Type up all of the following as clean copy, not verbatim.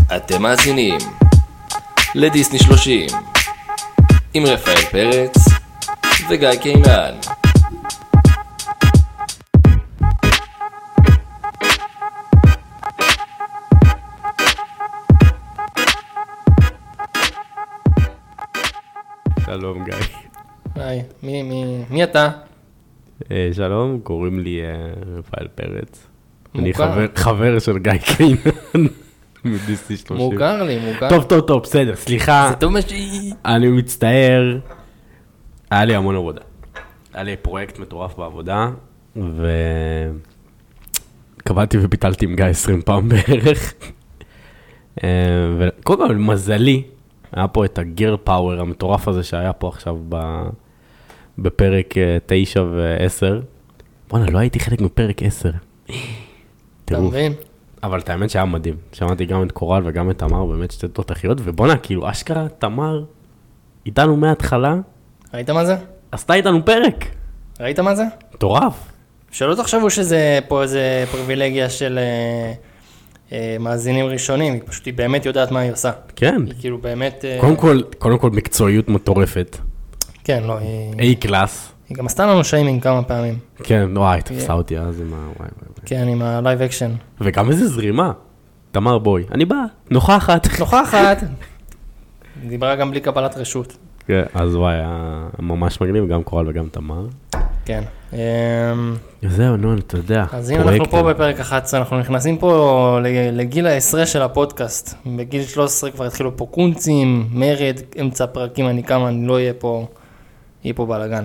אתם מאזינים לדיסני 30 עם רפאל פרץ וגיא קינן. שלום גיא. היי, מי אתה? שלום, קוראים לי רפאל פרץ. אני חבר של גיא קינן מדיסני 30. מוכר לי. טוב, בסדר, סליחה. זה טוב מה שהיא. אני מצטער. היה לי המון עבודה. היה לי פרויקט מטורף בעבודה, וקבעתי וביטלתי עם גיא 20 פעם בערך. וקודם כל, מזלי, היה פה את הגיר פאוור המטורף הזה שהיה פה עכשיו בפרק 9 ו-10. בוא'נה, לא הייתי חלק מפרק 10. אתה מבין? אבל את האמת שהיה מדהים. שמעתי גם את קורל וגם את תמר, באמת שתי תותחיות, ובוא'נה, כאילו, אשכרה, תמר, איתנו מההתחלה. ראית מה זה? עשתה איתנו פרק. ראית מה זה? מטורף. שלא תחשבו שזה פה איזה פריבילגיה של מאזינים ראשונים, היא פשוט היא באמת יודעת מה היא עושה. כן. היא כאילו באמת... קודם כל מקצועיות מטורפת. כן, לא, היא... A-קלאס. היא גם עשתה לנו שיימינג כמה פעמים. כן, וואי, תפסה אותי אז עם ה... כן, עם הלייב אקשן. וגם איזה זרימה. תמר בוי, אני בא, נוכחת. דיברה גם בלי קבלת רשות. כן, אז וואי, היה ממש מגניב, גם קורל וגם תמר. כן. זהו, נו, אתה יודע. אז הנה אנחנו פה בפרק 11, אנחנו נכנסים פה לגיל ה-10 של הפודקאסט. בגיל 13 כבר התחילו פה קונצים, מרד, אמצע פרקים, אני לא אהיה פה, יהיה פה בלגן.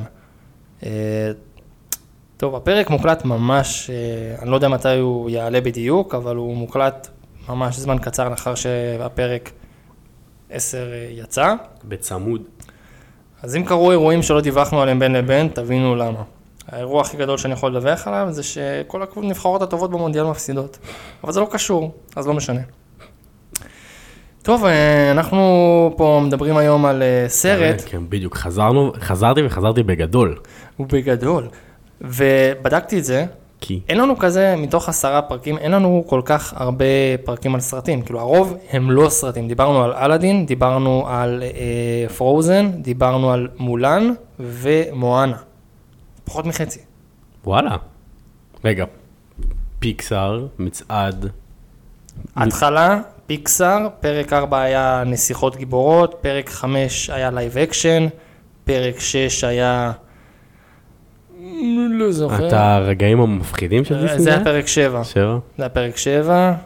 טוב, הפרק מוקלט ממש, אני לא יודע מתי הוא יעלה בדיוק, אבל הוא מוקלט ממש זמן קצר לאחר שהפרק 10 יצא. בצמוד. אז אם קרו אירועים שלא דיווחנו עליהם בין לבין, תבינו למה. האירוע הכי גדול שאני יכול לדווח עליו זה שכל הנבחרות הטובות במונדיאל מפסידות. אבל זה לא קשור, אז לא משנה. טוב, אנחנו פה מדברים היום על סרט. כן, בדיוק. חזרתי בגדול. ובגדול. ובדקתי את זה. כי? אין לנו כזה, מתוך 10 פרקים, אין לנו כל כך הרבה פרקים על סרטים. כאילו, הרוב הם לא סרטים. דיברנו על אלאדין, דיברנו על פרוזן, דיברנו על מולן ומואנה. פחות מחצי. וואלה. רגע, פיקסאר, מצעד. התחלה, פיקסאר, פרק 4 היה נסיכות גיבורות, פרק 5 היה לייב אקשן, פרק 6 היה... לא זוכר. אתה הרגעים המפחידים של דיסני? זה היה פרק 7. 7? זה היה פרק 7.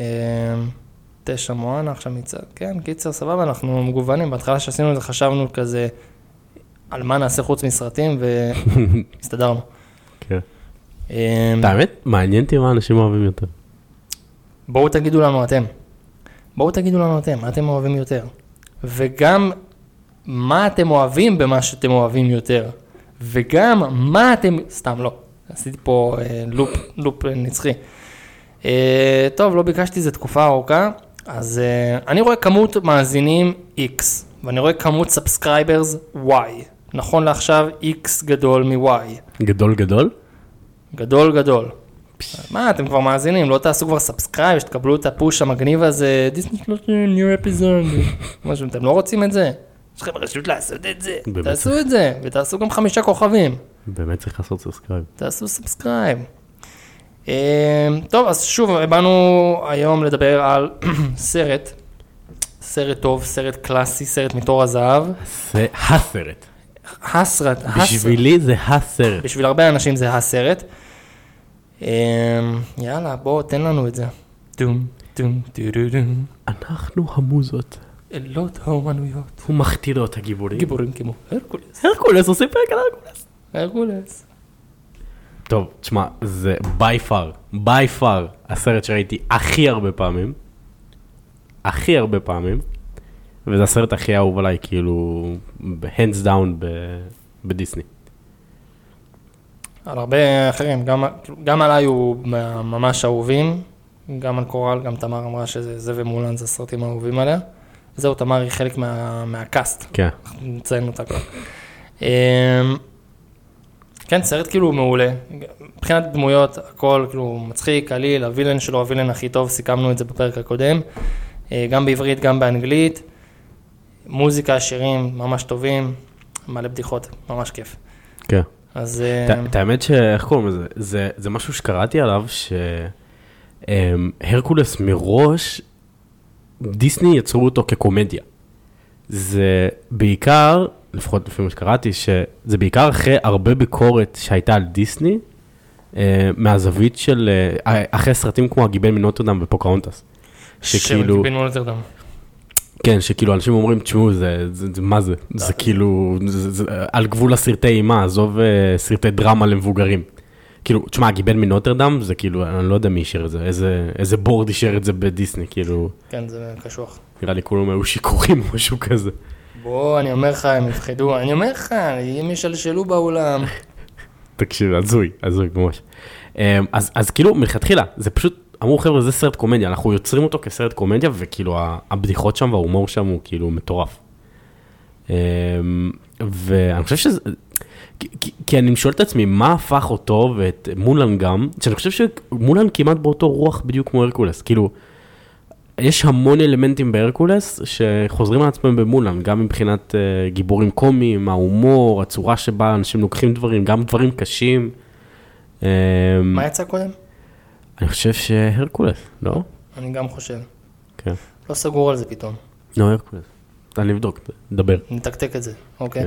9 מואנה, עכשיו מצעד. כן, קיצר, סבבה, אנחנו מגוונים. בהתחלה שעשינו את זה חשבנו כזה על מה נעשה חוץ מסרטים והסתדרנו. כן. האמת, מעניין אותי מה אנשים אוהבים יותר. בואו תגידו לנו אתם. מה אתם אוהבים יותר. וגם מה אתם אוהבים במה שאתם אוהבים יותר. וגם מה אתם... סתם לא. עשיתי פה לופ נצחי. טוב, לא ביקשתי, זה תקופה ארוכה. אז אני רואה כמות מאזינים X, ואני רואה כמות סאבסקרייברס Y. נכון לעכשיו, X גדול מ-Y. גדול? גדול. מה, אתם כבר מאזינים, לא תעשו כבר סאבסקרייב, שתקבלו את הפוש המגניב הזה, דיסני 30, new episode. משהו, אתם לא רוצים את זה? יש לכם רשות לעשות את זה. תעשו את זה, ותעשו גם 5 כוכבים. באמת צריך לעשות סאבסקרייב. תעשו סאבסקרייב. טוב, אז שוב, באנו היום לדבר על סרט טוב, סרט קלאסי, סרט מתור הזהב. זה הסרט. בשבילי זה הסרט. בשביל הרבה אנשים זה הסרט. יאללה, בוא, תן לנו את זה. אנחנו המוזות. אלות האומנויות. ומכתירות הגיבורים. גיבורים כמו הרקולס, עושים פרק על הרקולס. טוב, תשמע, זה by far הסרט שראיתי הכי הרבה פעמים, וזה הסרט הכי אהוב עליי, כאילו, hands down בדיסני. על הרבה אחרים, גם עליי הוא ממש אהובים, גם על קורל, גם תמר אמרה שזה ומולן זה הסרטים האהובים עליה. זהו, תמר היא חלק מהקאסט. כן. אנחנו נציין אותה כבר. כן, סרט כאילו מעולה. מבחינת דמויות, הכל כאילו מצחיק, קליל, הווילן שלו, הווילן הכי טוב, סיכמנו את זה בפרק הקודם. גם בעברית, גם באנגלית. מוזיקה, שירים ממש טובים, מלא בדיחות, ממש כיף. כן. אז... האמת שאיך קוראים לזה? זה משהו שקראתי עליו, שהרקולס מראש, דיסני יצרו אותו כקומדיה. זה בעיקר, לפחות לפי מה שקראתי, שזה בעיקר אחרי הרבה ביקורת שהייתה על דיסני, מהזווית של, אחרי סרטים כמו הגיבל מנוטרדם ופוקהונטס. שכאילו... הגיבל מנוטרדם. כן, שכאילו אנשים אומרים, תשמעו, מה זה? זה כאילו, על גבול הסרטי אימה, עזוב סרטי דרמה למבוגרים. כאילו, תשמע, הגיבל מנוטרדם, זה כאילו, אני לא יודע מי אישר את זה, איזה בורד אישר את זה בדיסני, כאילו... כן, זה קשוח. נראה לי כולם היו שיכורים או משהו כזה. בוא, אני אומר לך, הם יפחדו, אני אומר לך, הם ישלשלו באולם. תקשיב, הזוי, ממש. אז כאילו, מלכתחילה, זה פשוט, אמרו חבר'ה, זה סרט קומדיה, אנחנו יוצרים אותו כסרט קומדיה, וכאילו, הבדיחות שם וההומור שם הוא כאילו מטורף. ואני חושב שזה... כי אני שואל את עצמי, מה הפך אותו ואת מולן גם, שאני חושב שמולן כמעט באותו רוח בדיוק כמו הרקולס, כאילו, יש המון אלמנטים בהרקולס שחוזרים על עצמם במולן, גם מבחינת גיבורים קומיים, ההומור, הצורה שבה אנשים לוקחים דברים, גם דברים קשים. מה יצא קודם? אני חושב שהרקולס, לא? אני גם חושב. כן. לא סגור על זה פתאום. לא, הרקולס. אני אבדוק, דבר. נתקתק את זה, אוקיי.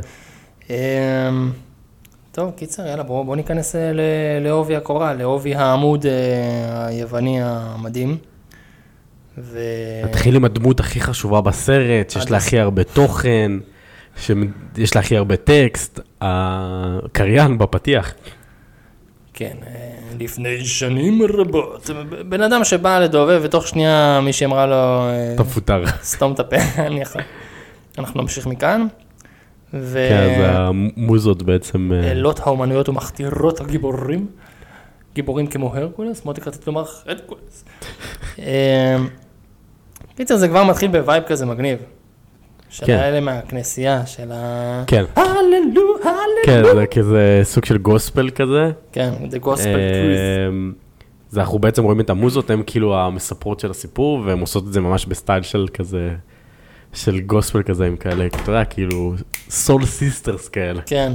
טוב, קיצר, יאללה, בוא ניכנס לעובי הקורה, לעובי העמוד היווני המדהים. נתחיל עם הדמות הכי חשובה בסרט, שיש לה הכי הרבה תוכן, שיש לה הכי הרבה טקסט, הקריין בפתיח. כן, לפני שנים רבות, בן אדם שבא לדובב, ותוך שנייה מי שאמרה לו... אתה מפוטר. סתום את הפה, אנחנו נמשיך מכאן. כן, זה המוזות בעצם... אלות האומנויות ומכתירות הגיבורים, גיבורים כמו הרקולס, מוטי רציתי לומר הרקולס. קיצר, זה כבר מתחיל בווייב כזה מגניב. של האלה מהכנסייה, של ה... כן. הללו, הללו. כן, זה כזה סוג של גוספל כזה. כן, the gospel truth. זה אנחנו בעצם רואים את המוזות, הן כאילו המספרות של הסיפור, והן עושות את זה ממש בסטייל של כזה, של גוספל כזה, עם כאלה, אתה יודע, כאילו, סול סיסטרס כאלה. כן.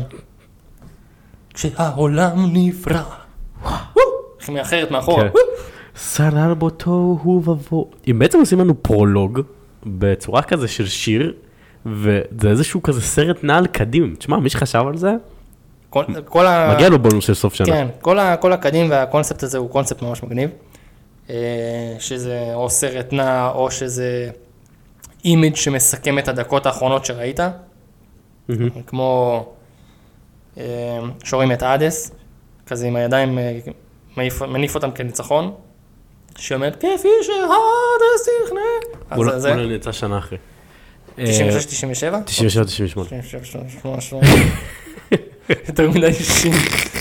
כשהעולם נברא. איך מאחרת מאחורה. סלל בו תוהו ובוהו. אם בעצם עושים לנו פרולוג, בצורה כזה של שיר, וזה איזשהו כזה סרט נעל קדים. תשמע, מי שחשב על זה? מגיע לו בונוס של סוף שנה. כן, כל הקדים והקונספט הזה הוא קונספט ממש מגניב. שזה או סרט נע, או שזה אימג' שמסכם את הדקות האחרונות שראית. כמו שורים את האדס, כזה עם הידיים מניף אותם כניצחון. שאומרת, כפי שהאדס יכנה. בוא נצא שנה אחרי. 96-97? 97-98. יותר מדי 60.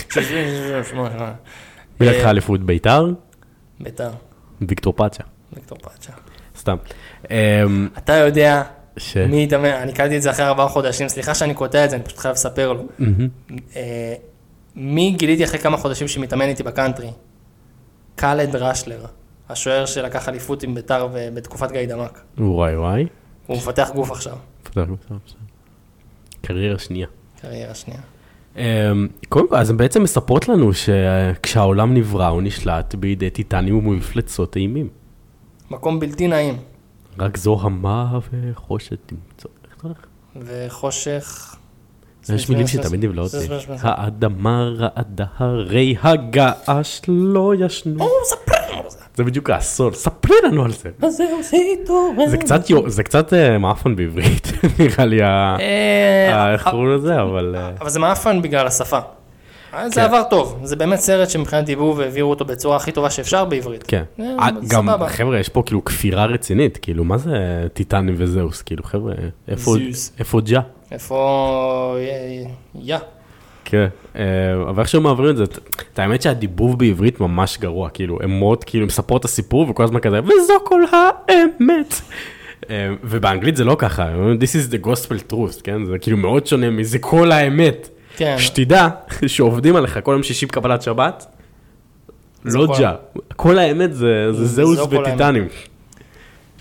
מי לקחה אליפות? ביתר? ביתר. ויקטור פאצ'ה. ויקטור פאצ'ה. סתם. אתה יודע מי יתאמן, אני קלטתי את זה אחרי 4 חודשים, סליחה שאני קוטע את זה, אני פשוט חייב לספר לו. מי גיליתי אחרי כמה חודשים שמתאמן איתי בקאנטרי? קלד רשלר, השוער שלקח אליפות עם ביתר בתקופת גיא דמק. וואי. הוא מפתח גוף עכשיו. קריירה שנייה. קריירה שנייה. קודם כל, אז הן בעצם מספרות לנו שכשהעולם נברא הוא נשלט בידי טיטנים ומפלצות אימים. מקום בלתי נעים. רק זוהמה וחושך תמצוא. איך אתה הולך? וחושך... יש מילים שתמיד נבלעות לי. האדמה רעדה, הרי הגעש לא ישנו. ספרי לנו על זה. זה בדיוק הסול, ספרי לנו על זה. אז זהו, זה קצת מאפן בעברית, נראה לי איך קוראים לזה, אבל... אבל זה מאפן בגלל השפה. זה עבר טוב, זה באמת סרט שמבחינת דיבוב והעבירו אותו בצורה הכי טובה שאפשר בעברית. כן, גם חבר'ה, יש פה כאילו כפירה רצינית, כאילו מה זה טיטנים וזהוס, כאילו חבר'ה, איפה ג'ה? איפה יא? כן, אבל איך שהם מעבירים את זה, את האמת שהדיבוב בעברית ממש גרוע, כאילו, הם מאוד כאילו מספרות את הסיפור וכל הזמן כזה, וזו כל האמת. ובאנגלית זה לא ככה, this is the gospel truth, כן? זה כאילו מאוד שונה מזה כל האמת. שתדע שעובדים עליך כל יום שישי בקבלת שבת, לא ג'ה. כל האמת זה זהוס וטיטנים.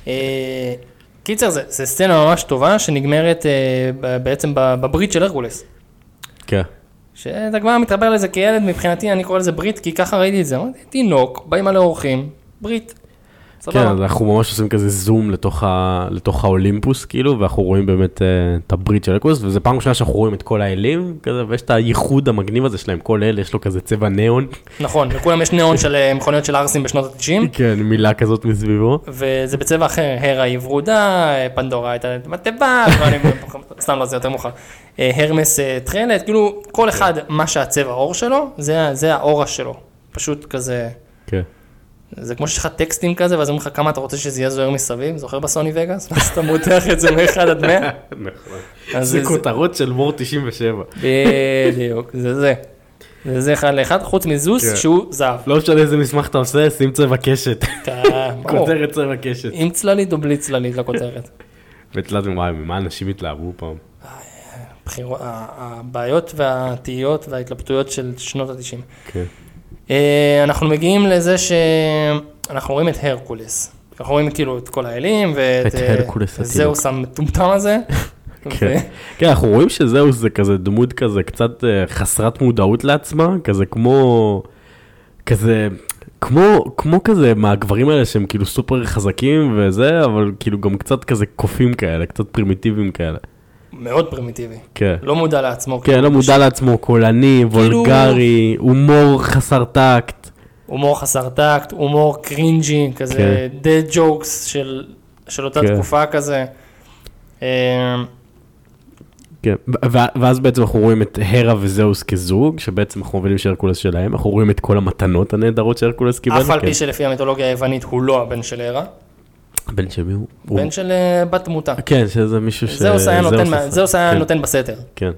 קיצר, זה סצנה ממש טובה, שנגמרת בעצם בברית של הרקולס. כן. שאתה כבר מתחבר לזה כילד, מבחינתי אני קורא לזה ברית, כי ככה ראיתי את זה. אמרתי, תינוק, באים מלא אורחים, ברית. כן, אז אנחנו ממש עושים כזה זום לתוך האולימפוס, כאילו, ואנחנו רואים באמת את הברית של הרקולס, וזה פעם ראשונה שאנחנו רואים את כל האלים, כזה, ויש את הייחוד המגניב הזה שלהם, כל אל, יש לו כזה צבע ניאון. נכון, לכולם יש ניאון של מכוניות של ארסים בשנות ה-90. כן, מילה כזאת מסביבו. וזה בצבע אחר, הרה היא ורודה, פנדורה הייתה בתיבה, סתם לא, זה יותר מוכר. הרמס טרלת, כאילו, כל אחד, מה שהצבע האור שלו, זה האורה שלו. פשוט כזה... כן. זה כמו שיש לך טקסטים כזה, ואז אומרים לך כמה אתה רוצה שזה יהיה זוהר מסביב, זוכר בסוני וגאס? אז אתה מותח את זה מ-1 עד 100. נכון. זה כותרות של וור 97. בדיוק, זה 1 ל-1, חוץ מזוס שהוא זהב. לא משנה איזה מסמך אתה עושה, שים צבע קשת. כותרת צבע קשת. עם צללית או בלי צללית לכותרת. וצללת וואי, ממה אנשים התלהבו פעם? הבעיות והתהיות וההתלבטויות של שנות ה-90. כן. אנחנו מגיעים לזה שאנחנו רואים את הרקולס. אנחנו רואים כאילו את כל האלים ואת זהוס המטומטם הזה. כן, אנחנו רואים שזהוס זה כזה דמות כזה קצת חסרת מודעות לעצמה, כזה כמו כזה מהגברים האלה שהם כאילו סופר חזקים וזה, אבל כאילו גם קצת כזה קופים כאלה, קצת פרימיטיביים כאלה. מאוד פרימיטיבי. כן. לא מודע לעצמו. כן, לא מודע לעצמו, קולני, וולגרי, הומור חסר טקט. הומור חסר טקט, הומור קרינג'י, כזה dead jokes של אותה תקופה כזה. כן, ואז בעצם אנחנו רואים את הרה וזהוס כזוג, שבעצם אנחנו מבינים שהרקולס שלהם, אנחנו רואים את כל המתנות הנהדרות שהרקולס קיבל. אף על פי שלפי המיתולוגיה היוונית הוא לא הבן של הרה. בן של מי הוא? בן של בת מותה. כן, שזה מישהו זהוס היה נותן בסתר. כן.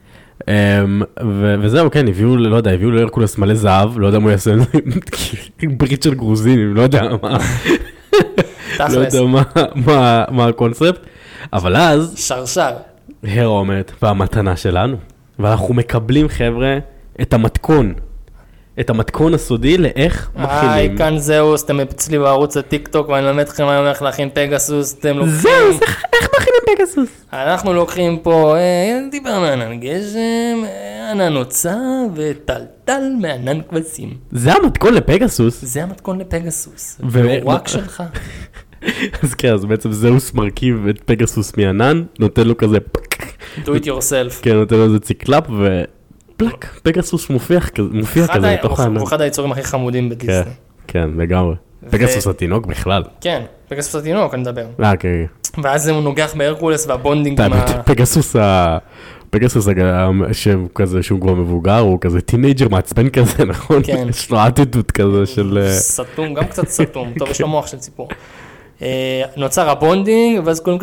וזהו, כן, הביאו להרקולס מלא זהב, לא יודע מה הוא יעשה, ברית של גרוזינים, לא יודע מה. לא יודע מה הקונספט, אבל אז... שרשר. הרה אומרת, והמתנה שלנו, ואנחנו מקבלים, חבר'ה, את המתכון. את המתכון הסודי לאיך מכינים. היי, כאן זהוס, אתם אצלי בערוץ הטיק טוק, ואני למד אתכם היום איך להכין פגסוס, אתם לוקחים... זהוס, איך מכינים פגסוס? אנחנו לוקחים פה, דיברנו ענן גשם, ענן הוצא וטלטל מענן כבשים. זה המתכון לפגסוס? זה המתכון לפגסוס. ורק שלך. אז כן, אז בעצם זהוס מרכיב את פגסוס מענן, נותן לו כזה... do it yourself. כן, נותן לו איזה ציקלאפ ו... פלק, פגסוס מופיע כזה בתוך הענן. הוא אחד היצורים הכי חמודים בדיסני. כן, לגמרי. פגסוס התינוק בכלל. כן, פגסוס התינוק, אני מדבר. כן. ואז הוא נוגח בהרקולס והבונדינג עם פגסוס כזה שהוא כבר מבוגר, הוא כזה טינג'ר מעצבן כזה, נכון? כן. יש לו אטיטוט כזה של... סתום, גם קצת סתום. טוב, יש לו מוח של ציפור. נוצר הבונדינג, ואז כזה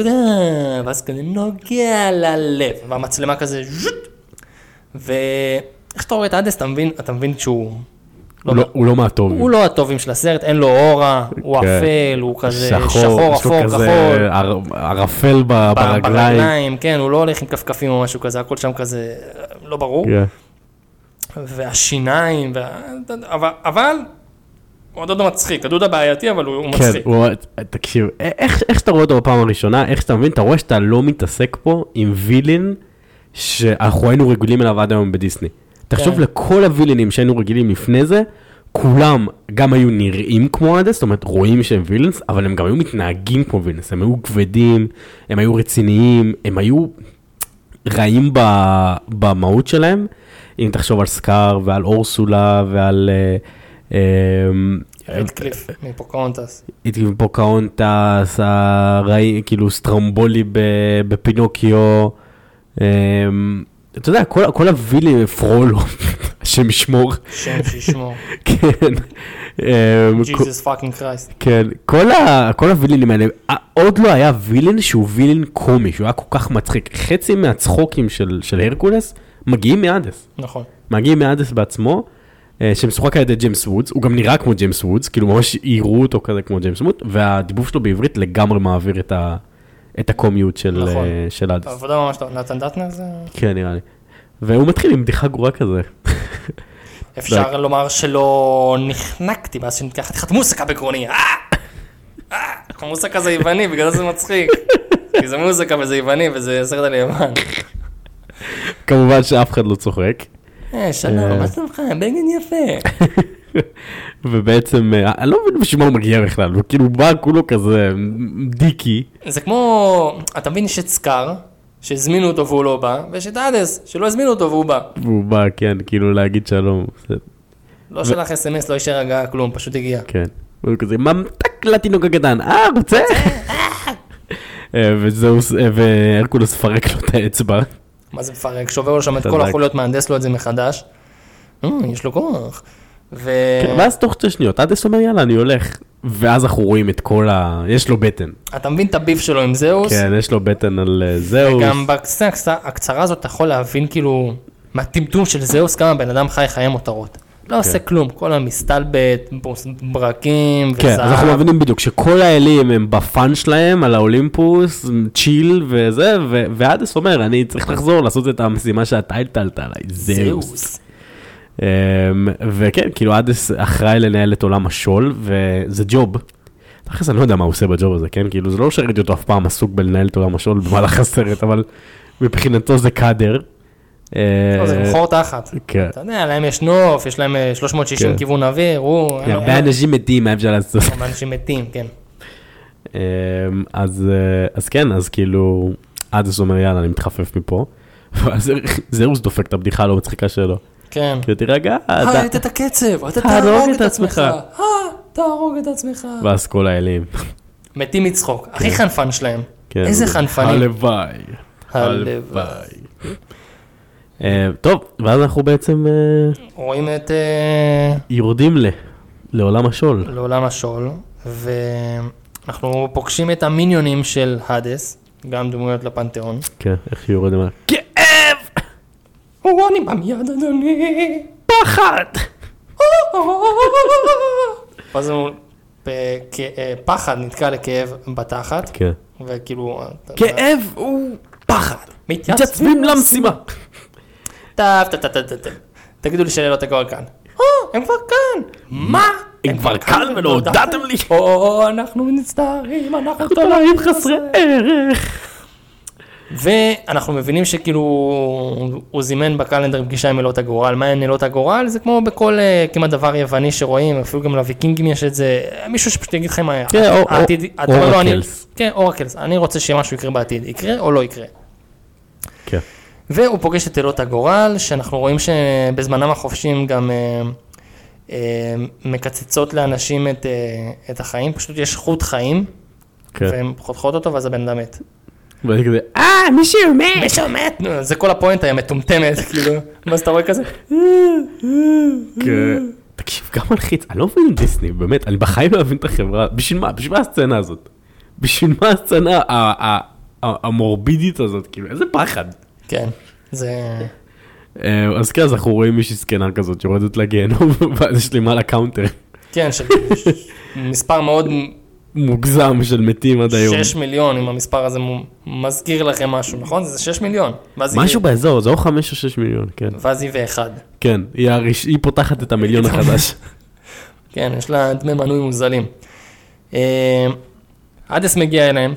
נוגע ללב. והמצלמה כזה... ואיך שאתה רואה את אדס, אתה מבין שהוא... הוא לא מהטובים. הוא לא הטובים של הסרט, אין לו אורה, הוא אפל, הוא כזה שחור, אפור, כחול. ערפל ברגליים. כן, הוא לא הולך עם כפכפים או משהו כזה, הכל שם כזה לא ברור. והשיניים, אבל... הוא הדוד מצחיק, הדוד הבעייתי, אבל הוא מצחיק. כן, תקשיב, איך שאתה רואה אותו בפעם הראשונה, איך שאתה מבין, אתה רואה שאתה לא מתעסק פה עם וילין, שאנחנו היינו רגילים אליו עד היום בדיסני. תחשוב לכל הווילנים שהיינו רגילים לפני זה, כולם גם היו נראים כמו אדס, זאת אומרת רואים שהם וילנס, אבל הם גם היו מתנהגים כמו וילנס, הם היו כבדים, הם היו רציניים, הם היו רעים במהות שלהם, אם תחשוב על סקאר ועל אורסולה ועל... אטקליף מפוקהונטס. אטקליף מפוקהונטס, כאילו סטרומבולי בפינוקיו, אתה יודע, כל הווילים, פרולו, השם ישמור. שם שישמור. כן. Jesus fucking Christ. כן, כל הווילנים האלה, עוד לא היה וילן שהוא וילן קומי, שהוא היה כל כך מצחיק. חצי מהצחוקים של הרקולס מגיעים מאדס. נכון. מגיעים מאדס בעצמו, שמשוחק על ידי ג'יימס וודס, הוא גם נראה כמו ג'יימס וודס, כאילו ממש עירו אותו כזה כמו ג'יימס וודס, והדיבוב שלו בעברית לגמרי מעביר את הקומיות של אדס. עבודה ממש טוב, נתן דטנר זה? כן, נראה לי. והוא מתחיל עם בדיחה גרועה כזה. אפשר לומר שלא נחנקתי, ואז שנתקח חתיכת מוסיקה בגרוני. המוסק הזה יווני, בגלל זה מצחיק. כי זה מוזיקה וזה יווני וזה סרט על יוון. כמובן שאף אחד לא צוחק. שלום, מה שלומך? בגן יפה. ובעצם, אני לא מבין בשביל מה הוא מגיע בכלל, הוא כאילו בא כולו כזה דיקי. זה כמו, אתה מבין יש את סקאר, שהזמינו אותו והוא לא בא, ויש את אדס, שלא הזמינו אותו והוא בא. והוא בא, כן, כאילו להגיד שלום. לא שלח אס-אמס, לא יישאר הגעה כלום, פשוט הגיע. כן. הוא כזה, ממתק לתינוק הקטן, רוצה? והרקולוס פרק לו את האצבע. מה זה מפרק? שובר לו שם את כל החוליות, מהנדס לו את זה מחדש. יש לו כוח. ואז תוך 2 שניות, אדס אומר יאללה, אני הולך. ואז אנחנו רואים את כל יש לו בטן. אתה מבין את הביף שלו עם זהוס? כן, יש לו בטן על זהוס. וגם בסצנה הקצרה הזאת אתה יכול להבין כאילו, מהטמטום של זהוס, כמה בן אדם חי חיי מותרות. לא עושה כלום, כל המסתלבט, ברקים וזהב. כן, אז אנחנו מבינים בדיוק שכל האלים הם בפאן שלהם על האולימפוס, צ'יל וזה, ואדס אומר, אני צריך לחזור לעשות את המשימה שאתה הטלת עליי, זהוס. וכן, כאילו אדס אחראי לנהל את עולם השול, וזה ג'וב. אחרי זה אני לא יודע מה הוא עושה בג'וב הזה, כן? כאילו זה לא שראיתי אותו אף פעם עסוק בלנהל את עולם השול במהלך הסרט, אבל מבחינתו זה קאדר. זה מחור תחת. אתה יודע, להם יש נוף, יש להם 360 כיוון אוויר, הרבה אנשים מתים, מה אפשר לעשות? הרבה אנשים מתים, כן. אז כן, אז כאילו, אדס אומר, יאללה, אני מתחפף מפה, ואז זהוס דופק את הבדיחה הלא מצחיקה שלו. כן. כאילו, תירגע, היית את הקצב, אתה תהרוג את עצמך. תהרוג את עצמך. ואז כל האלים. מתים מצחוק, הכי חנפן שלהם. איזה חנפנים. הלוואי. טוב, ואז אנחנו בעצם רואים את יורדים לעולם השול. לעולם השול, ואנחנו פוגשים את המיניונים של הדס, גם דמויות לפנתיאון. כן, איך יורדים על כאב! אני במיד אדוני! פחד! ואז הוא פחד נתקע לכאב בתחת, כן. וכאילו כאב הוא פחד! מתייצבים למשימה! תגידו לי שאלות הגור כאן. הם כבר כאן. מה? הם כבר כאן ולא הודעתם לי. אנחנו מצטערים, אנחנו תולעים חסרי ערך. ואנחנו מבינים שכאילו הוא זימן בקלנדר פגישה עם אלות הגורל. מה הן אלות הגורל? זה כמו בכל כמעט דבר יווני שרואים, אפילו גם לוויקינגים יש את זה. מישהו שפשוט יגיד לכם מה היה. אורקלס. כן, אורקלס. אני רוצה שמשהו יקרה בעתיד. יקרה או לא יקרה. כן. והוא פוגש את אלות הגורל, שאנחנו רואים שבזמנם החופשיים גם מקצצות לאנשים את החיים, פשוט יש חוט חיים, והם חותכות אותו, ואז הבן אדם מת. ואני כזה, מישהו מת! זה כל הפואנט היה מטומטמת, כאילו, מה אתה רואה כזה? תקשיב, גם מלחיץ, אני לא מבין דיסני, באמת, אני בחיים לא מבין את החברה, בשביל מה? בשביל מה הסצנה הזאת? בשביל מה הסצנה המורבידית הזאת, כאילו, איזה פחד. כן, זה... אז כן, אז אנחנו רואים מישהי סקנה כזאת שיורדת לגיהנום, ואז יש לי מה לקאונטר. כן, מספר מאוד... מוגזם של מתים עד היום. 6 מיליון, אם המספר הזה מזכיר לכם משהו, נכון? זה 6 מיליון. משהו באזור, זה או 5 או 6 מיליון, כן. ואז היא ואחד. כן, היא פותחת את המיליון החדש. כן, יש לה דמי מנוי מוזלים. אדס מגיע אליהם,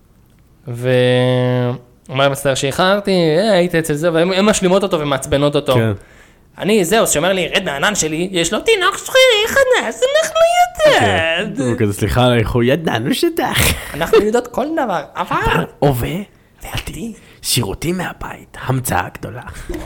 אומר מצטער שאיחרתי, הייתי אצל זה, והן משלימות אותו ומעצבנות אותו. אני, זהו, שאומר לי, רד מהענן שלי, יש לו תינוק שחירי חדש, אנחנו יודעת. הוא כזה, סליחה, אנחנו ידענו שדך. אנחנו יודעות כל דבר, אבל... הווה ועתיד, שירותים מהבית, המצאה גדולה.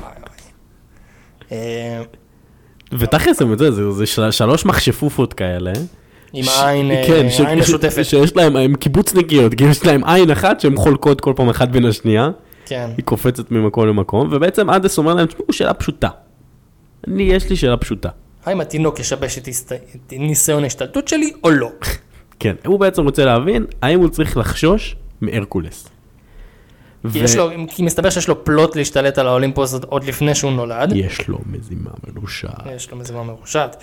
ותכלס, זה 3 מכשפופות כאלה. עם העין משותפת. שיש להם, הם קיבוצניקיות, כי יש להם עין אחת שהן חולקות כל פעם אחת בין השנייה. כן. היא קופצת ממקום למקום, ובעצם אדס אומר להם, תשמעו, שאלה פשוטה. יש לי שאלה פשוטה. האם התינוק ישבש את ניסיון ההשתלטות שלי או לא? כן, הוא בעצם רוצה להבין, האם הוא צריך לחשוש מהרקולס. כי מסתבר שיש לו פלוט להשתלט על האולימפוס עוד לפני שהוא נולד. יש לו מזימה מרושעת.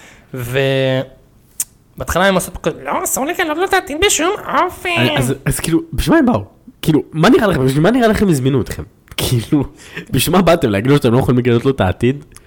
בהתחלה הם עושות כזה, לא, אסור לגלות לו את העתיד בשום אופן. אז כאילו, בשביל מה הם באו? כאילו, מה נראה לכם? בשביל מה נראה לכם הזמינו אתכם? כאילו, בשביל מה באתם? להגיד לו שאתם לא יכולים לגלות לו את העתיד?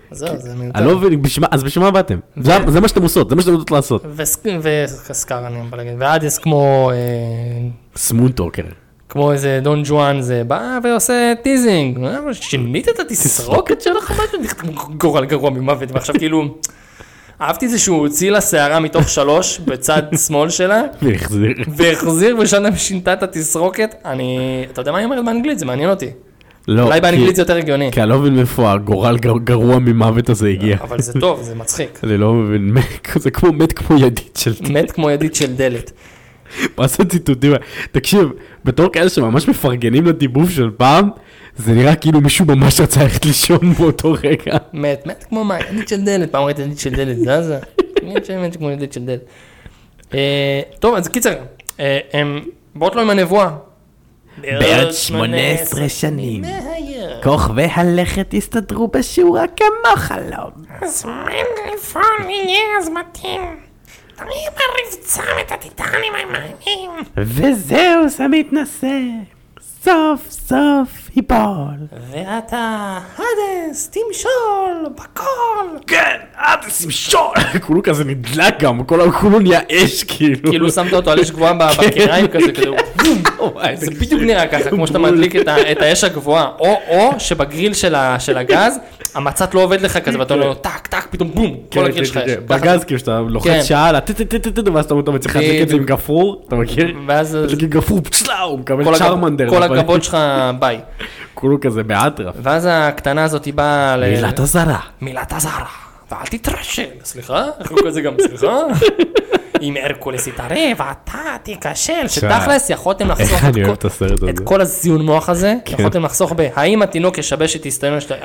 זהו, זה מיותר. אני לא מבין, אז בשביל מה באתם? זה מה שאתם עושות, זה מה שאתם יודעות לעשות. וסקר אני יכול להגיד, ועדיס כמו... סמונטוקר. כמו איזה דון ג'ואן, זה בא ועושה טיזינג. שינית את התסרוקת שלך משהו? גורל גרוע ממוות, ועכשיו כאילו... אהבתי זה שהוא הוציא לה שערה מתוך 3 בצד שמאל שלה. והחזיר ושנה שינתה את התסרוקת. אתה יודע מה היא אומרת באנגלית? זה מעניין אותי. אולי באנגלית זה יותר הגיוני. כי אני לא מבין מאיפה הגורל גרוע ממוות הזה הגיע. אבל זה טוב, זה מצחיק. אני לא מבין, זה כמו מת כמו ידית של דלת. מת כמו ידית של דלת. מה זה ציטוטים? תקשיב, בתור כאלה שממש מפרגנים לדיבוב של פעם, זה נראה כאילו מישהו ממש רצה ללכת לישון באותו רגע. מת כמו מה? ידית של דלת, פעם ראית ידית של דלת, זה. מת כמו ידית של דלת. טוב, אז קיצר, הם באות לו עם הנבואה. בעוד 18 שנים, כוכבי הלכת הסתדרו בשורה כמו חלום. הזמן לפעול יהיה אז מתאים. תראי ברבצם את הטיטנים המעניינים. וזהוס המתנשא, סוף סוף ייפול. ואתה, הדס, תמשול בכל. כן, הדס תמשול. כולו כזה נדלק גם, כולו נהיה אש כאילו. כאילו שמת אותו על אש גבוהה בקיריים כזה, זה בדיוק נראה ככה, כמו שאתה מדליק את האש הגבוהה, או שבגריל של הגז, המצת לא עובד לך כזה, ואתה אומר, טק, טק, פתאום בום, כל הגריל שלך אש. בגז כאילו שאתה לוחץ שעלה, ואז אתה מצליח להדליק את זה עם גפרור, אתה מכיר? ואז גפרור, הוא מקבל צ'רמנדר. כל הגבות שלך ביי. כולו כזה באטרף. ואז הקטנה הזאת היא באה מילת הזרה. מילת הזרה. ואל תתרשל. סליחה? איך הוא כזה גם סליחה? אם הרקולס יתערב, אתה תיכשל. שתכלס יכולתם לחסוך את כל הזיון מוח הזה. יכולתם לחסוך האם התינוק ישבש את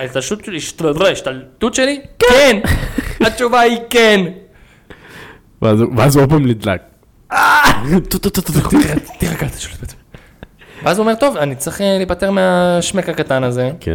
ההשתלטות שלי? כן. התשובה היא כן. ואז הוא פעם נדלק. תירגע, תשאול בעצם. ואז הוא אומר, טוב, אני צריך להיפטר מהשמק הקטן הזה. כן.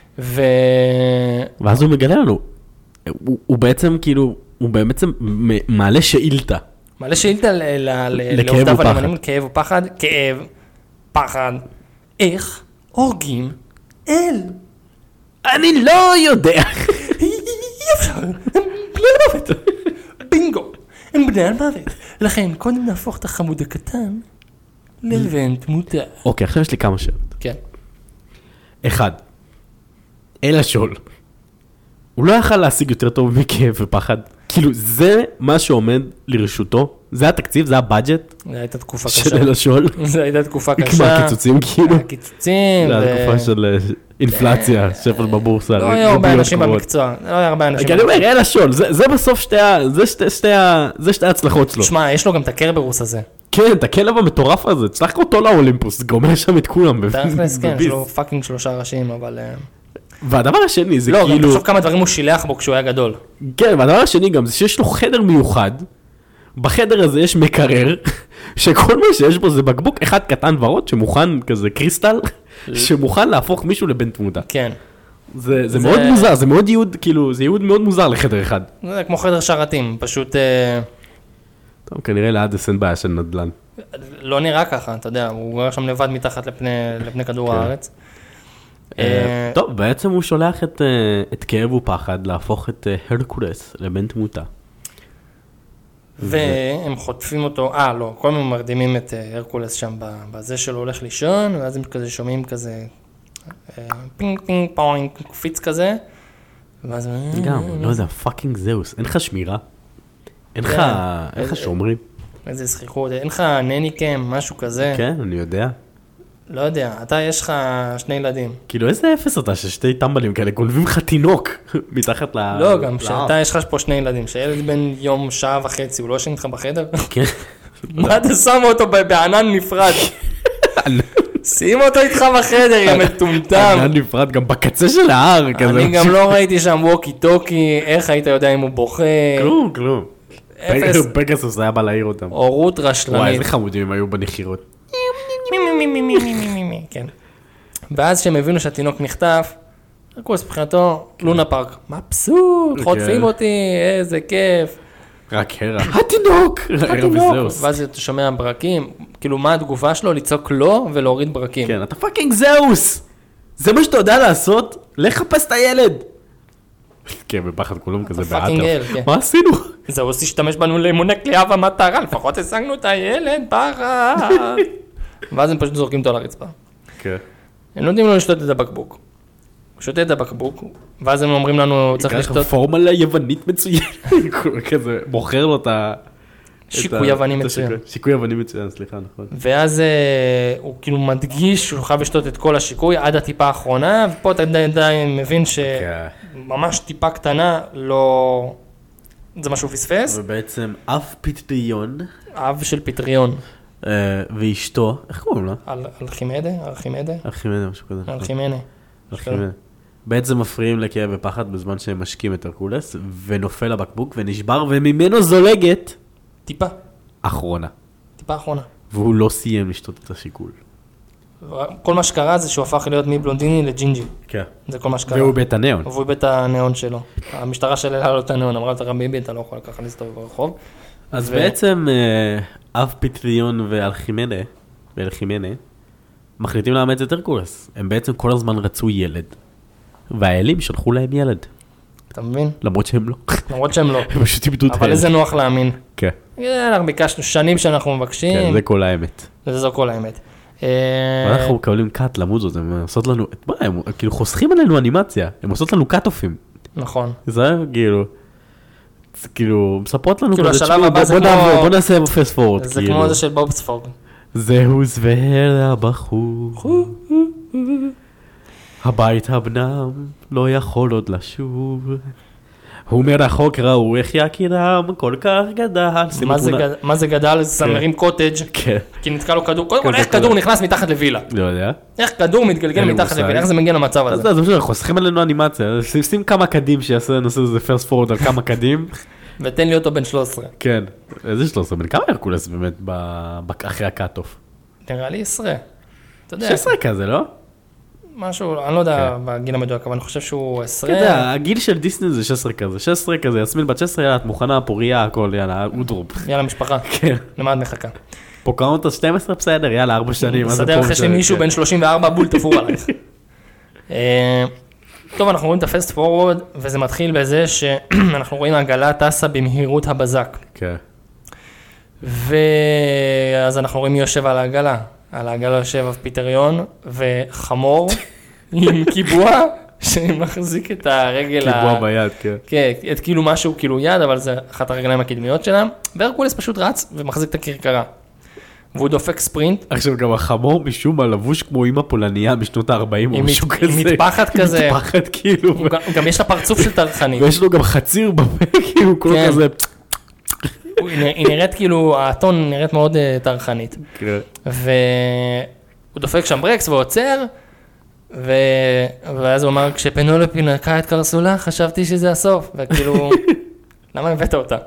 ואז הוא מגלה לנו, הוא בעצם כאילו, הוא בעצם מעלה שאילתה. מעלה שאילתה לעובדיו הנאמנים, כאב ופחד, כאב, פחד, איך הורגים אל? אני לא יודע. אי אפשר, הם בני המוות. בינגו, הם בני המוות. לכן, קודם נהפוך את החמוד הקטן לבן תמותה. אוקיי, עכשיו יש לי כמה שאלות. כן. 1. אל השול. הוא לא יכל להשיג יותר טוב מכאב ופחד. כאילו, זה מה שעומד לרשותו. זה התקציב, זה הבאג'ט. זה הייתה תקופה קשה. של אל השול. זה הייתה תקופה קשה. כמו הקיצוצים, כאילו. הקיצוצים. זה התקופה של אינפלציה, שפל בבורסה. לא היו הרבה אנשים במקצוע. לא היו הרבה אנשים. אני אומר, אל השול. זה בסוף זה שתי ההצלחות שלו. שמע, יש לו גם את הקרברוס הזה. כן, את הכלב המטורף הזה. תשלח אותו לאולימפוס, גומר שם את כולם. תכלס, כן, יש לו פאקינג 3 ראשים, אבל... והדבר השני זה כאילו... לא, גם תחשוב כמה דברים הוא שילח בו כשהוא היה גדול. כן, והדבר השני גם זה שיש לו חדר מיוחד, בחדר הזה יש מקרר, שכל מה שיש בו זה בקבוק אחד קטן ורוד, שמוכן כזה קריסטל, שמוכן להפוך מישהו לבן תמותה. כן. זה מאוד מוזר, זה מאוד ייעוד, כאילו, זה ייעוד מאוד מוזר לחדר אחד. זה כמו חדר שרתים, פשוט... טוב, כנראה לעדס אין בעיה של נדל"ן. לא נראה ככה, אתה יודע, הוא גר שם לבד מתחת לפני כדור הארץ. טוב, בעצם הוא שולח את כאב ופחד להפוך את הרקולס לבן תמותה. והם חוטפים אותו, לא, כל מיני מרדימים את הרקולס שם בזה שלו הולך לישון, ואז הם כזה שומעים כזה פינג פינג פאינג קפיץ כזה, ואז... גם, לא יודע, פאקינג זהוס, אין לך שמירה? אין לך שומרים? איזה זכיחות, אין לך נניקם, משהו כזה? כן, אני יודע. לא יודע, אתה יש לך 2 ילדים. כאילו איזה אפס אתה ששתי טמבלים כאלה גונבים לך תינוק מתחת ל... לא, גם שאתה יש לך פה 2 ילדים, שילד בן יום, שעה וחצי, הוא לא ישן איתך בחדר? כן. מה אתה שם אותו בענן נפרד? שים אותו איתך בחדר, יא מטומטם. ענן נפרד, גם בקצה של ההר. אני גם לא ראיתי שם ווקי טוקי, איך היית יודע אם הוא בוכה? כלום. פגסוס היה בא להעיר אותם. הורות רשלנית. וואי, איזה חמודים הם היו בנחירות. כן. ואז שהם הבינו שהתינוק נחטף, הרקולס מבחינתו, לונה פארק, מבסוט, חוטפים אותי, איזה כיף. רק הרה. התינוק! ואז אתה שומע ברקים, כאילו מה התגובה שלו? לצעוק לא ולהוריד ברקים. כן, אתה פאקינג זהוס! זה מה שאתה יודע לעשות? לך חפש את הילד! כן, בפחד כולם כזה פאקינג באטרף. אל, כן. מה עשינו? זהו, אז תשתמש בנו לאימוני קליעה ומטרה, לפחות השגנו את הילד, פחד. ואז הם פשוט זורקים אותו על הרצפה. כן. הם נותנים לו לשתות את הבקבוק. הוא שותה את הבקבוק, ואז הם אומרים לנו, צריך לשתות פורמולה יוונית מצוינת. כזה, מוכר לו את ה... שיקוי יווני מצוין. שיקוי יווני מצוין, סליחה, נכון. ואז הוא כאילו מדגיש שהוא חייב לשתות את כל השיקוי עד הטיפה האחרונה, ופה אתה עדיין מבין שממש טיפה קטנה, לא... זה משהו פספס. ובעצם אף פטריון, אב של פטריון. ואשתו, איך קוראים לה? ארכימדה? ארכימדה, משהו כזה. ארכימדה. בעצם מפריעים לכאב ופחד בזמן שהם משקים את הרקולס, ונופל הבקבוק ונשבר, וממנו זולגת טיפה אחרונה. והוא לא סיים לשתות את השיקול. כל מה שקרה זה שהוא הפך להיות מבלונדיני לג'ינג'י. כן. זה כל מה שקרה. והוא בית הניאון. והוא בית הניאון שלו. המשטרה שללה לו את הניאון, אמרה לך ביבי, אתה לא יכול ככה להסתובב ברחוב. אז בעצם אב פטריון ואלכימנה מחליטים לאמץ את הרקולס. הם בעצם כל הזמן רצו ילד. והאלים שלחו להם ילד. אתה מבין? למרות שהם לא. הם פשוט איבדו את הילד. אבל איזה נוח להאמין. כן. אנחנו ביקשנו שנים שאנחנו מבקשים. כן, זה כל האמת. זו כל האמת. אנחנו מקבלים קאט למוזות, הם עושות לנו, הם כאילו חוסכים עלינו אנימציה, הם עושות לנו קאט-אופים. נכון. זה כאילו, מספרות לנו, כאילו השלב הבא זה כמו... בוא נעשה פסט פורוד. זה כמו זה של בובספורד. זהו זוהר הבחור, הבית הבנם לא יכול עוד לשוב. הוא מרחוק ראו איך יקירם כל כך גדל. מה זה גדל? סמרים קוטג' כי נתקע לו כדור. קודם כל איך כדור נכנס מתחת לווילה? לא יודע. איך כדור מתגלגל מתחת לווילה? איך זה מגיע למצב הזה? אז זה חוסכים עלינו אנימציה. שים כמה קדים שיעשה נושא לזה פרסט פורוד על כמה קדים. ותן לי אותו בן 13. כן. איזה 13? בן כמה הרקולס באמת אחרי הקאט-אוף? נראה לי 10. 16 כזה, לא? משהו, אני לא יודע בגיל המדויק, אבל אני חושב שהוא 10. אתה יודע, הגיל של דיסני זה 16 כזה, 16 כזה, יסמין בת 16, יאללה, את מוכנה, פוריה, הכל, יאללה, אודרופ. יאללה, משפחה. כן. למה את מחכה? פוקאונטה 12 בסדר, יאללה, 4 שנים. בסדר, אחרי שמישהו בן 34 בול תפור עלייך. טוב, אנחנו רואים את הפסט פורוורד, וזה מתחיל בזה שאנחנו רואים העגלה טסה במהירות הבזק. כן. ואז אנחנו רואים מי יושב על העגלה. על העגלה יושב פיטריון וחמור עם קיבוע שמחזיק את הרגל... קיבוע ביד, כן. כן, את כאילו משהו כאילו יד, אבל זה אחת הרגליים הקדמיות שלהם. והרקולס פשוט רץ ומחזיק את הכרכרה. והוא דופק ספרינט. עכשיו גם החמור משום מה לבוש כמו אמא פולניה משנות ה-40 או משהו כזה. עם מטפחת כזה. עם מטפחת כאילו. גם יש לה פרצוף של טרחנית. ויש לו גם חציר בפה, כאילו כל כזה... היא נראית כאילו, האתון נראית מאוד טרחנית. כן. והוא דופק שם ברקס ועוצר, ואז הוא אמר, כשפנולופי נקעה את קרסולה, חשבתי שזה הסוף. וכאילו, למה הבאת אותה?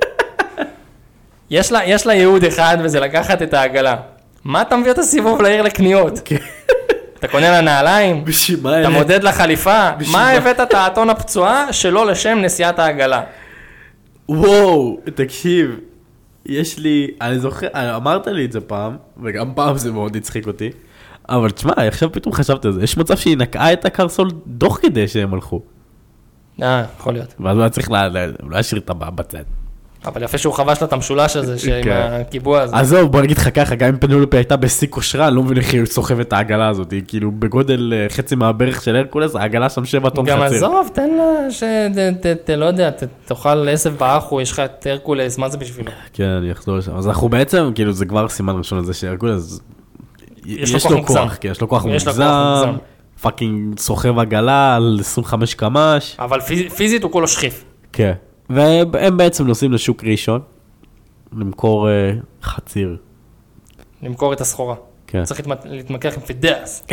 יש לה ייעוד אחד, וזה לקחת את העגלה. מה אתה מביא את הסיבוב לעיר לקניות? אתה קונה לה נעליים? אתה מודד לה חליפה? מה הבאת את האתון הפצועה שלא לשם נסיעת העגלה? וואו, תקשיב, יש לי, אני זוכר, אמרת לי את זה פעם, וגם פעם זה מאוד הצחיק אותי, אבל תשמע, עכשיו פתאום חשבתי על זה, יש מצב שהיא נקעה את הקרסול דוח כדי שהם הלכו. יכול להיות. ואז הוא צריך לא להשאיר את הבא בצד. אבל יפה שהוא חבש לה את המשולש הזה, עם הקיבוע הזה. אז זהו, בוא נגיד לך ככה, גם אם פנולופי הייתה בשיא כושרה, לא מבין איך היא סוחבת את העגלה הזאת, היא כאילו בגודל חצי מהברך של הרקולס, העגלה שם 7 טון חציר. גם עזוב, תן לה, לא יודע, תאכל עשב באחו, יש לך את הרקולס, מה זה בשבילו? כן, אני אחזור לשם. אז אנחנו בעצם, כאילו זה כבר סימן ראשון לזה שהרקולס, יש לו כוח, יש לו כוח מוגזם, פאקינג סוחב עגלה על 25 קמ"ש. אבל פיזית הוא כולו שכיף. כן. והם בעצם נוסעים לשוק ראשון, למכור חציר. למכור את הסחורה. כן. צריך להתמקח עם פידאס.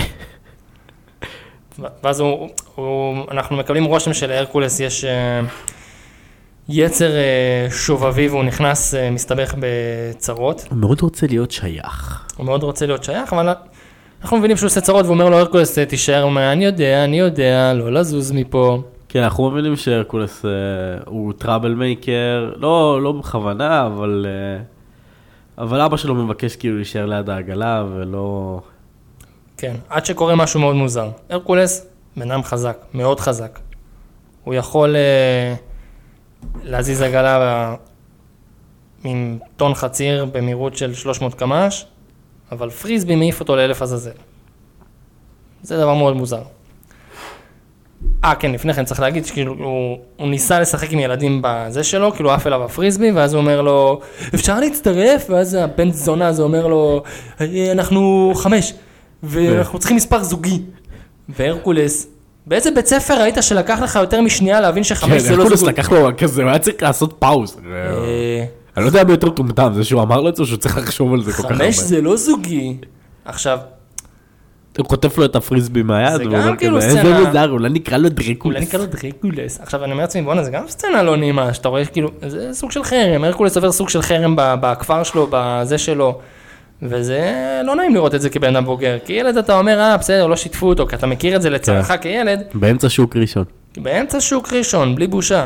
ואז אנחנו מקבלים רושם שלהרקולס יש יצר שובבי, והוא נכנס, מסתבך בצרות. הוא מאוד רוצה להיות שייך. אבל אנחנו מבינים שהוא עושה צרות, והוא אומר לו, הרקולס, תישאר, אני יודע, לא לזוז מפה. כן, אנחנו מבינים שהרקולס הוא טראבל מייקר, לא בכוונה, אבל אבא שלו מבקש כאילו להישאר ליד העגלה, ולא... כן, עד שקורה משהו מאוד מוזר. הרקולס, בן אדם חזק, מאוד חזק. הוא יכול להזיז עגלה עם טון חציר במהירות של 300 קמ"ש, אבל פריסבי מעיף אותו ל1,000 עזאזל. זה דבר מאוד מוזר. כן, לפני כן צריך להגיד שכאילו הוא ניסה לשחק עם ילדים בזה שלו, כאילו עף אליו הפריסבי, ואז הוא אומר לו, אפשר להצטרף? ואז הבן זונה הזה אומר לו, אנחנו 5, ואנחנו צריכים מספר זוגי. והרקולס, באיזה בית ספר ראית שלקח לך יותר משנייה להבין ש5 זה לא זוגי? הרקולס לקח לו כזה, הוא היה צריך לעשות פאוז. אני לא יודע מי יותר טומטם, זה שהוא אמר לו את זה, שהוא צריך לחשוב על זה כל כך הרבה. 5 זה לא זוגי. עכשיו, הוא חוטף לו את הפריסבי מהיד, זה גם כאילו סצנה. זה מוזר, אולי נקרא לו דרקולס. עכשיו אני אומר לעצמי, בוא'נה, זה גם סצנה לא נעימה, שאתה רואה כאילו, זה סוג של חרם, הרקולס עובר סוג של חרם בכפר שלו, בזה שלו, וזה לא נעים לראות את זה כבן אדם בוגר, כי ילד אתה אומר, בסדר, לא שיתפו אותו, כי אתה מכיר את זה לצערך כילד. באמצע שוק ראשון. באמצע שוק ראשון, בלי בושה.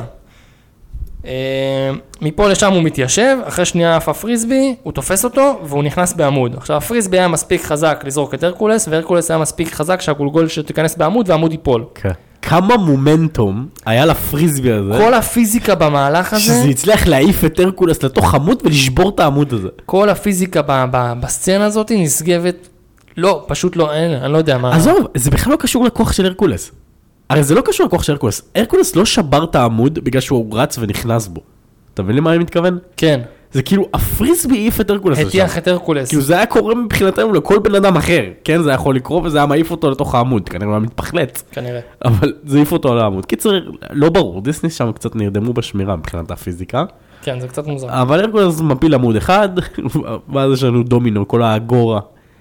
מפה לשם הוא מתיישב, אחרי שנייה אף הפריסבי, הוא תופס אותו והוא נכנס בעמוד. עכשיו הפריסבי היה מספיק חזק לזרוק את הרקולס, והרקולס היה מספיק חזק שהגולגול שתיכנס בעמוד והעמוד ייפול. כמה מומנטום היה לפריסבי הזה. כל הפיזיקה במהלך הזה. שזה הצליח להעיף את הרקולס לתוך עמוד ולשבור את העמוד הזה. כל הפיזיקה בסצנה הזאת נסגבת, לא, פשוט לא, אני לא יודע מה. עזוב, זה בכלל לא קשור לכוח של הרקולס. הרי זה לא קשור לכוח של הרקולס. הרקולס לא שבר את העמוד בגלל שהוא רץ ונכנס בו. אתה מבין למה אני מתכוון? כן. זה כאילו, הפריסבי העיף את הרקולס. הטיח את הרקולס. כאילו זה היה קורה מבחינתנו לכל בן אדם אחר. כן, זה יכול לקרוא וזה היה מעיף אותו לתוך העמוד. כנראה הוא היה מתפחלץ. כנראה. אבל זה העיף אותו על העמוד. קיצר, לא ברור. דיסני שם קצת נרדמו בשמירה מבחינת הפיזיקה. כן, זה קצת מוזר. אבל הרקולס מפיל עמוד אחד, ואז יש לנו דומינו, כל האגורה.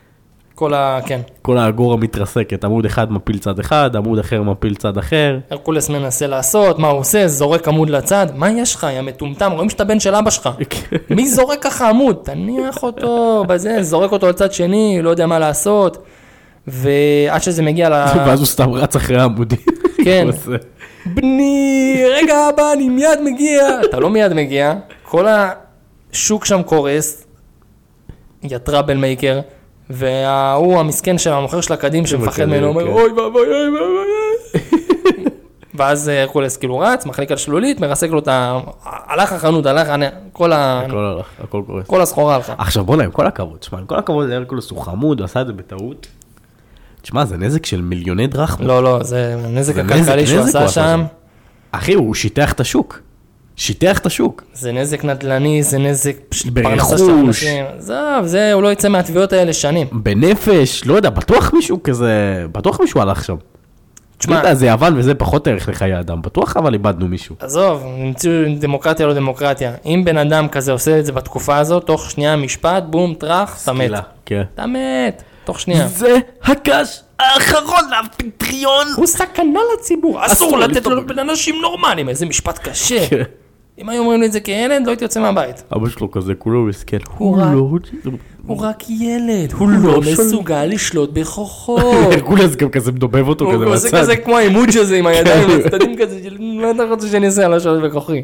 כן. כל האגורה מתרסקת, עמוד אחד מפיל צד אחד, עמוד אחר מפיל צד אחר. הרקולס מנסה לעשות, מה הוא עושה? זורק עמוד לצד, מה יש לך? יא מטומטם, רואים שאתה בן של אבא שלך. מי זורק ככה עמוד? תניח אותו בזה, זורק אותו לצד שני, לא יודע מה לעשות. ועד שזה מגיע ואז הוא סתם רץ אחרי העמודים. כן. בני, רגע אבא, אני מיד מגיע. אתה לא מיד מגיע, כל השוק שם קורס, יא טראבל מייקר, והוא המסכן של המוכר של הקדים שמפחד ממנו, אומר אוי ואבוי, אוי ואבוי. ואז הרקולס כאילו רץ, מחליק על שלולית, מרסק לו את הלך החנות, כל קורס. כל הסחורה הלכה. עכשיו בוא נעים, כל הכבוד, שמע, עם כל הכבוד, הרקולס הוא חמוד, הוא עשה את זה בטעות. תשמע, זה נזק של מיליוני דרחמות. לא, זה נזק הכלכלי שהוא עשה שם. אחי, הוא שיטח את השוק. שיטח את השוק. זה נזק נדל"ני, זה נזק פרנסה של אנשים. זה, הוא לא יצא מהתביעות האלה שנים. בנפש, לא יודע, בטוח מישהו כזה, בטוח מישהו הלך שם. תשמע, זה יוון וזה פחות ערך לחיי אדם, בטוח אבל איבדנו מישהו. עזוב, נמצאו דמוקרטיה לא דמוקרטיה. אם בן אדם כזה עושה את זה בתקופה הזאת, תוך שנייה משפט, בום, טרח, אתה מת. אתה מת, תוך שנייה. זה הקש האחרון לפטריון. הוא סכנה לציבור, אסור לתת לו בין אנשים נורמליים, איזה משפט קשה. אם היו אומרים לי את זה כילד, לא הייתי יוצא מהבית. אבא שלו כזה, כולו מסכן. הוא רק ילד, הוא לא מסוגל לשלוט בכוחו. הרקולס גם כזה מדובב אותו כזה הוא עושה כזה כמו האימוג' הזה עם הידיים, הצדדים כזה, לא אתה רוצה שאני אעשה על השלט בכוחי.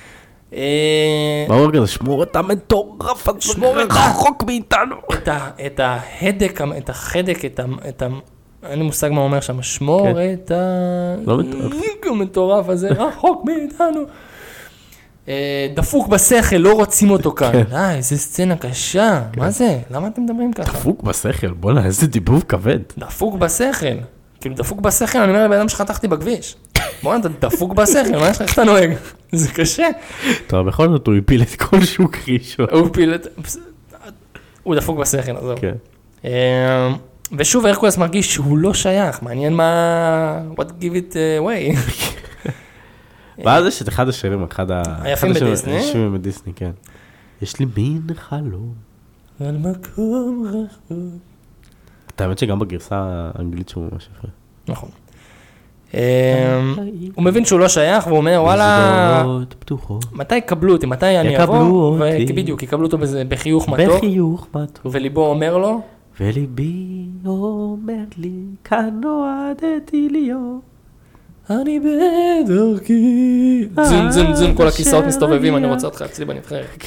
מה אומר כזה, שמור את המטורף, שמור את החוק מאיתנו. את ההדק, את החדק, אין לי מושג מה אומר שם, שמור את המטורף הזה, רחוק מאיתנו. דפוק בשכל, לא רוצים אותו כאן. איזה סצנה קשה, מה זה? למה אתם מדברים ככה? דפוק בשכל, בוא'נה, איזה דיבוב כבד. דפוק בשכל. כאילו דפוק בשכל, אני אומר לבן אדם שחתכתי בכביש. בוא'נה, אתה דפוק בשכל, מה יש לך, איך אתה נוהג? זה קשה. טוב, בכל זאת הוא הפיל את כל שוק ראשון. הוא הפיל את... הוא דפוק בשכל, עזוב. ושוב, הרקולס מרגיש שהוא לא שייך, מעניין מה... What give it away. ואז יש את אחד השירים, היפים בדיסני. היפים בדיסני, כן. יש לי מין חלום. על מקום רחוק. את האמת שגם בגרסה האנגלית שהוא ממש יפה. נכון. הוא מבין שהוא לא שייך, והוא אומר, וואלה, מתי יקבלו אותי, מתי אני אבוא, ובדיוק, יקבלו אותו בחיוך מתוק. בחיוך מתוק. וליבו אומר לו, וליבי אומר לי, כאן נועדתי להיות. אני בדרכי. זום, זום, זום, כל הכיסאות מסתובבים, אני רוצה אותך אצלי בנבחרת.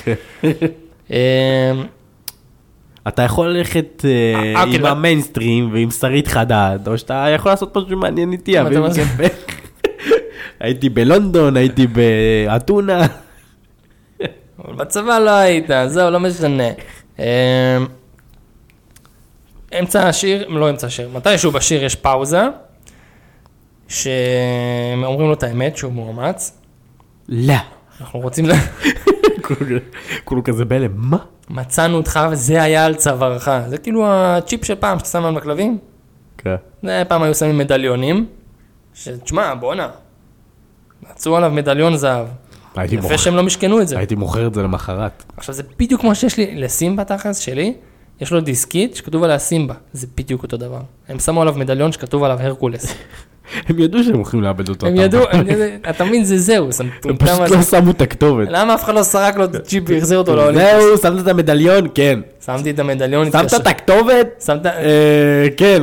אתה יכול ללכת עם המיינסטרים ועם שרית חדד, או שאתה יכול לעשות משהו מעניין איתי, הייתי בלונדון, הייתי באתונה. אבל בצבא לא היית, זהו, לא משנה. אמצע השיר, לא אמצע השיר, מתישהו בשיר יש פאוזה, שאומרים לו את האמת שהוא מאומץ. לא. אנחנו רוצים כולו כזה בהלם, מה? מצאנו אותך וזה היה על צווארך. זה כאילו הצ'יפ של פעם שאתה שם על בכלבים. כן. זה פעם היו שמים מדליונים, שתשמע, בואנה, מצאו עליו מדליון זהב. יפה שהם לא משכנו את זה. הייתי מוכר את זה למחרת. עכשיו זה בדיוק כמו שיש לי לסימבה תחס שלי, יש לו דיסקית שכתוב עליה סימבה, זה בדיוק אותו דבר. הם שמו עליו מדליון שכתוב עליו הרקולס. הם ידעו שהם הולכים לאבד אותו. הם ידעו, אתה מבין, זה זהו. הם פשוט לא שמו את הכתובת. למה אף אחד לא סרק לו את הצ'יפ והחזיר אותו לאולימפוס? זהו, שמת את המדליון? כן. שמתי את המדליון. שמת את הכתובת? שמת... כן.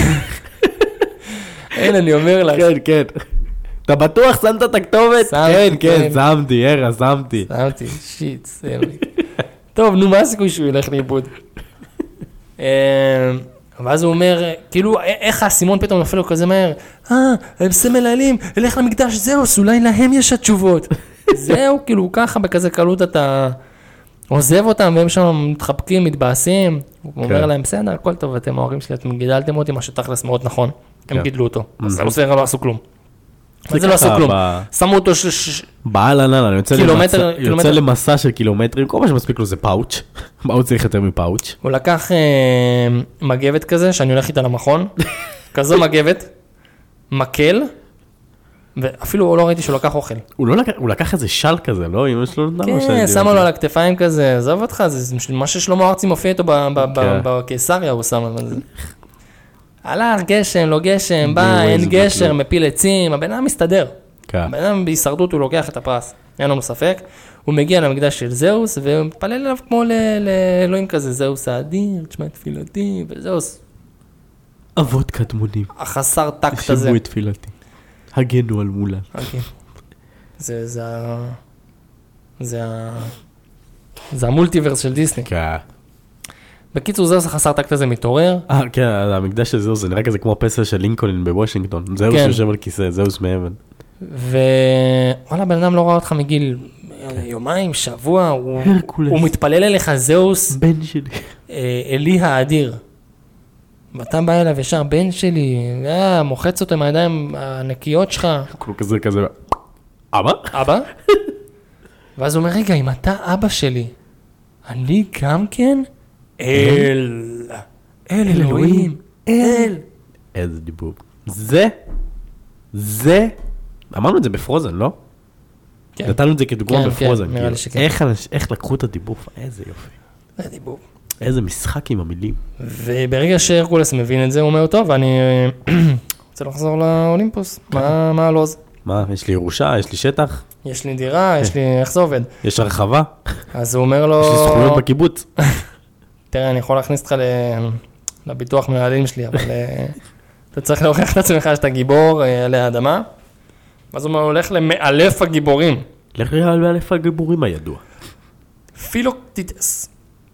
אין, אני אומר לך. כן, כן. אתה בטוח שמת את הכתובת? כן, כן, שמתי, שמתי. שמתי, שיט, סמי. טוב, נו, מה הסיכוי שהוא ילך לאיבוד? ואז הוא אומר, כאילו, איך האסימון פתאום נופל לו כזה מהר? הם סמל האלים, אלך למקדש, זהו, אולי להם יש התשובות. זהו, כאילו, ככה בכזה קלות אתה עוזב אותם, והם שם מתחבקים, מתבאסים. הוא אומר להם, בסדר, הכל טוב, אתם ההורים שלי, אתם גידלתם אותי, מה שתכלס מאוד נכון. הם גידלו אותו. אז בסדר, לא עשו כלום. זה לא עשו כלום. שמו אותו בעל ענן, אני יוצא למסע של קילומטרים, כל מה שמספיק לו זה פאוץ'. מה הוא צריך יותר מפאוץ'? הוא לקח מגבת כזה, שאני הולך איתה למכון, כזו מגבת, מקל, ואפילו לא ראיתי שהוא לקח אוכל. הוא לקח איזה של כזה, לא? אמא שלו נתנה לו כן, שמו לו על הכתפיים כזה, עזוב אותך, זה מה ששלמה ארצי מופיע איתו בקיסריה, הוא שם. הלך, גשם, לא גשם, בא, אין גשר, מפיל עצים, הבן אדם מסתדר. הבן אדם בהישרדות הוא לוקח את הפרס, אין לנו ספק. הוא מגיע למקדש של זהוס, והוא מתפלל אליו כמו לאלוהים כזה, זהוס האדיר, תשמע תפילתי, וזהוס. אבות קדמונים. החסר טקט הזה. שמעו את תפילתי. הגנו על מולה. זה המולטיברס של דיסני. כן. בקיצור, זהוס החסר טקט הזה מתעורר. כן, המקדש של זהוס, זה נראה כזה כמו הפסל של לינקולן בוושינגטון. זהוס יושב על כיסא, זהוס מאבן. ווואלה, בן אדם לא ראה אותך מגיל יומיים, שבוע, הוא מתפלל אליך, זהוס. בן שלי. אלי האדיר. ואתה בא אליו ישר, בן שלי, מוחץ אותו עם הידיים הנקיות שלך. כזה, אבא? אבא? ואז הוא אומר, רגע, אם אתה אבא שלי, אני גם כן? אל אלוהים, אל. איזה דיבור. זה, אמרנו את זה בפרוזן, לא? כן. נתנו את זה כדוגמה בפרוזן. כן, נראה לי שכן. איך לקחו את הדיבור? איזה יופי. זה דיבור. איזה משחק עם המילים. וברגע שהרקולס מבין את זה, הוא אומר, טוב, אני רוצה לחזור לאולימפוס. מה הלוז? מה, יש לי ירושה, יש לי שטח? יש לי דירה, יש לי, איך זה עובד? יש הרחבה? אז הוא אומר לו... יש לי זכויות בקיבוץ. תראה, אני יכול להכניס אותך לביטוח מנהלים שלי, אבל אתה צריך להוכיח את עצמך שאתה גיבור עלי האדמה. ואז הוא הולך למאלף הגיבורים. לך למאלף הגיבורים הידוע. פילוקטיטס.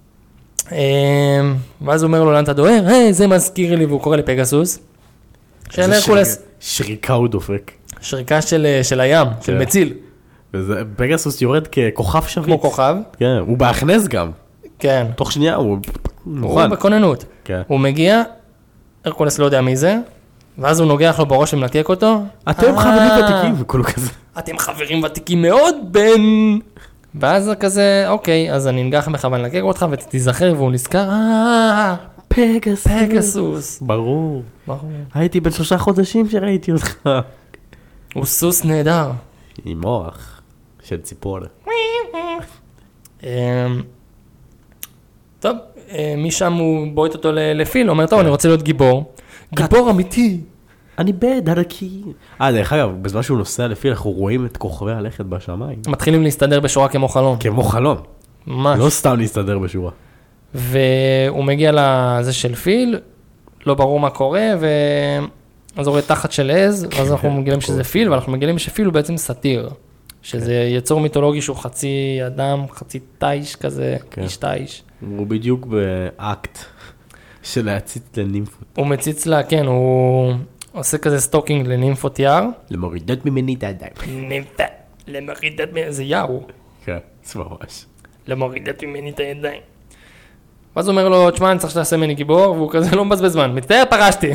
ואז הוא אומר לו, לאן אתה דוהר? זה מזכיר לי, והוא קורא לפגסוס. של הרקולס. שריקה הוא דופק. שריקה של הים, של מציל. פגסוס יורד ככוכב שביט. כמו כוכב. כן, הוא בהכנס גם. כן. תוך שנייה הוא מוכן. הוא בכוננות. כן. הוא מגיע, הרקולס לא יודע מי זה, ואז הוא נוגח לו בראש ומלקק אותו. אתם חברים ותיקים וכולו כזה. אתם חברים ותיקים מאוד, בן. ואז כזה, אוקיי, אז אני נגח ממך ואני נלקק אותך ותיזכר והוא נזכר, פגסוס. ברור. הייתי בן 3 חודשים שראיתי אותך. הוא סוס נהדר. עם מוח של ציפור. טוב, משם הוא בועט אותו לפיל, אומר, טוב, אני רוצה להיות גיבור. גיבור אמיתי. אני בדרכי. דרך אגב, בזמן שהוא נוסע לפיל, אנחנו רואים את כוכבי הלכת בשמיים. מתחילים להסתדר בשורה כמו חלום. כמו חלום. ממש. לא סתם להסתדר בשורה. והוא מגיע לזה של פיל, לא ברור מה קורה, אז הוא רואה תחת של עז, ואז אנחנו מגלים שזה פיל, ואנחנו מגלים שפיל הוא בעצם סטיר. שזה יצור מיתולוגי שהוא חצי אדם, חצי טייש כזה, איש טייש. הוא בדיוק באקט של להציץ לנימפות. הוא מציץ לה, כן, הוא עושה כזה סטוקינג לנימפות יער. למורידות ממני את הידיים. נימפה, למורידת ממני, זה יער הוא. כן, זה ממש. למורידת ממני את הידיים. ואז הוא אומר לו, תשמע, אני צריך שתעשה ממני גיבור, והוא כזה לא מבזבז זמן, מצטער, פרשתי.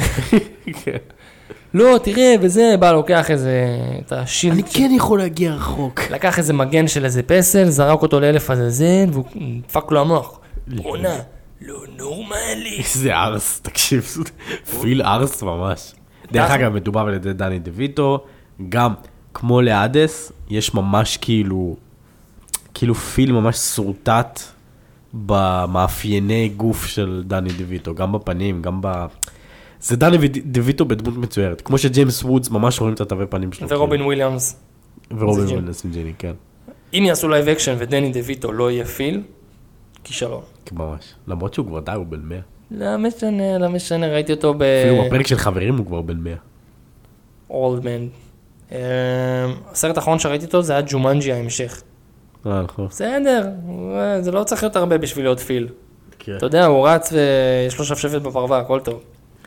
לא, תראה, וזה, בא, לוקח איזה, את השילד. אני כן יכול להגיע רחוק. לקח איזה מגן של איזה פסל, זרק אותו לאלף הזזן, והוא דפק לו המוח. עונה, לא נורמלי. איזה ארס, תקשיב, פיל ארס ממש. דרך אגב, מדובר על ידי דני דויטו, גם כמו לאדס, יש ממש כאילו פיל ממש סורטט במאפייני גוף של דני דויטו, גם בפנים, גם ב... זה דני דויטו בדמות מצוירת, כמו שג'יימס וודס ממש רואים את התווי פנים שלו. ורובין וויליאמס. ורובין וויליאמס עם ג'יני, כן. אם יעשו לייב אקשן ודני דויטו לא יהיה פיל, כישלון. ממש. למרות שהוא כבר די, הוא בן 100. לא משנה, ראיתי אותו אפילו בפרק של חברים הוא כבר בן 100. אולד מן. הסרט האחרון שראיתי אותו זה היה ג'ומנג'י ההמשך. נכון. בסדר, זה לא צריך להיות הרבה בשביל להיות פיל. כן. אתה יודע, הוא רץ ויש לו שפשפת בפרווה, הכל טוב.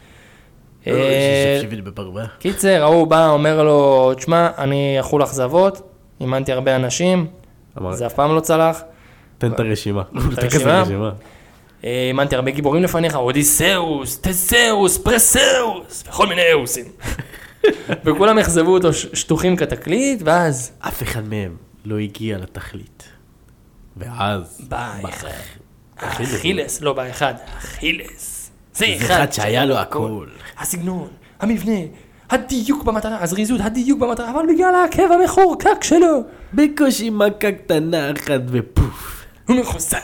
שפשפת בפרווה. קיצר, הוא בא, אומר לו, תשמע, אני יכול אכזבות, אימנתי הרבה אנשים, זה אף פעם לא צלח. תן את הרשימה. אימנתי הרבה גיבורים לפניך, אודיסאוס, תסאוס, פרסאוס, וכל מיני אוסים. וכולם יחזבו אותו שטוחים כתקליט, ואז... אף אחד מהם לא הגיע לתכלית. ואז... בא אכילס, לא בא אחד, אכילס. זה אחד שהיה לו הכל. הסגנון, המבנה, הדיוק במטרה, הזריזות, הדיוק במטרה, אבל בגלל העקב המחורקק שלו. בקושי מכה קטנה אחת ופוף. הוא מחוסל.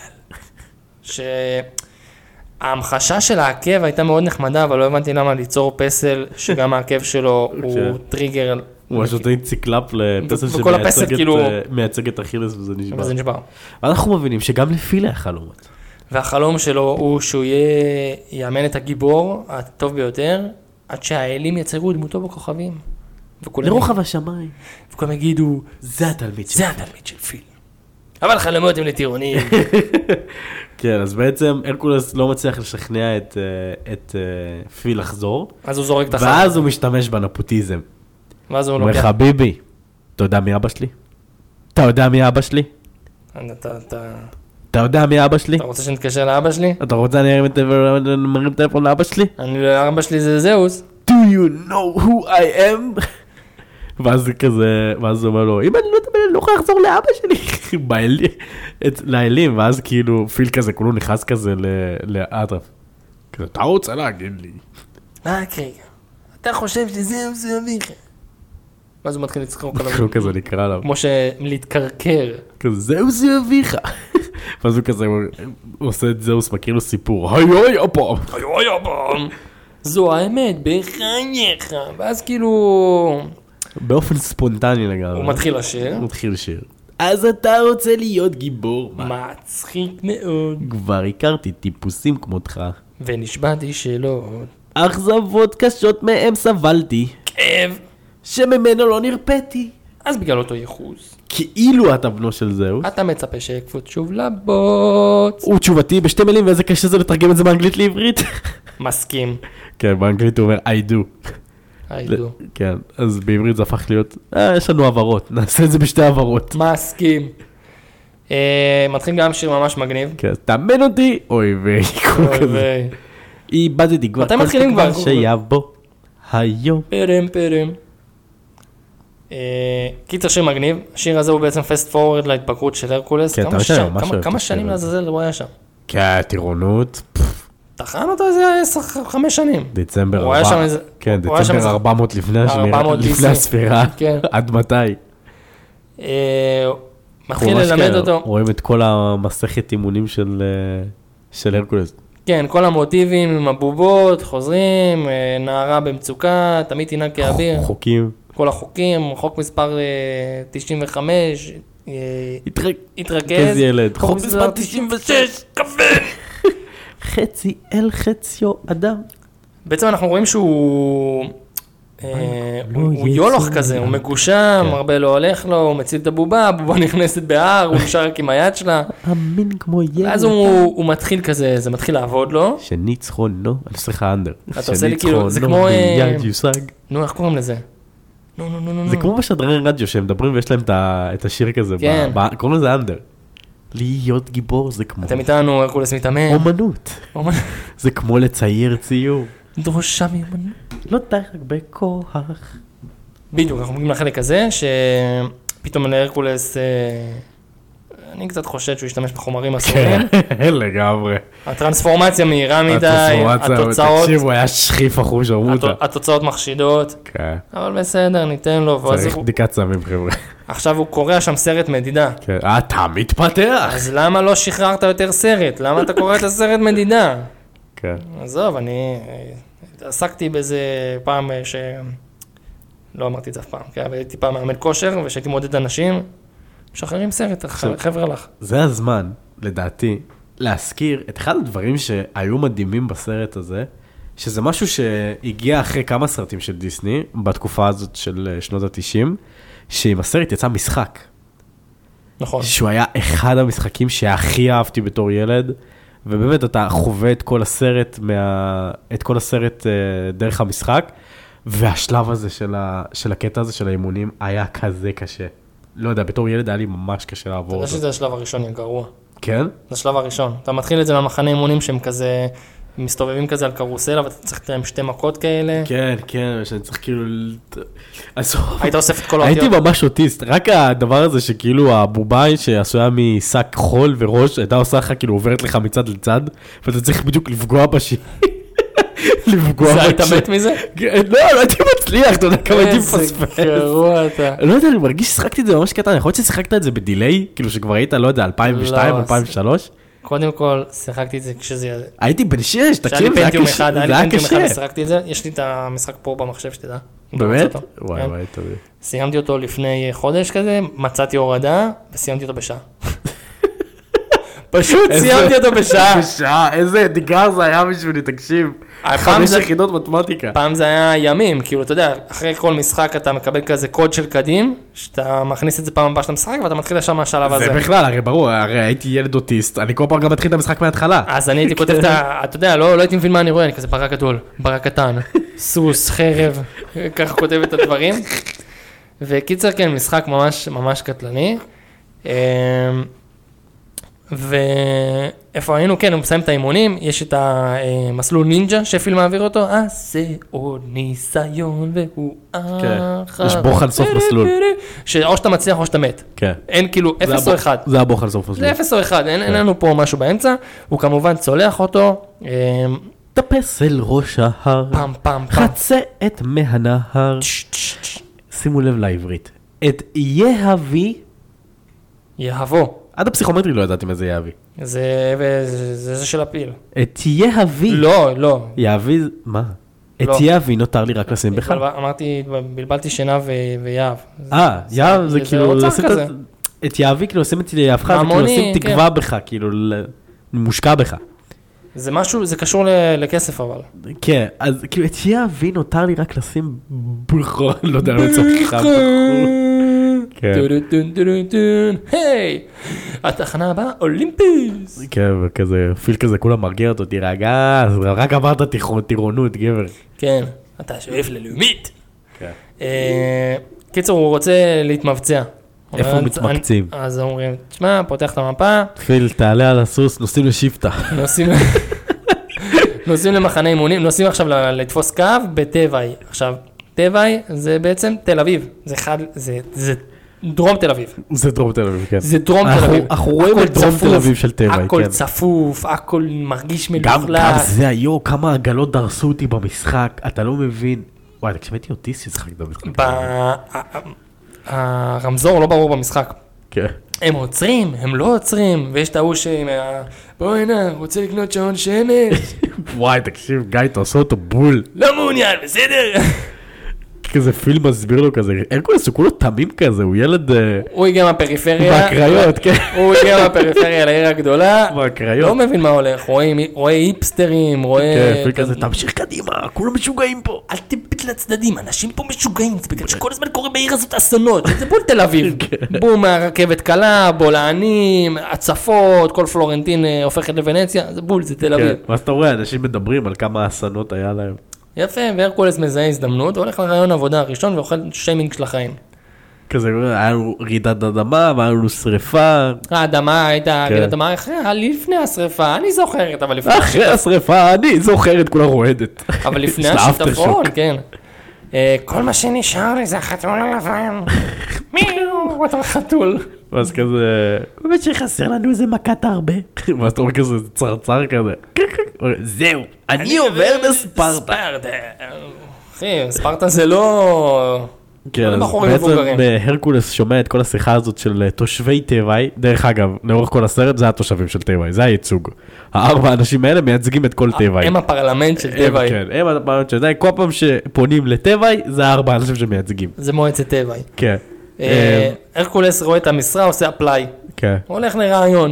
שההמחשה של העקב הייתה מאוד נחמדה, אבל לא הבנתי למה ליצור פסל שגם העקב שלו הוא טריגר. הוא פשוט ציקלאפ לפסל שמייצג את אכילס וזה נשבר. וזה נשבר. אנחנו מבינים שגם לפיל היה חלומות. והחלום שלו הוא שהוא יאמן את הגיבור הטוב ביותר, עד שהאלים יצרו דמותו בכוכבים. לרוחב השמיים. וכולם יגידו, זה התלמיד של פיל. אבל חלומות הם לטירונים. כן, אז בעצם הרקולס לא מצליח לשכנע את פיל לחזור. אז הוא זורק את החלום. ואז הוא משתמש בנפוטיזם. ואז הוא אומר לך, ביבי, אתה יודע מי אבא שלי? אתה יודע מי אבא שלי? אתה יודע מי אבא שלי? אתה רוצה שנתקשר לאבא שלי? אתה רוצה אני ארים טלפון לאבא שלי? אבא שלי זה זהוס. Do you know who I am? ואז זה כזה, ואז הוא אומר לו, אם אני לא יכול לחזור לאבא שלי, לאלים, ואז כאילו פיל כזה, כולו נכנס כזה לאטרף. כזה, אתה רוצה להגיד לי? אוקיי, אתה חושב שזהוס הוא אביך. ואז הוא מתחיל לצחוק עליו. הוא כזה נקרא עליו. כמו שלהתקרקר. כזה, זהוס הוא אביך. ואז הוא כזה, הוא עושה את זהוס, מכיר לו סיפור, היי הפעם. זו האמת, בחייך. ואז כאילו... באופן ספונטני לגמרי. הוא מתחיל לשיר. הוא מתחיל לשיר. אז אתה רוצה להיות גיבור. מצחיק מאוד. כבר הכרתי טיפוסים כמותך. ונשבעתי שלא. אכזבות קשות מהם סבלתי. כאב. שממנו לא נרפאתי. אז בגלל אותו ייחוס. כאילו אתה בנו של זהוס. אתה מצפה שיקפוץ שוב לבוץ. הוא תשובתי בשתי מילים ואיזה קשה זה לתרגם את זה באנגלית לעברית. מסכים. כן, באנגלית הוא אומר I do. I do. כן, אז בעברית זה הפך להיות, יש לנו עברות, נעשה את זה בשתי עברות. מסכים. מתחיל גם שיר ממש מגניב. כן, תאמן אותי, אוי ויי. אוי ויי. איבדתי כבר. מתי מתחילים כבר? שיבוא היום. פרם. קיצר שיר מגניב, השיר הזה הוא בעצם פסט פורוורד להתבגרות של הרקולס. כמה שנים לעזאזל הוא היה שם? כן, טירונות. תחן אותו איזה 5 שנים. דצמבר 400 לפני הספירה. עד מתי? מתחיל ללמד אותו. רואים את כל המסכת אימונים של הרקולס. כן, כל המוטיבים עם הבובות, חוזרים, נערה במצוקה, תמיד תנהג כאביר. חוקים. כל החוקים, חוק מספר 95, התרכז. חוק מספר 96, כוון. חצי אל חציו אדם. בעצם אנחנו רואים שהוא הוא יולוך כזה, הוא מגושם, הרבה לא הולך לו, הוא מציל את הבובה, הבובה נכנסת בהר, הוא נשאר רק עם היד שלה. אמין כמו ילד. אז הוא מתחיל כזה, זה מתחיל לעבוד לו. שניצחונו, אני צריכה אנדר. אתה עושה לי כאילו, זה כמו... יד יושג. נו, איך קוראים לזה? נו. זה כמו משדרי רדיו שהם מדברים ויש להם את השיר כזה. כן. קוראים לזה אנדר. להיות גיבור זה כמו... אתם איתנו, הרקולס מתאמן. אומנות. זה כמו לצייר ציור. דרושה מיומנות. לא די רק בכוח. בדיוק, אנחנו מגיעים לחלק הזה, שפתאום להרקולס, אני קצת חושד שהוא ישתמש בחומרים אסורים. לגמרי. הטרנספורמציה מהירה מדי, התוצאות... תקשיב, הוא היה שכיף אחוש, אמרו אותה. התוצאות מחשידות, כן. אבל בסדר, ניתן לו. צריך בדיקת סמים, חבר'ה. עכשיו הוא קורא שם סרט מדידה. כן. אתה מתפתח. אז למה לא שחררת יותר סרט? למה אתה קורא את הסרט מדידה? כן. עזוב, אני עסקתי בזה פעם לא אמרתי את זה אף פעם, כי הייתי פעם מאמן כושר, ושהייתי מודד אנשים, משחררים סרט, חבר'ה לך. זה הזמן, לדעתי, להזכיר את אחד הדברים שהיו מדהימים בסרט הזה, שזה משהו שהגיע אחרי כמה סרטים של דיסני, בתקופה הזאת של שנות ה-90, שעם הסרט יצא משחק. נכון. שהוא היה אחד המשחקים שהכי אהבתי בתור ילד, ובאמת אתה חווה את כל הסרט, את כל הסרט דרך המשחק, והשלב הזה של הקטע הזה של האימונים היה כזה קשה. לא יודע, בתור ילד היה לי ממש קשה לעבור אותו. אתה יודע שזה השלב הראשון הגרוע. כן? זה השלב הראשון. אתה מתחיל את זה מהמחנה אימונים שהם כזה, מסתובבים כזה על קרוסלה, ואתה צריך לתת להם 2 מכות כאלה. כן, כן, שאני צריך כאילו... היית אוסף את כל האותיות. הייתי ממש אוטיסט, רק הדבר הזה שכאילו הבובה שעשויה משק חול וראש, הייתה עושה לך כאילו עוברת לך מצד לצד, ואתה צריך בדיוק לפגוע בשי. זה היית מת מזה? לא הייתי מצליח, אתה יודע כמה הייתי מפספס. איזה גרוע אתה. לא יודע, אני מרגיש ששחקתי את זה ממש קטן, יכול להיות ששיחקת את זה בדיליי, כאילו שכבר היית, לא יודע, 2002, 2003? קודם כל, שיחקתי את זה כשזה... הייתי בן 6, תקשיב, זה היה קשה. היה לי פנטיום אחד, שיחקתי את זה, יש לי את המשחק פה במחשב שתדע. באמת? וואי, טוב. סיימתי אותו לפני חודש כזה, מצאתי הורדה, וסיימתי אותו בשעה. פשוט סיימתי אותו בשעה. בשעה, איזה אתגר זה היה בשבילי, תקשיב. 5 יחידות מתמטיקה. פעם זה היה ימים, כאילו, אתה יודע, אחרי כל משחק אתה מקבל כזה קוד של קדים, שאתה מכניס את זה פעם הבאה שאתה משחק, ואתה מתחיל לשם מהשלב הזה. זה בכלל, הרי ברור, הרי הייתי ילד אוטיסט, אני כל פעם גם מתחיל את המשחק מההתחלה. אז אני הייתי כותב את ה... אתה יודע, לא הייתי מבין מה אני רואה, אני כזה ברק גדול, ברק קטן, סוס, חרב, ככה כותב את הדברים. וקיצר, כן, משחק ממש קטלני. ואיפה היינו? כן, הוא מסיים את האימונים, יש את המסלול נינג'ה שפיל מעביר אותו, זה עוד ניסיון והוא אחר. יש בוחן סוף מסלול. שאו שאתה מצליח או שאתה מת. כן. אין כאילו 0 או 1. זה הבוחן סוף מסלול. זה 0 או 1, אין לנו פה משהו באמצע, הוא כמובן צולח אותו. טפס אל ראש ההר, פעם. חצה את מהנהר. שימו לב לעברית. את יהבו. עד הפסיכומטרי לא ידעתי מה זה יהבי. זה של הפיל. את יהבי. לא. יהבי, מה? את יהבי נותר לי רק לשים בך. אמרתי, בלבלתי שינה ויהב. יהב זה כאילו, את יהבי כאילו עושים את יהבך, זה כאילו עושים תקווה בך, כאילו מושקע בך. זה משהו, זה קשור לכסף אבל. כן, אז כאילו את יהבי נותר לי רק לשים בך, לא יודע, לא צריך לך. היי, התחנה הבאה אולימפיס. כן, וכזה, פיל כזה, כולם מרגיע אותו, תירגע, רק עברת טירונות, גבר. כן, אתה שואף ללאומית. קיצור, הוא רוצה להתמבצע. איפה מתמקצים? אז אומרים, תשמע, פותח את המפה. פיל, תעלה על הסוס, נוסעים לשבטה. נוסעים למחנה אימונים, נוסעים עכשיו לתפוס קו בטבעי. עכשיו, טבעי זה בעצם תל אביב. זה דרום תל אביב. זה דרום תל אביב, כן. זה דרום תל אביב. אנחנו רואים את דרום תל אביב של טבעי, כן. הכל צפוף, הכל מרגיש מלוכלך. גם זה היו, כמה עגלות דרסו אותי במשחק, אתה לא מבין. וואי, כשהייתי אוטיסט ששחקתי במשחק. הרמזור לא ברור במשחק. כן. הם עוצרים, הם לא עוצרים, ויש את ההוא בוא הנה, רוצה לקנות שעון שמש. וואי, תקשיב, גיא, תעשו אותו בול. לא מעוניין, בסדר? כזה פיל מסביר לו כזה, הרקולס הוא כולו תמים כזה, הוא ילד הוא הגיע מהפריפריה. מהקריות, כן. הוא הגיע מהפריפריה לעיר הגדולה. מהקריות. לא מבין מה הולך, רואה היפסטרים, רואה... כן, פיל כזה, תמשיך קדימה, כולם משוגעים פה. אל תביט לצדדים, אנשים פה משוגעים, זה בגלל שכל הזמן קורה בעיר הזאת אסונות, זה בול תל אביב. בום מהרכבת קלה, בולענים, הצפות, כל פלורנטין הופכת לוונציה, זה בול, זה תל אביב. ואז אתה רואה, אנשים מדברים על כמה אסונות היה להם. יפה, והרקולס מזהה הזדמנות, הולך לרעיון עבודה הראשון ואוכל שיימינג של החיים. כזה, היה לנו רעידת אדמה, והיה לנו שריפה. האדמה הייתה, רעידת אדמה לפני השריפה, אני זוכרת, אבל לפני אחרי השריפה, אני זוכרת, כולה רועדת. אבל לפני של האפטר השיטפון, שוק. כן. כל מה שנשאר לי זה החתול הלבן. מיהו, אתה חתול. ואז כזה, באמת שחסר לנו איזה מכת הרבה. ואז אתה רואה כזה צרצר כזה. זהו, אני עובר לספרטה. אחי, ספרטה זה לא... כן, לא אז בחורים מבוגרים. בעצם הרקולס שומע את כל השיחה הזאת של תושבי טבעי. דרך אגב, לאורך כל הסרט זה התושבים של טבעי, זה הייצוג. 4 האנשים האלה מייצגים את כל טבעי. הם הפרלמנט של טבעי. כן, הם הפרלמנט של טבעי. כל פעם שפונים לטבעי, זה 4 האנשים שמייצגים. זה מועצת טבעי. כן. הרקולס רואה את המשרה, עושה אפליי. כן. הולך לרעיון.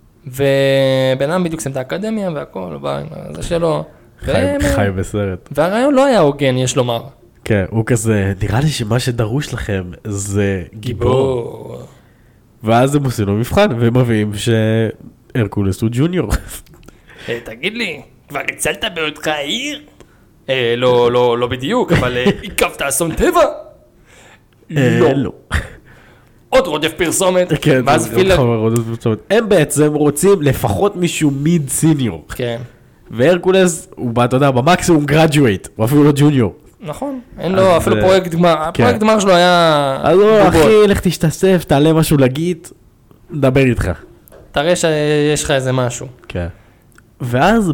ובן אדם בדיוק סיים את האקדמיה והכל, בא עם זה שלו. חי בסרט. והרעיון לא היה הוגן, יש לומר. כן, הוא כזה, נראה לי שמה שדרוש לכם זה גיבור. ואז הם עושים לו מבחן, והם מביאים שהרקולס הוא ג'וניור. תגיד לי, כבר הצלת באותך העיר? לא בדיוק, אבל עיקבת אסון טבע? לא. עוד רודף פרסומת. כן, ואז פילר. הם בעצם רוצים לפחות מישהו מיד סיניור. כן. והרקולס הוא, אתה יודע, במקסימום גרדואט, הוא אפילו לא ג'וניור. נכון, אין לו אפילו פרויקט גמר, הפרויקט גמר שלו היה... אז לא, אחי, לך תשתסף, תעלה משהו להגיד, נדבר איתך. תראה שיש לך איזה משהו. כן. ואז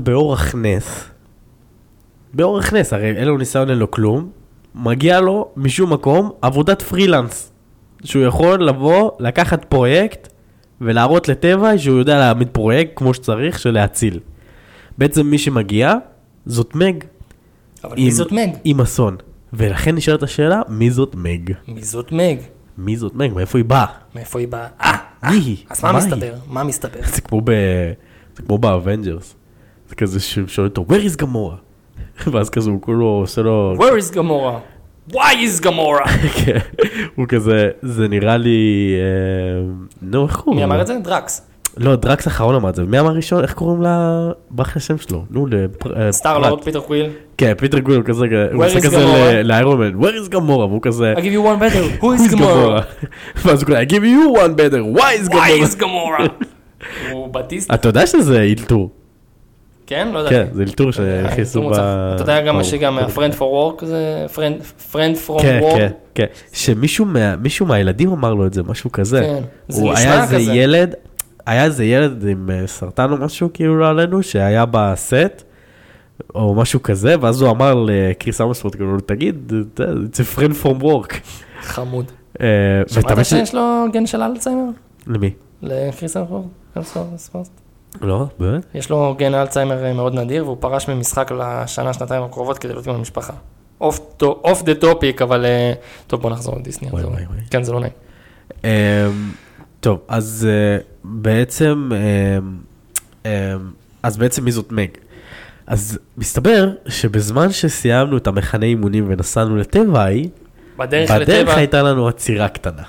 באורך נס, הרי אין לו ניסיון, אין לו כלום, מגיע לו משום מקום עבודת פרילנס, שהוא יכול לבוא, לקחת פרויקט, ולהראות לטבע שהוא יודע להעמיד פרויקט כמו שצריך, של להציל. בעצם מי שמגיע, זאת מג. אבל מי זאת מג? עם אסון. ולכן נשאלת השאלה, מי זאת מג? מי זאת מג? מי זאת מג? מאיפה היא באה? מאיפה היא באה? מי היא? אז מה מסתבר? מה מסתבר? זה כמו באבנג'רס. זה כזה ששואל אותו, where is גמורה? ואז כזה הוא כולו עושה לו... where is גמורה? why is גמורה? כן, הוא כזה, זה נראה לי... נו, איך קוראים? מי אמר את זה? דרקס. לא, דרקס האחרון אמר את זה. מי אמר ראשון? איך קוראים לה... ברח לשם שלו? נו, סטאר-לורד, פיטר קוויל. כן, פיטר קוויל הוא כזה, הוא עושה כזה לאיירון מן, where is גמורה? והוא כזה... I give you one better, who is גמורה? ואז הוא כזה, I give you one better, why is גמורה? why is גמורה? הוא בטיסט. אתה יודע שזה אילתור. כן? לא יודע. כן, זה אילתור שהכניסו ב... אתה יודע גם שגם friend for work זה friend from כן, work. כן, כן. שמישהו מהילדים אמר לו את זה, משהו כזה. כן, זה הוא נשמע היה איזה כזה. ילד, היה איזה ילד עם סרטן או משהו כאילו לא עלינו, שהיה בסט, או משהו כזה, ואז הוא אמר לקריס אמספורט, כאילו, תגיד, it's a friend from work. חמוד. שמעת שיש לו גן של אלצהיימר? למי? לקריס אמספורט? לא, באמת? יש לו גן אלצהיימר מאוד נדיר, והוא פרש ממשחק לשנה, שנתיים הקרובות כדי להיות עם המשפחה. אוף דה טופיק, אבל טוב, בוא נחזור לדיסני. וואי, וואי. כן, זה לא נעים. טוב, אז בעצם מי זאת מג? אז מסתבר שבזמן שסיימנו את המחנה אימונים ונסענו לטבעי, בדרך הייתה לנו עצירה קטנה.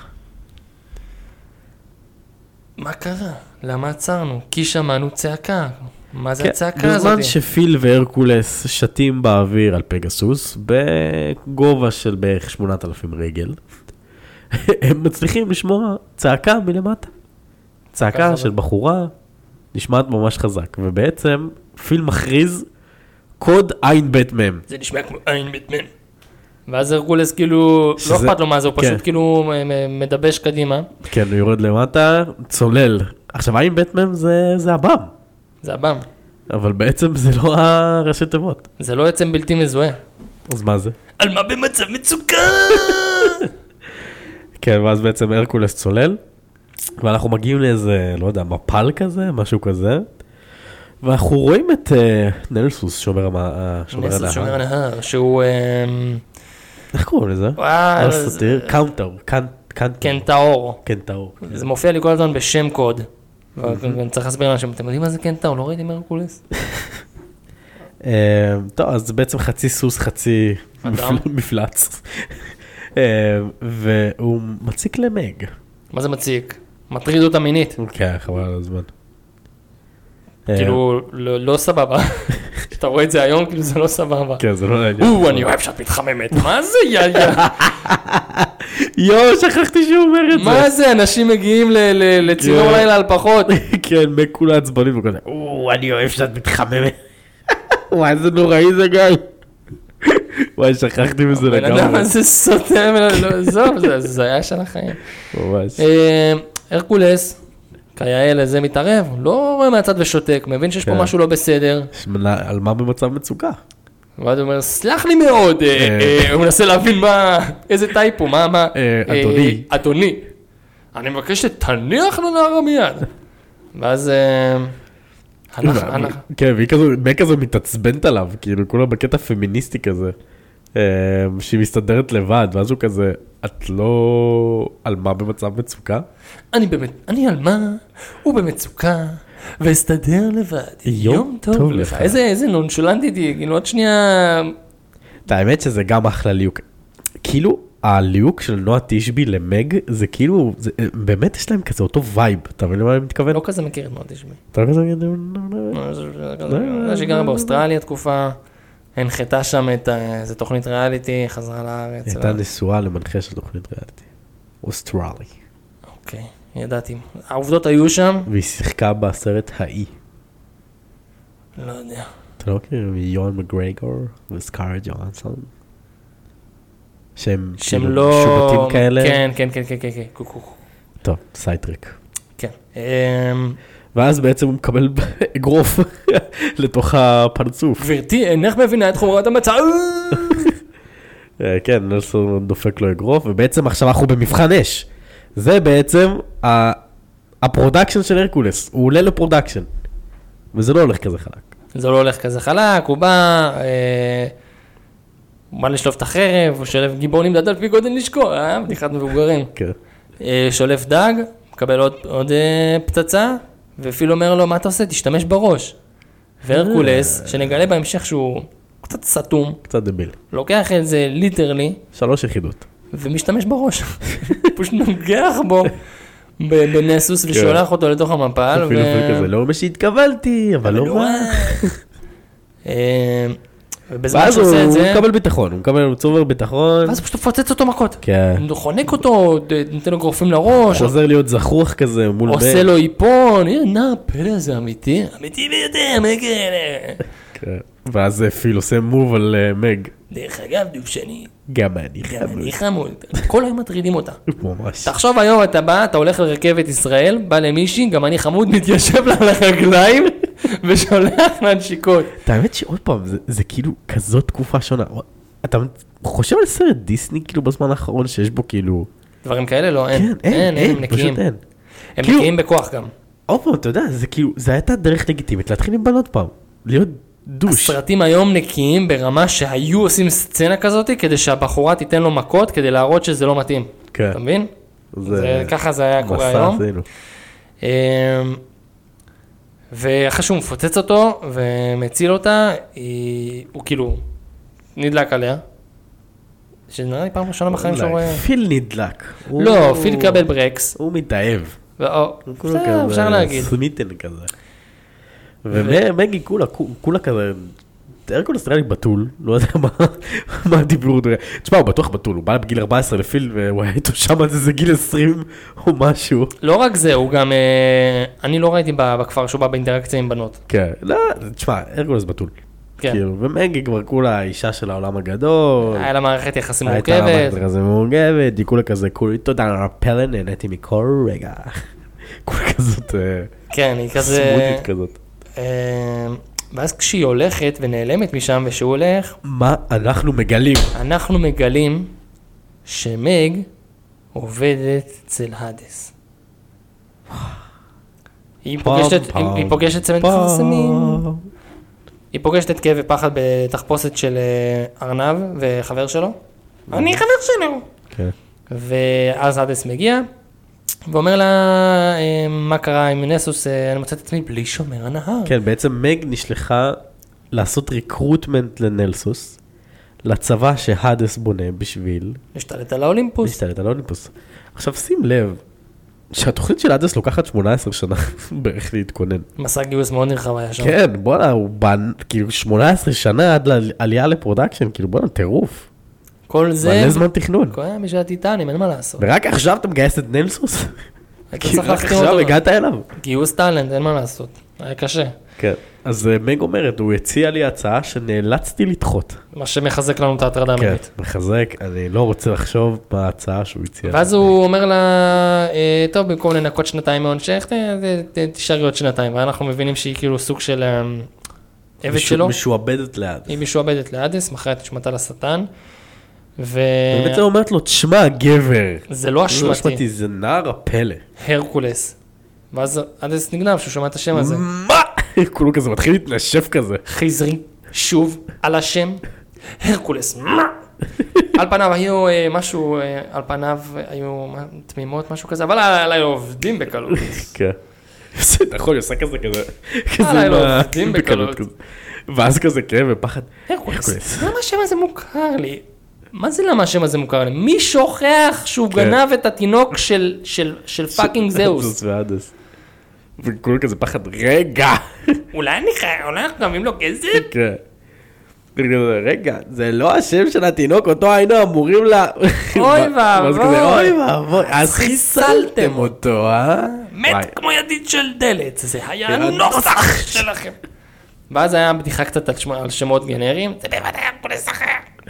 מה קרה? למה עצרנו? כי שמענו צעקה. מה זה הצעקה הזאת? בזמן שפיל והרקולס שתים באוויר על פגסוס, בגובה של בערך 8,000 רגל, הם מצליחים לשמוע צעקה מלמטה. צעקה של בחורה, נשמעת ממש חזק, ובעצם פיל מכריז קוד עין בית מם. זה נשמע כמו עין בית מם. ואז הרקולס כאילו, לא אכפת לו מה זה, הוא פשוט כאילו מדבש קדימה. כן, הוא יורד למטה, צולל. עכשיו עין בית מם זה הבם. זה הבם. אבל בעצם זה לא הראשי תיבות. זה לא עצם בלתי מזוהה. אז מה זה? על מה במצב מצוקה? כן, ואז בעצם הרקולס צולל, ואנחנו מגיעים לאיזה, לא יודע, מפל כזה, משהו כזה, ואנחנו רואים את נלסוס, שומר הנהר. נלסוס שומר הנהר, שהוא איך קוראים לזה? וואו, סאטיר? קאונטאור. קנטאור. קנטאור. זה מופיע לי כל הזמן בשם קוד. ואני צריך להסביר לאנשים, אתם יודעים מה זה קנטאור? לא ראיתם הרקולס? טוב, אז זה בעצם חצי סוס, חצי אדם. מפלץ. והוא מציק למג. מה זה מציק? מטריד אותה מינית. כן, חבל על הזמן. כאילו, לא סבבה. כשאתה רואה את זה היום, כאילו זה לא סבבה. כן, זה לא לעניין. אני אוהב שאת מתחממת. מה זה, יאללה? יואו, שכחתי שהוא אומר את זה. מה זה, אנשים מגיעים לצינור לילה על פחות. כן, מג כולה עצבני וכזה. אני אוהב שאת מתחממת. וואי, איזה נוראי זה גיא. וואי, שכחתי מזה בן לגמרי. אדם הזה סותם, זהו, זה היה של החיים. ממש. הרקולס, כיאה לזה מתערב, לא רואה מהצד ושותק, מבין שיש פה כן. משהו לא בסדר. על מה במצב מצוקה? ואז הוא אומר, סלח לי מאוד, הוא מנסה להבין איזה טייפ הוא, מה, אדוני. אדוני, אני מבקש שתניח לנערה מיד. ואז, כן, והיא כזה מתעצבנת עליו, כאילו כולה בקטע פמיניסטי כזה, שהיא מסתדרת לבד, ואז הוא כזה, את לא על מה במצב מצוקה? אני על מה, הוא במצוקה, ואסתדר לבד, יום טוב לך. איזה נונשולנטית היא, כאילו עוד שנייה... האמת שזה גם אחלה ליוק. כאילו, הליוק של נועה תשבי למג, זה כאילו, באמת יש להם כזה אותו וייב, אתה מבין למה אני מתכוון? לא כזה מכיר את נועה תשבי. אתה לא כזה... שהיא גרה באוסטרליה תקופה, הנחתה שם איזה תוכנית ריאליטי, חזרה לארץ. הייתה נשואה למנחה של תוכנית ריאליטי. אוסטרלי. אוקיי, ידעתי. העובדות היו שם? והיא שיחקה בסרט האי. לא יודע. אתה לא מכיר? יואן מגרגור וסקארה ג'ואנסון. שהם כאילו לא... שובטים כאלה. כן. טוב, סייטריק. כן. ואז בעצם הוא מקבל אגרוף לתוך הפרצוף. גברתי, אינך מבינה את חומרת המצב. כן, נלסון דופק לו אגרוף, ובעצם עכשיו אנחנו במבחן אש. זה בעצם הפרודקשן של הרקולס. הוא עולה לפרודקשן. וזה לא הולך כזה חלק. זה לא הולך כזה חלק, הוא בא לשלוף את החרב, הוא שולף גיבור נמדד על פי גודל לשקוע, בדיחת מבוגרים. כן. שולף דג, מקבל עוד פצצה, ואפילו אומר לו, מה אתה עושה? תשתמש בראש. והרקולס, שנגלה בהמשך שהוא קצת סתום, קצת דביל. לוקח את זה ליטרלי, 3 יחידות. ומשתמש בראש. פשוט נוגח בו בנסוס, ושולח אותו לתוך המפל. אפילו כזה, לא מה שהתקבלתי, אבל לא מה. ובזמן שעושה את זה... הוא מקבל ביטחון, הוא צובר ביטחון. ואז הוא פשוט פוצץ אותו מכות. כן. הוא חונק אותו, נותן לו גרופים לראש. חוזר להיות זכוח כזה מול בן. עושה לו איפון. פלא זה אמיתי. אמיתי ביותר, מה כאלה. כן. ואז פיל עושה מוב על מג. דרך אגב, דובשני. גם אני חמוד. כל היום מטרידים אותה. ממש. תחשוב היום אתה בא, אתה הולך לרכבת ישראל, בא למישהי, גם אני חמוד, מתיישב לה על הרגליים, ושולח לנשיקות. האמת שעוד פעם, זה כאילו כזאת תקופה שונה. אתה חושב על סרט דיסני כאילו בזמן האחרון שיש בו כאילו... דברים כאלה? לא, אין. אין, הם נקיים. פשוט אין. הם נקיים בכוח גם. עוד פעם, אתה יודע, זה כאילו, זה הייתה דרך לגיטימית להתחיל עם בנות פעם. להיות דוש. הסרטים היום נקיים ברמה שהיו עושים סצנה כזאת, כדי שהבחורה תיתן לו מכות, כדי להראות שזה לא מתאים. כן. אתה מבין? ככה זה היה קורה היום. ואחרי שהוא מפוצץ אותו ומציל אותה, הוא כאילו נדלק עליה. שנראה לי פעם ראשונה בחיים שהוא רואה... פיל נדלק. לא, פיל קבל ברקס. הוא מתאהב. אפשר להגיד. סמיטן כזה. ומגי כולה כזה... הרקולס נראה לי בתול, לא יודע מה הדיבור. תשמע, הוא בטוח בתול, הוא בא בגיל 14 לפיל, והוא היה איתו שם עד איזה גיל 20 או משהו. לא רק זה, הוא גם... אני לא ראיתי בכפר שהוא בא באינטראקציה עם בנות. כן, לא, תשמע, הרקולס בתול. כן. ומגי כבר כולה האישה של העולם הגדול. היה לה מערכת יחסים מורכבת. הייתה מערכת יחסים מורכבת, היא כולה כזה, תודה על הפלן, נהניתי מכל רגע. כולה כזאת... כן, היא כזה... סמודית כזאת. ואז כשהיא הולכת ונעלמת משם ושהוא הולך... מה אנחנו מגלים? אנחנו מגלים שמג עובדת אצל האדס. היא פוגשת צמד חרסמים. היא פוגשת את כאב ופחד בתחפושת של ארנב וחבר שלו. אני חבר שלו. כן. ואז אדס מגיע, ואומר לה, מה קרה עם נסוס, אני מוצא את עצמי בלי שומר הנהר. כן, בעצם מג נשלחה לעשות ריקרוטמנט לנלסוס, לצבא שהאדס בונה בשביל להשתלט על האולימפוס. להשתלט על האולימפוס. עכשיו שים לב, שהתוכנית של האדס לוקחת 18 שנה בערך להתכונן. מסע גיוס מאוד נרחב היה שם. כן, בוא'נה, הוא בן, כאילו 18 שנה עד לעלייה לפרודקשן, כאילו בוא'נה, טירוף. כל זה... מלא זמן תכנון. כל היה בשביל הטיטנים, אין מה לעשות. ורק עכשיו אתה מגייס את נלסוס? היית כאילו צריך רק להחתים עכשיו אותו. הגעת אליו. גיוס טאלנט, אין מה לעשות. היה קשה. כן. אז מג אומרת, הוא הציע לי הצעה שנאלצתי לדחות. מה שמחזק לנו את ההטרדה כן, המינית. מחזק, אני לא רוצה לחשוב בהצעה שהוא הציע. ואז הוא אומר לה, טוב, במקום לנקות 2 מעונשך, תישארי עוד 2. ואנחנו מבינים שהיא כאילו סוג של עבד שלו. משועבדת ליד. היא משועבדת לאדס, מכרה את נשמתה לשטן. ובעצם אומרת לו, תשמע, גבר. זה לא אשמתי. זה נער הפלא. הרקולס. ואז אדס נגנב שהוא שומע את השם הזה. מה? כולו כזה מתחיל להתנשף כזה. חזרי שוב על השם הרקולס. מה? על פניו היו משהו, על פניו היו תמימות, משהו כזה, אבל עליי עובדים בקלות. כן. זה נכון, עושה כזה. עליי לא עובדים בקלות. ואז כזה כאב ופחד. הרקולס. למה השם הזה מוכר לי? מה זה למה השם הזה מוכר לי? מי שוכח שהוא גנב את התינוק של פאקינג זהוס? והאדס. וכולו כזה פחד, רגע. אולי אנחנו גנבים לו כסף? כן. רגע, זה לא השם של התינוק, אותו היינו אמורים לה... אוי ואבוי. אוי ואבוי, אז חיסלתם אותו, אה? מת כמו ידיד של דלת, זה היה הנוסח שלכם. ואז היה בדיחה קצת על שמות גנריים, זה בוודאי הרקולס אחר.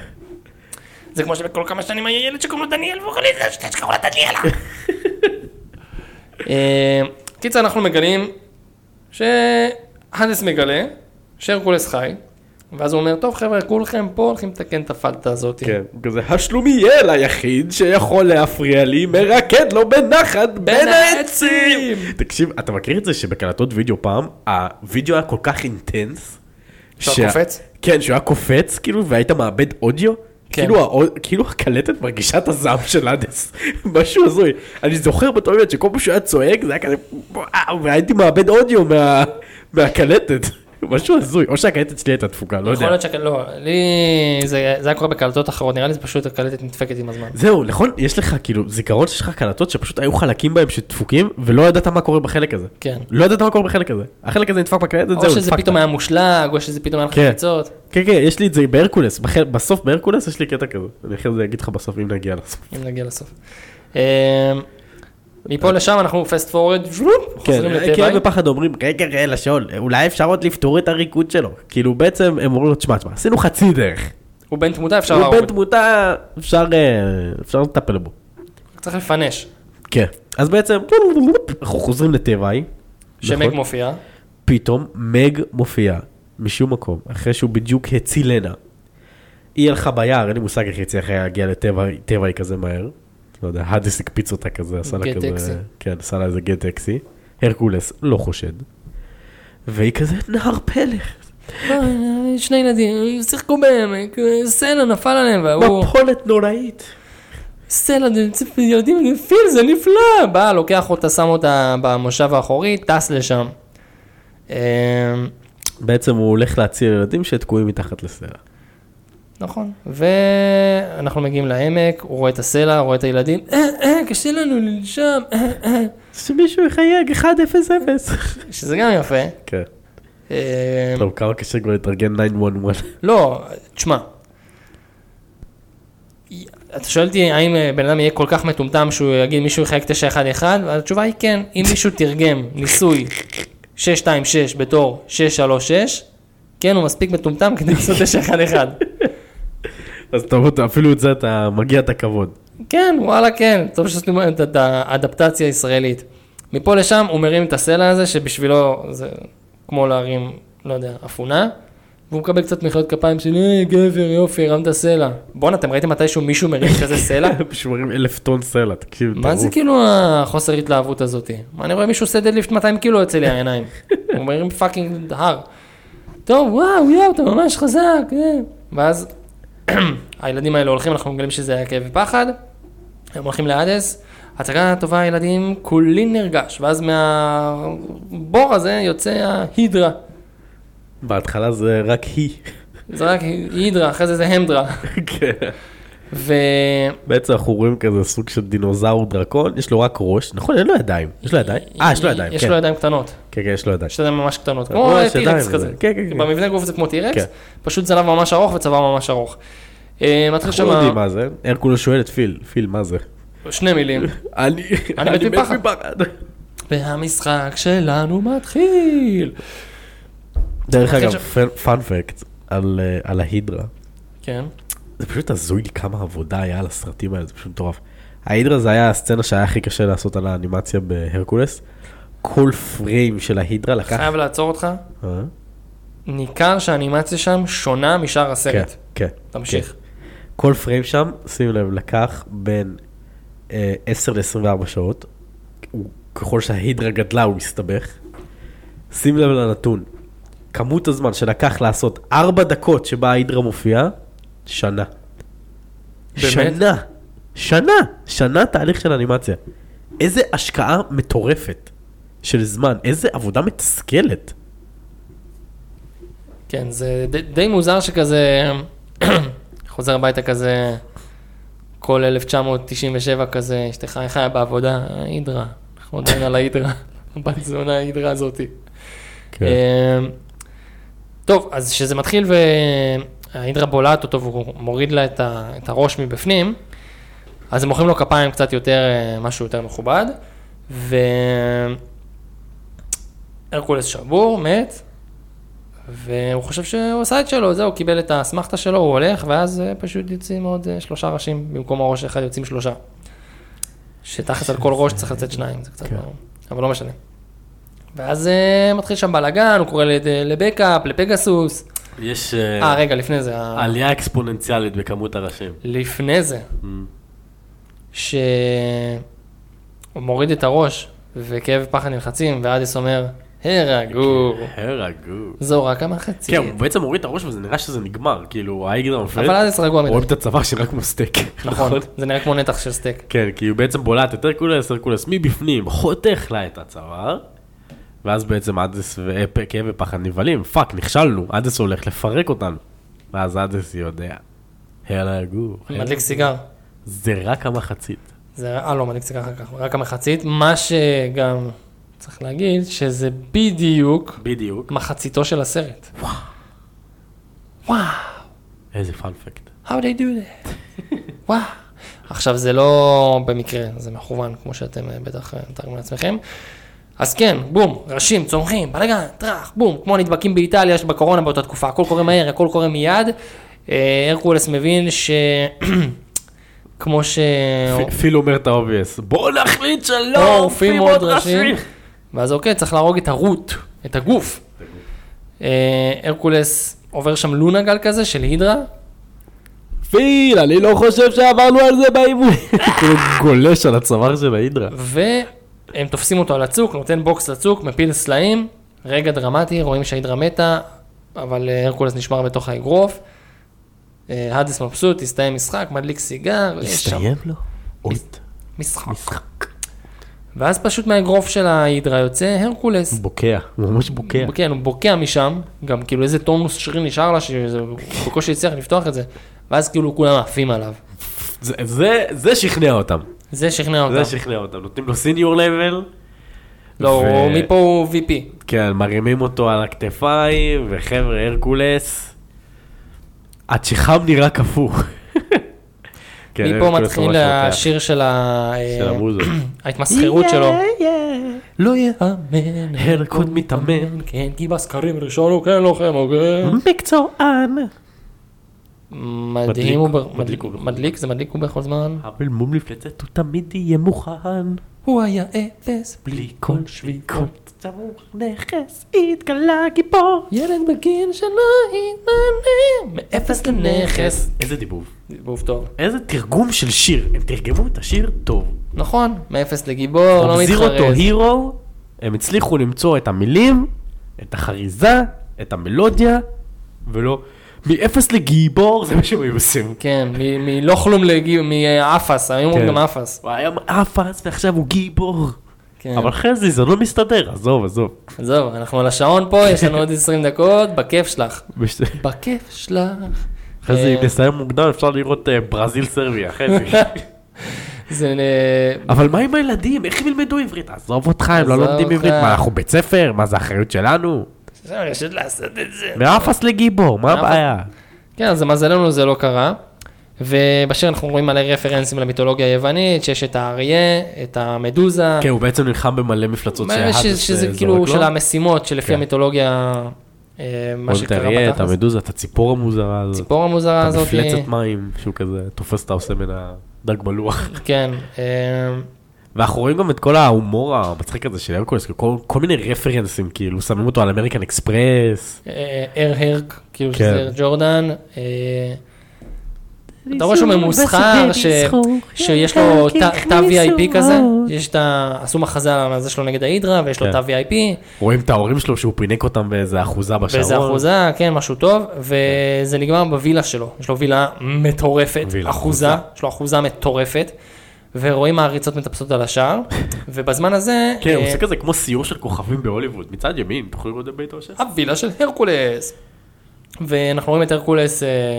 זה כמו שבכל כמה שנים היה ילד שקוראים לו דניאל, והוא לי זה שקראו לה דניאלה. קיצר, אנחנו מגלים שהאדס מגלה שהרקולס חי, ואז הוא אומר, טוב חבר'ה, כולכם פה הולכים לתקן את הפלטה הזאת. כן, כזה, השלומיאל היחיד שיכול להפריע לי, מרקד לו בנחת בין העצים. תקשיב, אתה מכיר את זה שבקלטות וידאו פעם, הוידאו היה כל כך אינטנס. שהוא קופץ? כן, שהוא היה קופץ, כאילו, והיית מאבד אודיו. כאילו הקלטת מרגישה את הזעם של אדס, משהו הזוי. אני זוכר בתור יד שכל פעם שהוא היה צועק, זה היה כזה, והייתי מאבד אודיו מהקלטת. משהו הזוי, או שהקלטת שלי הייתה דפוקה, לא יודע. יכול להיות שהקלטת, לא, לי זה היה קורה בקלטות אחרות, נראה לי זה פשוט הקלטת נדפקת עם הזמן. זהו, נכון, יש לך כאילו זיכרון שיש לך קלטות שפשוט היו חלקים בהם שדפוקים, ולא ידעת מה קורה בחלק הזה. כן. לא ידעת מה קורה בחלק הזה. החלק הזה נדפק בקלטת, זהו, או שזה פתאום היה מושלג, או שזה פתאום היה חפיצות. כן, כן, יש לי את זה בהרקולס, בסוף בהרקולס יש לי קטע כזה. אני אחרי זה אגיד לך בסוף אם נגיע לסוף. אם נגיע לסוף. מפה לשם אנחנו פסט פורוד, חוזרים לטבעי. כן, בפחד אומרים, רגע, לשאול, אולי אפשר עוד לפתור את הריקוד שלו. כאילו בעצם הם אומרים לו, תשמע, עשינו חצי דרך. הוא בן תמותה, אפשר הוא להרוג. בן תמותה, אפשר לטפל בו. צריך לפנש. כן. אז בעצם, אנחנו חוזרים לטבעי. שמג מופיע. פתאום מג מופיע משום מקום, אחרי שהוא בדיוק הצילנה. היא הלכה ביער, אין לי מושג איך יצא אחרי להגיע לטבעי כזה מהר. לא יודע, האדס הקפיץ אותה כזה, עשה לה כזה, כן, עשה לה איזה גט אקסי. הרקולס לא חושד. והיא כזה נהר פלך. שני ילדים, שיחקו בעמק, סלע נפל עליהם, והוא... מפולת נוראית. סלע, ילדים, פיל, זה נפלא. בא, לוקח אותה, שם אותה במושב האחורי, טס לשם. בעצם הוא הולך להציל ילדים שתקועים מתחת לסלע. נכון, ואנחנו מגיעים לעמק, הוא רואה את הסלע, הוא רואה את הילדים, קשה לנו לנשם, שמישהו יחייג 1-0-0. שזה גם יפה. כן. טוב, כמה קשה כבר לתרגן 911. לא, תשמע, אתה שואל אותי האם בן אדם יהיה כל כך מטומטם שהוא יגיד מישהו יחייג 911, והתשובה היא כן, אם מישהו תרגם ניסוי 626 בתור 636, כן, הוא מספיק מטומטם כדי לעשות 911. אז טוב, אפילו את זה אתה מגיע את הכבוד. כן, וואלה כן, טוב שעשינו את האדפטציה הישראלית. מפה לשם הוא מרים את הסלע הזה, שבשבילו זה כמו להרים, לא יודע, אפונה, והוא מקבל קצת מחיאות כפיים של, גבר, יופי, הרמת הסלע. בואנה, אתם ראיתם מתישהו מישהו מרים כזה סלע? שמרים 1,000 טון סלע, תקשיב. מה זה כאילו החוסר התלהבות הזאת? מה אני רואה מישהו עושה דדליפט 200 קילו אצלי העיניים. הוא מרים פאקינג הר. טוב, וואו, יואו, אתה ממש חזק. ואז הילדים האלה הולכים, אנחנו מגלים שזה היה כאב ופחד, הם הולכים להאדס, הצגה טובה הילדים, כולי נרגש, ואז מהבור הזה יוצא ההידרה. בהתחלה זה רק היא. זה רק הידרה, אחרי זה המדרה. כן. בעצם אנחנו רואים כזה סוג של דינוזאור דרקון, יש לו רק ראש, נכון, אין לו ידיים. יש לו ידיים? יש לו ידיים, כן. יש לו ידיים קטנות. כן, כן, יש לו ידיים. יש לו ידיים ממש קטנות, כמו טירקס כזה. כן, כן, כן. במבנה גוף זה כמו טירקס, פשוט זנב ממש ארוך וצוואר ממש ארוך. מתחיל אנחנו יודעים מה זה, הרקולס שואל את פיל, מה זה? 2 מילים. אני מת מפחד. והמשחק שלנו מתחיל. דרך אגב, פאנפקט על ההידרה. כן. זה פשוט הזוי לי כמה עבודה היה על הסרטים האלה, זה פשוט מטורף. ההידרה זה היה הסצנה שהיה הכי קשה לעשות על האנימציה בהרקולס. כל פריים של ההידרה לקח... חייב לעצור אותך. ניכר שהאנימציה שם שונה משאר הסרט. כן. תמשיך. כל פריים שם, שים לב, לקח בין 10 ל-24 שעות. ככל שההידרה גדלה הוא הסתבך. שים לב לנתון. כמות הזמן שלקח לעשות 4 דקות שבה ההידרה מופיעה, שנה. באמת? שנה תהליך של אנימציה. איזה השקעה מטורפת של זמן, איזה עבודה מתסכלת. כן, זה די מוזר שכזה, חוזר הביתה כזה, כל 1997 כזה, אשתך חיה בעבודה, ההידרה, אנחנו עדיין על ההידרה, בת זונה ההידרה הזאתי. כן. טוב, אז שזה מתחיל וההידרה בולעת אותו והוא מוריד לה את הראש מבפנים, אז הם מוחאים לו כפיים קצת יותר, משהו יותר מכובד, והרקולס שבור, מת, והוא חושב שהוא עשה את שלו, זהו, הוא קיבל את האסמכתה שלו, הוא הולך, ואז פשוט יוצאים עוד 3 ראשים, במקום הראש אחד יוצאים 3. שתחת על כל ראש צריך לצאת 2, זה קצת לא, אבל לא משנה. ואז מתחיל שם בלגן, הוא קורא לבקאפ, לפגסוס. יש... רגע, לפני זה. עלייה אקספוננציאלית בכמות הראשים. לפני זה. שהוא מוריד את הראש, וכאב פחד נלחצים, ואדיס אומר, הרגו. זו רק המחצית. כן, הוא בעצם מוריד את הראש, וזה נראה שזה נגמר, כאילו, ההיגר נופל. אבל אדיס רגוע מדי. רואים את הצוואר שנראה כמו סטייק. נכון, זה נראה כמו נתח של סטייק. כן, כי הוא בעצם בולט את הרקולס מבפנים, חותך לה את הצוואר, ואז בעצם אדיס וכאב ופחד נבלים, פאק, נכשלנו, אדיס הולך לפרק אותנו. ואז אדיס יודע, הרגו. מדליק סיגר. זה רק המחצית. לא, מדליק סיגר אחר כך, רק המחצית, מה שגם צריך להגיד, שזה בדיוק מחציתו של הסרט. וואו. איזה פאנפקט. How they do that? וואו. עכשיו זה לא במקרה, זה מכוון, כמו שאתם בטח מתארים לעצמכם. אז כן, בום, ראשים, צומחים, בלגן, טרח, בום, כמו נדבקים באיטליה, יש בקורונה באותה תקופה, הכל קורה מהר, הכל קורה מיד. הרקולס מבין כמו ש... פיל אומר את האובייס, בואו נחליט שלא, עורפים עוד ראשים. ואז אוקיי, צריך להרוג את הרוט, את הגוף. הרקולס עובר שם לונגל כזה של הידרה. פיל, אני לא חושב שעברנו על זה באימון. כאילו גולש על הצוואר של ההידרה. הם תופסים אותו על הצוק, נותן בוקס לצוק, מפיל סלעים, רגע דרמטי, רואים שההידרה מתה, אבל הרקולס נשמר בתוך האגרוף. האדיס מבסוט, הסתיים משחק, מדליק סיגר. הסתיים לו? משחק. ואז פשוט מהאגרוף של ההידרה יוצא הרקולס. בוקע, הוא ממש בוקע. כן, הוא בוקע משם, גם כאילו איזה טונוס שריר נשאר לה, שבקושי יצליח לפתוח את זה, ואז כאילו כולם עפים עליו. זה שכנע אותם. זה שכנע אותם. נותנים לו סיניור לבל. לא, מפה הוא VP. כן, מרימים אותו על הכתפיים, וחבר'ה, הרקולס. הצ'יחם נראה כפו. מפה מתחיל השיר של ההתמסחרות שלו. לא יאמן, הרקוד מתאמן. כן, כי בסקרים ראשון הוא כן לוחם, אוקיי. מקצוען. מדהים, מדליק, זה מדליק הוא בכל זמן. אבל מום לפלצת הוא תמיד יהיה מוכן. הוא היה אפס, בלי כל שוויקות. צמור נכס, התגלה גיבור. ילד בגיל שלא יתמנה, מאפס לנכס. איזה דיבוב. דיבוב טוב. איזה תרגום של שיר. הם תרגמו את השיר טוב. נכון, מאפס לגיבור, לא מתחרז. מחזיר אותו הירו, הם הצליחו למצוא את המילים, את החריזה, את המלודיה, ולא מ-0 לגיבור, זה מה שהם היו עושים. כן, מלא כלום מאפס, היום אומרים גם אפס. הוא היה אפס ועכשיו הוא גיבור. כן. אבל חזי, זה לא מסתדר, עזוב. עזוב, אנחנו על השעון פה, יש לנו עוד 20 דקות, בכיף שלך. בכיף שלך. חזי, אם נסיים מוקדם, אפשר לראות ברזיל סרביה, חזי. זה... אבל מה עם הילדים? איך הם ילמדו עברית? עזוב אותך, הם לא עזוב לומדים אותך. עברית. מה, אנחנו בית ספר? מה, זה האחריות שלנו? יש עוד לעשות את זה. מאפס לגיבור, מה הבעיה? כן, אז למזלנו זה לא קרה. ובשיר אנחנו רואים מלא רפרנסים למיתולוגיה היוונית, שיש את האריה, את המדוזה. כן, הוא בעצם נלחם במלא מפלצות שזה כאילו של המשימות, שלפי המיתולוגיה, מה שקרה אריה, את בתכלס. המדוזה, את הציפור המוזרה הזאת. הציפור המוזרה את הזאת. המפלצת מים, שהוא כזה תופס את העושה מן הדג מלוח. כן. ואנחנו רואים גם את כל ההומור המצחיק הזה של הרקולס, כל מיני רפרנסים, כאילו, שמים אותו על אמריקן אקספרס. הרק, כאילו שזה ג'ורדן. אתה רואה שהוא ממוסחר, שיש לו תא VIP כזה, עשו מחזה על זה שלו נגד ההידרה, ויש לו תא VIP. רואים את ההורים שלו שהוא פינק אותם באיזה אחוזה בשרון. באיזה אחוזה, כן, משהו טוב, וזה נגמר בווילה שלו. יש לו וילה מטורפת, אחוזה, יש לו אחוזה מטורפת, ורואים העריצות מטפסות על השער, ובזמן הזה... כן, הוא עושה כזה כמו סיור של כוכבים בהוליווד, מצד ימין, תוכלו לראות את ביתו השם? הווילה של הרקולס. ואנחנו רואים את הרקולס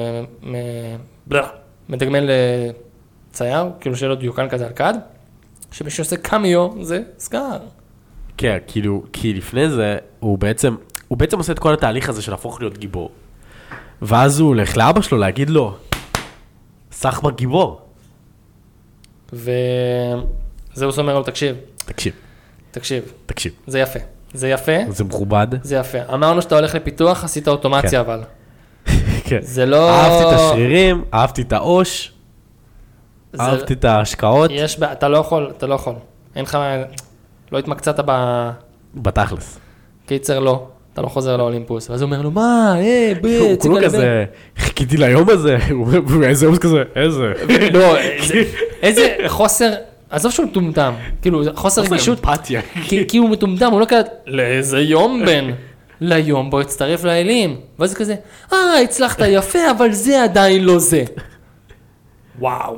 מדגמן לצייר, כאילו שיהיה לו דיוקן כזה על כד, שמי שעושה קמיו זה סקאר. כן, כאילו, כי לפני זה, הוא בעצם עושה את כל התהליך הזה של להפוך להיות גיבור. ואז הוא הולך לאבא שלו להגיד לו, סחבק גיבור. וזה הוא אומר לו, תקשיב, זה יפה. זה מכובד. זה יפה. אמרנו שאתה הולך לפיתוח, עשית אוטומציה אבל. כן. זה לא... אהבתי את השרירים, אהבתי את העוש, אהבתי את ההשקעות. אתה לא יכול. אין לך... לא התמקצת בתכלס. קיצר לא. אתה לא חוזר לאולימפוס. ואז הוא אומר לו, מה, הוא כולו כזה, חיכיתי ליום הזה, איזה יום כזה, איזה. לא, איזה חוסר... עזוב שהוא מטומטם, כאילו חוסר רגישות, אמפתיה. כי הוא מטומטם, הוא לא כזה, לאיזה יום בן, ליום בו הצטרף לאלים, ואז זה כזה, הצלחת יפה, אבל זה עדיין לא זה. וואו.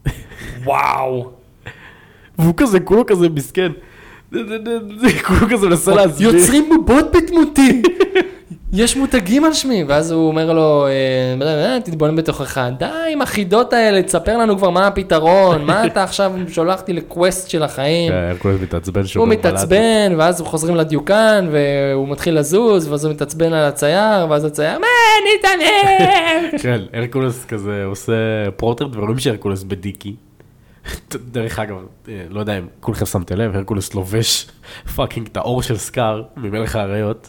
והוא כזה, כולו כזה מסכן, כולו כזה מנסה להסביר. יוצרים בובות בתמותי, יש מותגים על שמי, ואז הוא אומר לו, תתבונן בתוכך, די עם החידות האלה, תספר לנו כבר מה הפתרון, מה אתה עכשיו שולחתי לקווסט של החיים. הרקולס מתעצבן. הוא מתעצבן, ואז הוא חוזרים לדיוקן, והוא מתחיל לזוז, ואז הוא מתעצבן על הצייר, ואז הצייר, מה, נתענב! כן, הרקולס כזה עושה פרוטרט, ורואים שהרקולס בדיקי. דרך אגב, לא יודע אם כולכם שמתם לב, הרקולס לובש פאקינג את האור של סקאר, ממלך האריות.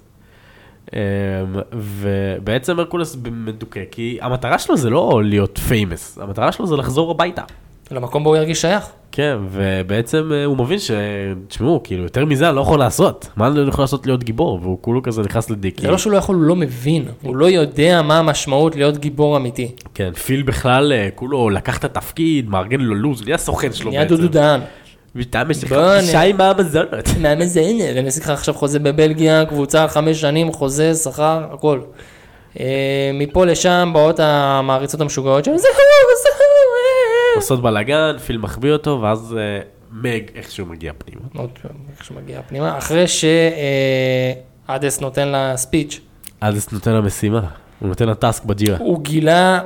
ובעצם הרקולס מדוכא, כי המטרה שלו זה לא להיות פיימס, המטרה שלו זה לחזור הביתה. למקום בו הוא ירגיש שייך. כן, ובעצם הוא מבין תשמעו, כאילו, יותר מזה אני לא יכול לעשות. מה אני לא יכול לעשות להיות גיבור? והוא כולו כזה נכנס לדיקי. זה לא שהוא לא יכול, הוא לא מבין. הוא לא יודע מה המשמעות להיות גיבור אמיתי. כן, פיל בכלל, כולו לקח את התפקיד, מארגן לו לוז, נהיה סוכן שלו בעצם. נהיה דודו דהן. ואתה משך פגישה עם האמזונות. מהמזונות. ואני אעשה לך עכשיו חוזה בבלגיה, קבוצה 5 שנים, חוזה, שכר, הכל. מפה לשם באות המעריצות המשוגעות של זהו. עושות בלגן, פיל מחביא אותו, ואז מג איכשהו מגיע פנימה. איכשהו מגיע פנימה, אחרי שאדס נותן לה ספיץ'. אדס נותן לה משימה, הוא נותן לה טאסק בג'ירה. הוא גילה,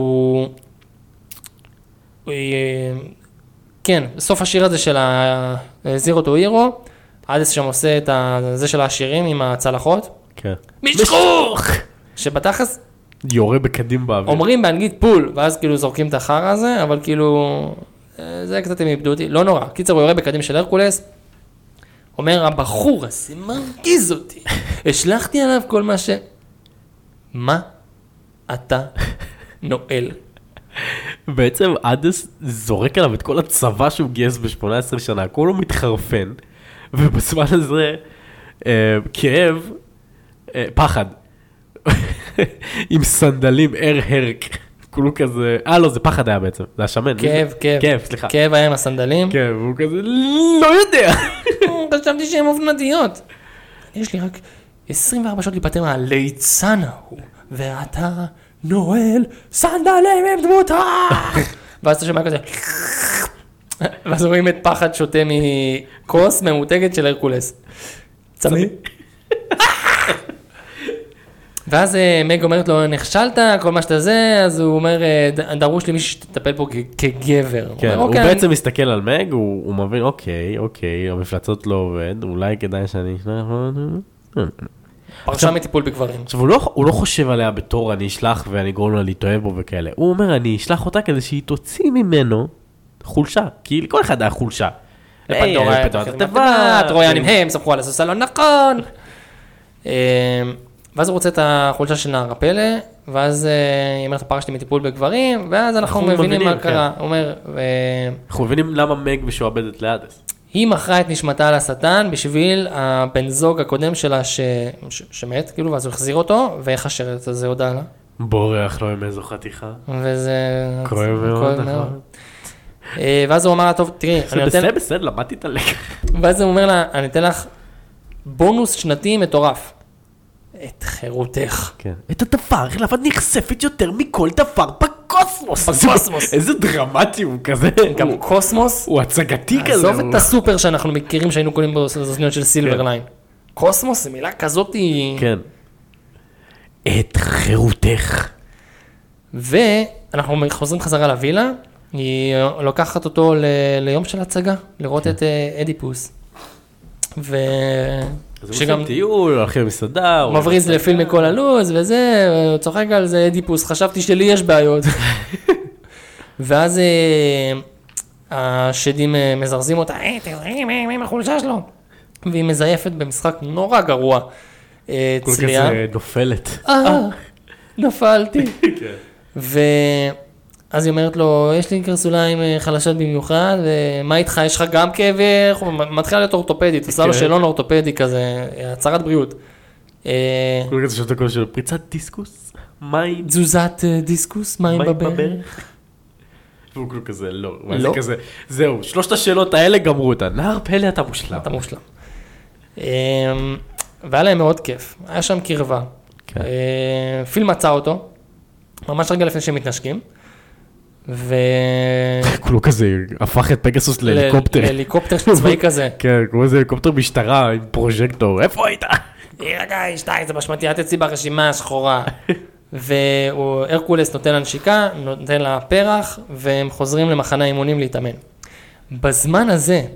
כן, בסוף השיר הזה של ה-Zero to Hero, אדס שם עושה את זה של השירים עם הצלחות. כן. משכוך! שבתכלס... יורה בקדים באוויר. אומרים באנגלית פול, ואז כאילו זורקים את החרא הזה, אבל כאילו, זה קצת הם איבדו אותי, לא נורא. קיצר, הוא יורה בקדים של הרקולס, אומר, הבחור הזה מרגיז אותי, השלחתי עליו כל מה מה אתה נועל? בעצם אדס זורק עליו את כל הצבא שהוא גייס ב-18 שנה, כולו מתחרפן, ובזמן הזה, כאב, פחד. עם סנדלים, הרק, כולו כזה, לא, זה פחד היה בעצם, זה השמן. כאב, סליחה. כאב היה עם הסנדלים. כן, והוא כזה, לא יודע. חשבתי שהן אופנתיות. יש לי רק 24 שעות להיפטר מהליצן ההוא, ואתה נואל, סנדלים עם דמותך! ואז אתה שומע כזה, ואז רואים את פחד שותה מכוס ממותגת של הרקולס. צמי. ואז מג אומרת לו, נכשלת, כל מה שאתה זה, אז הוא אומר, דרוש לי מישהו שתטפל פה כגבר. כן, הוא בעצם מסתכל על מג, הוא מבין, אוקיי, המפלצות לא עובד, אולי כדאי שאני פרשה מטיפול בגברים. עכשיו, הוא לא חושב עליה בתור אני אשלח ואני אגרום לה להתאהב בו וכאלה. הוא אומר, אני אשלח אותה כדי שהיא תוציא ממנו חולשה, כי לכל אחד היה חולשה. לפנדורה, טרויאנים הם, סמכו על הסוסה לא נכון. ואז הוא רוצה את החולשה של נער הפלא, ואז היא אומרת, פרשתי מטיפול בגברים, ואז אנחנו מבינים מה קרה. הוא אומר, אנחנו מבינים למה מג משועבדת לאדס. היא מכרה את נשמתה לשטן בשביל הבן זוג הקודם שלה שמת, כאילו, ואז הוא החזיר אותו, ואיך השרת הזה הודע לה. בורח לו עם איזו חתיכה. וזה כואב מאוד, נכון. ואז הוא אמר לה, טוב, תראי, בסדר, למדתי את הלקח. ואז הוא אומר לה, אני אתן לך בונוס שנתי מטורף. את חירותך. כן. את הדבר, אליו נחשפת יותר מכל דבר בקוסמוס. איזה דרמטי הוא כזה. גם קוסמוס. הוא הצגתי כזה. עזוב את הסופר שאנחנו מכירים שהיינו קוראים באוזניות של סילברליין. קוסמוס זה מילה כזאת. כן. את חירותך. ואנחנו חוזרים חזרה לווילה. היא לוקחת אותו ליום של הצגה, לראות את אדיפוס. אז הוא עושים טיול, הולכים למסעדה. הוא מבריז לפילם מכל הלוז וזה, הוא צוחק על זה, אדיפוס, חשבתי שלי יש בעיות. ואז השדים מזרזים אותה, תראי, מה החולשה שלו? והיא מזייפת במשחק נורא גרוע. כל כזה נופלת. נפלתי. אז היא אומרת לו, יש לי קרסוליים חלשות במיוחד, ומה איתך, יש לך גם כאבי, הוא מתחיל להיות אורתופדית, עושה לו שאלון אורתופדי כזה, הצהרת בריאות. כל כזה שאתה קורא שלו, פריצת דיסקוס, מים. תזוזת דיסקוס, מים בברך. והוא כאילו כזה, לא. לא? כזה, זהו, שלושת השאלות האלה גמרו אותה, נער פלא אתה מושלם. אתה מושלם. והיה להם מאוד כיף, היה שם קרבה. פיל מצא אותו, ממש רגע לפני שהם מתנשקים. כולו כזה, הפך את פגסוס להליקופטר. להליקופטר צבאי כזה. כן, כמו איזה הליקופטר משטרה עם פרוז'קטור, איפה היית? רגע, שתיים, זה בשמתי, את אצלי ברשימה השחורה. והרקולס נותן לה נשיקה, נותן לה פרח, והם חוזרים למחנה האימונים להתאמן. בזמן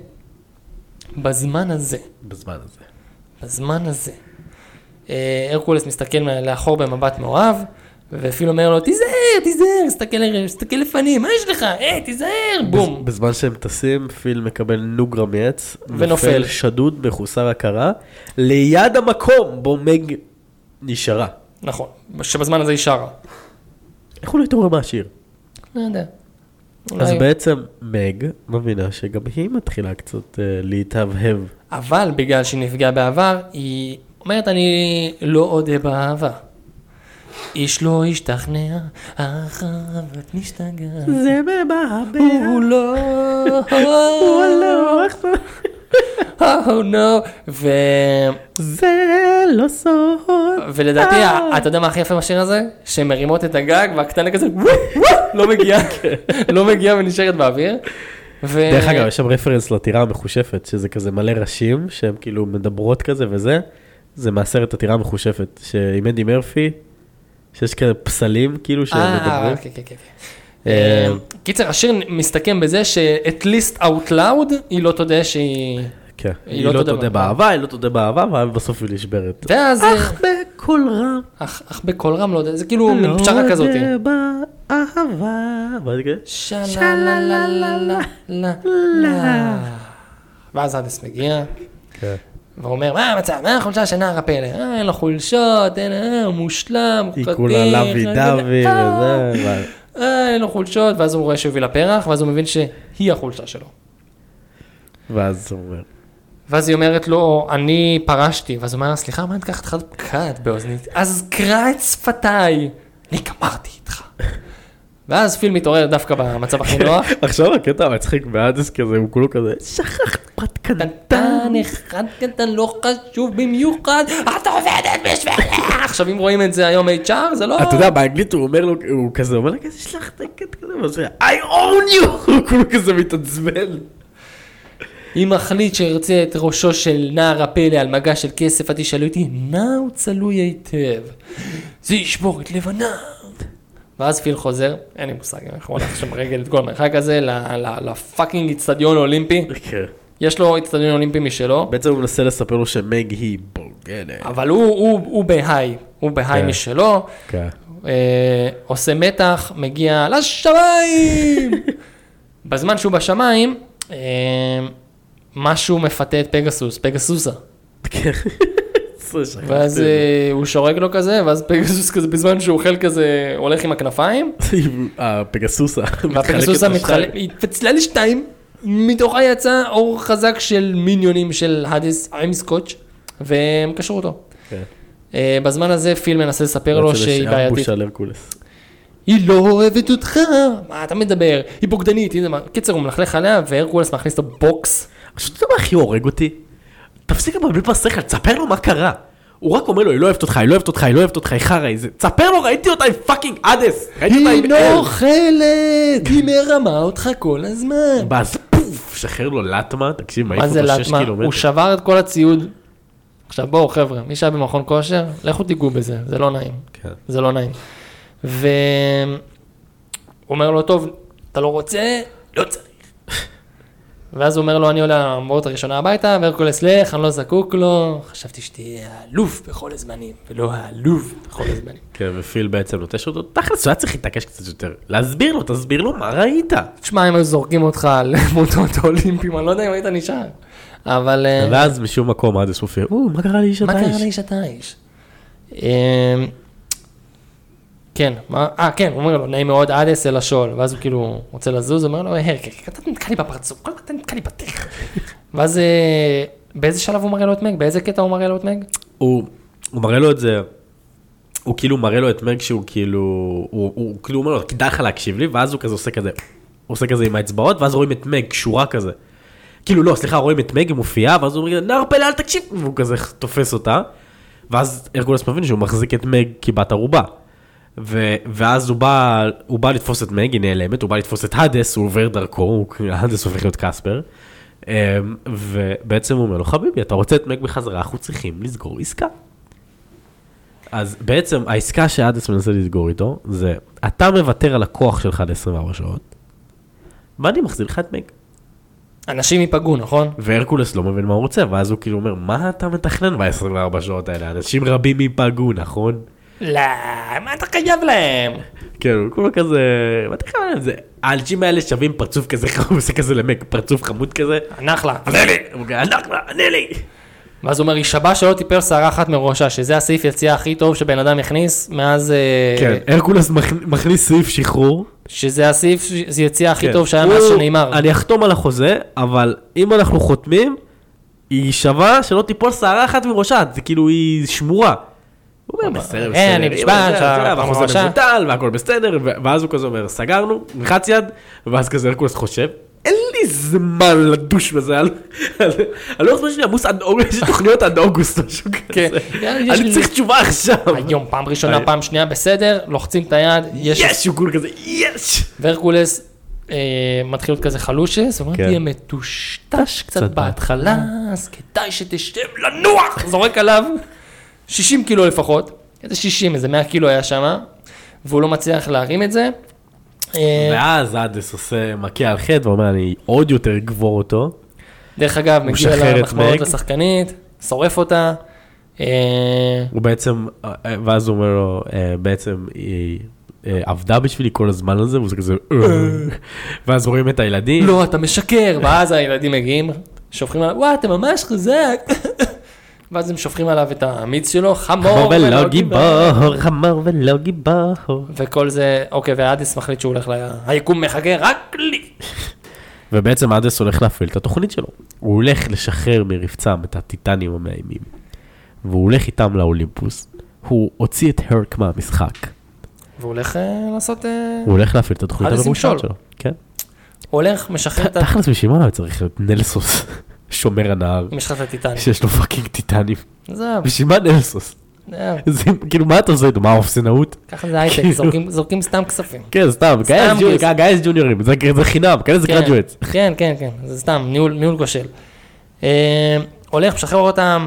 הזה, הרקולס מסתכל לאחור במבט מעורב, ואפיל אומר לו, תיזהר, תסתכל לפנים, מה יש לך? תיזהר, בום. בזמן שהם טסים, פיל מקבל נוגרה מעץ, ונופל שדוד בחוסר הכרה, ליד המקום בו מג נשארה. נכון, שבזמן הזה היא שרה. איך הוא לא התעורר מהשיר? לא יודע. אז בעצם מג מבינה שגם היא מתחילה קצת להתהבהב. אבל בגלל שהיא נפגעה בעבר, היא אומרת, אני לא אודה באהבה. איש לא השתכנע, האהבת משתגע. זה מבעבע. הוא לא. Oh no. זה לא סוד. ולדעתי, אתה יודע מה הכי יפה בשיר הזה? שהן מרימות את הגג, והקטנה כזה, לא מגיעה ונשארת באוויר. דרך אגב, יש שם רפרנס לטירה המחושפת, שזה כזה מלא ראשים, שהן כאילו מדברות כזה וזה. זה מהסרט הטירה המחושפת, שעם אדי מרפי, שיש כאלה פסלים כאילו שמדברים. כן. קיצר, השיר מסתכם בזה ש-at least out loud, היא לא תודה שהיא... כן, היא לא תודה באהבה, אבל בסוף היא נשברת. ואז... אך בכל רם. אך בכל רם, לא יודע, זה כאילו מין פשרה כזאת. לא תודה באהבה. מה זה כזה? שלללללללללה. ואז אדס מגיע. כן. והוא אומר, מה המצב? מה החולשה של נער הפלא? אין לו חולשות, הוא מושלם, היא כולה לוי דווי וזה. אין לו חולשות, ואז הוא רואה שהוא הביא לפרח, ואז הוא מבין שהיא החולשה שלו. ואז הוא אומר. ואז היא אומרת לו, אני פרשתי, ואז הוא אומר, סליחה, מה נתקחת לך קאט באוזנית? אז קרא את שפתיי, אני גמרתי איתך. ואז פיל מתעורר דווקא במצב הכי נוח. עכשיו הקטע מצחיק באדס כזה, הוא כולו כזה, שכחת פרט קטן. אחד קטן, לא חשוב במיוחד, אתה עובדת בשבילך. עכשיו אם רואים את זה היום HR, זה לא... אתה יודע, באנגלית הוא אומר לו, הוא כזה אומר, כזה שלח טקט כזה, וזה, I own you! הוא כולו כזה מתעצבן. אם מחליט שירצה את ראשו של נער הפלא על מגע של כסף, תשאלו אותי, מה הוא צלוי היטב? זה ישבור את לבניו. ואז פיל חוזר, אין לי מושג, אנחנו הולכים שם רגל את כל המרחק הזה, לפאקינג אצטדיון אולימפי. יש לו אצטדיון אולימפי משלו. בעצם הוא מנסה לספר לו שמג היא בוגנת. אבל הוא בהיי, הוא בהיי משלו. עושה מתח, מגיע לשמיים. בזמן שהוא בשמיים, משהו מפתה את פגסוסה. ואז הוא שורק לו כזה, ואז פגסוס כזה, בזמן שהוא אוכל כזה, הולך עם הכנפיים. הפגסוסה. והפגסוסה התפצלה לשתיים, מתוכה יצא אור חזק של מיניונים של הדס עם סקוץ', והם קשרו אותו. בזמן הזה פיל מנסה לספר לו שהיא בעייתית. היא לא אוהבת אותך, מה אתה מדבר? היא בוגדנית, קיצר הוא מלכלך עליה, והרקולס מכניס לו בוקס. עכשיו, אתה יודע מה הכי הורג אותי? תפסיק לבלבל בשכל, תספר לו מה קרה. הוא רק אומר לו, היא לא אוהבת אותך, היא לא אוהבת אותך, היא לא אוהבת אותך, היא חרה, תספר לו, ראיתי אותה עם פאקינג אדס. היא נוחלת, היא מרמה אותך כל הזמן. ואז פוף, שחרר לו לטמה, תקשיב, מה זה לטמה? הוא שבר את כל הציוד. עכשיו בואו חבר'ה, מי שהיה במכון כושר, לכו תיגעו בזה, זה לא נעים. זה לא נעים. והוא אומר לו, טוב, אתה לא רוצה? לא צריך. ואז הוא אומר לו, אני עולה למרות הראשונה הביתה, והרקולס לך, אני לא זקוק לו, חשבתי שתהיה האלוף בכל הזמנים, ולא האלוף בכל הזמנים. כן, ופיל בעצם נוטש אותו, תכלס, הוא היה צריך להתעקש קצת יותר, להסביר לו, תסביר לו מה ראית. תשמע, אם היו זורקים אותך על מוטות האולימפיים, אני לא יודע אם היית נשאר, אבל... ואז משום מקום, עד הסופי, מה קרה לאיש אתה איש? מה קרה לאיש אתה איש? כן, כן, הוא אומר לו, נעים מאוד עדס אל השול, ואז הוא כאילו רוצה לזוז, הוא אומר לו, אתה נתקע לי בפרצוף, אתה נתקע לי בתך. ואז באיזה שלב הוא מראה לו את מג? באיזה קטע הוא מראה לו את מג? הוא מראה לו את זה, הוא כאילו מראה לו את מג שהוא כאילו, הוא כאילו אומר לו, כדאי לך להקשיב לי, ואז הוא כזה עושה כזה עם האצבעות, ואז רואים את מג קשורה כזה. כאילו לא, סליחה, רואים את מג, היא מופיעה, ואז הוא אומר, נער פלא, אל תקשיב, והוא כזה תופס אותה, ואז הרקולס מבין שהוא מחזיק את מג כבת ערובה. ואז הוא בא לתפוס את מג, היא נעלמת, הוא בא לתפוס את הדס, הוא עובר דרכו, הדס הופך להיות קספר, ובעצם הוא אומר לו, חביבי, אתה רוצה את מג בחזרה, אנחנו צריכים לסגור עסקה. אז בעצם העסקה שהדס מנסה לסגור איתו, זה, אתה מוותר על הכוח שלך ל-24 שעות, ואני מחזיר לך את מג. אנשים ייפגעו, נכון? והרקולס לא מבין מה הוא רוצה, ואז הוא כאילו אומר, מה אתה מתכנן ב-24 שעות האלה? אנשים רבים ייפגעו, נכון? לא, מה אתה חייב להם? כן, הוא כולו כזה, מה אתה חייב להם? האנשים האלה שווים פרצוף כזה חמוד, עושה כזה למק, פרצוף חמוד כזה. הנחלה. ענה לי. הוא אומר, הנחלה, ענה לי. ואז הוא אומר, ישבע שלא טיפל שערה אחת מראשה, שזה הסעיף יציאה הכי טוב שבן אדם יכניס, מאז... כן, הרקולס מכניס סעיף שחרור. שזה הסעיף יציאה הכי טוב שהיה מאז שנאמר. אני אחתום על החוזה, אבל אם אנחנו חותמים, היא שווה שלא טיפול שערה אחת מראשה, זה כאילו היא שמורה. הוא אומר, בסדר, אני נשבע, והחוזה מבוטל, והכל בסדר, ואז הוא כזה אומר, סגרנו, נלחץ יד, ואז כזה הרקולס חושב, אין לי זמן לדוש בזה, אני לא חושב שאני עמוס עד אוגוסט, יש תוכניות עד אוגוסט, משהו כזה, אני צריך תשובה עכשיו. היום, פעם ראשונה, פעם שנייה, בסדר, לוחצים את היד, יש, הוא כזה, יש. והרקולס מתחיל להיות כזה חלושס, הוא אומר, תהיה מטושטש קצת בהתחלה, אז כדאי שתשב לנוח, זורק עליו. 60 קילו לפחות, איזה 60, איזה 100 קילו היה שם, והוא לא מצליח להרים את זה. ואז אדס עושה מכה על חטא, ואומר, אני עוד יותר גבור אותו. דרך אגב, מגיע למחמאות לשחקנית, שורף אותה. הוא בעצם, ואז הוא אומר לו, בעצם היא עבדה בשבילי כל הזמן הזה, והוא כזה, ואז רואים את הילדים. לא, אתה משקר, ואז הילדים מגיעים, שופכים עליו, וואי, אתה ממש חזק. ואז הם שופכים עליו את המיץ שלו, חמור ולא גיבור, חמור ולא גיבור. וכל זה, אוקיי, והאדס מחליט שהוא הולך היקום מחכה רק לי. ובעצם האדס הולך להפעיל את התוכנית שלו. הוא הולך לשחרר מרבצם את הטיטנים המאיימים. והוא הולך איתם לאולימפוס. הוא הוציא את הרק מהמשחק. והוא הולך לעשות... הוא הולך להפעיל את התוכנית המרושעת שלו. כן. הוא הולך, משחרר את... תכלס בשביל מה צריך להיות נלסוס. שומר הנהר. משחרר את הטיטנים. שיש לו פאקינג טיטנים. זהו. בשביל מה נלסוס? כאילו, מה אתה עושה איתו? מה, אופסנאות? ככה זה הייטק, זורקים סתם כספים. כן, סתם, גייס ג'וניורים, זה חינם, כאלה זה גרדואט. כן, זה סתם, ניהול כושל. הולך, משחרר אותם,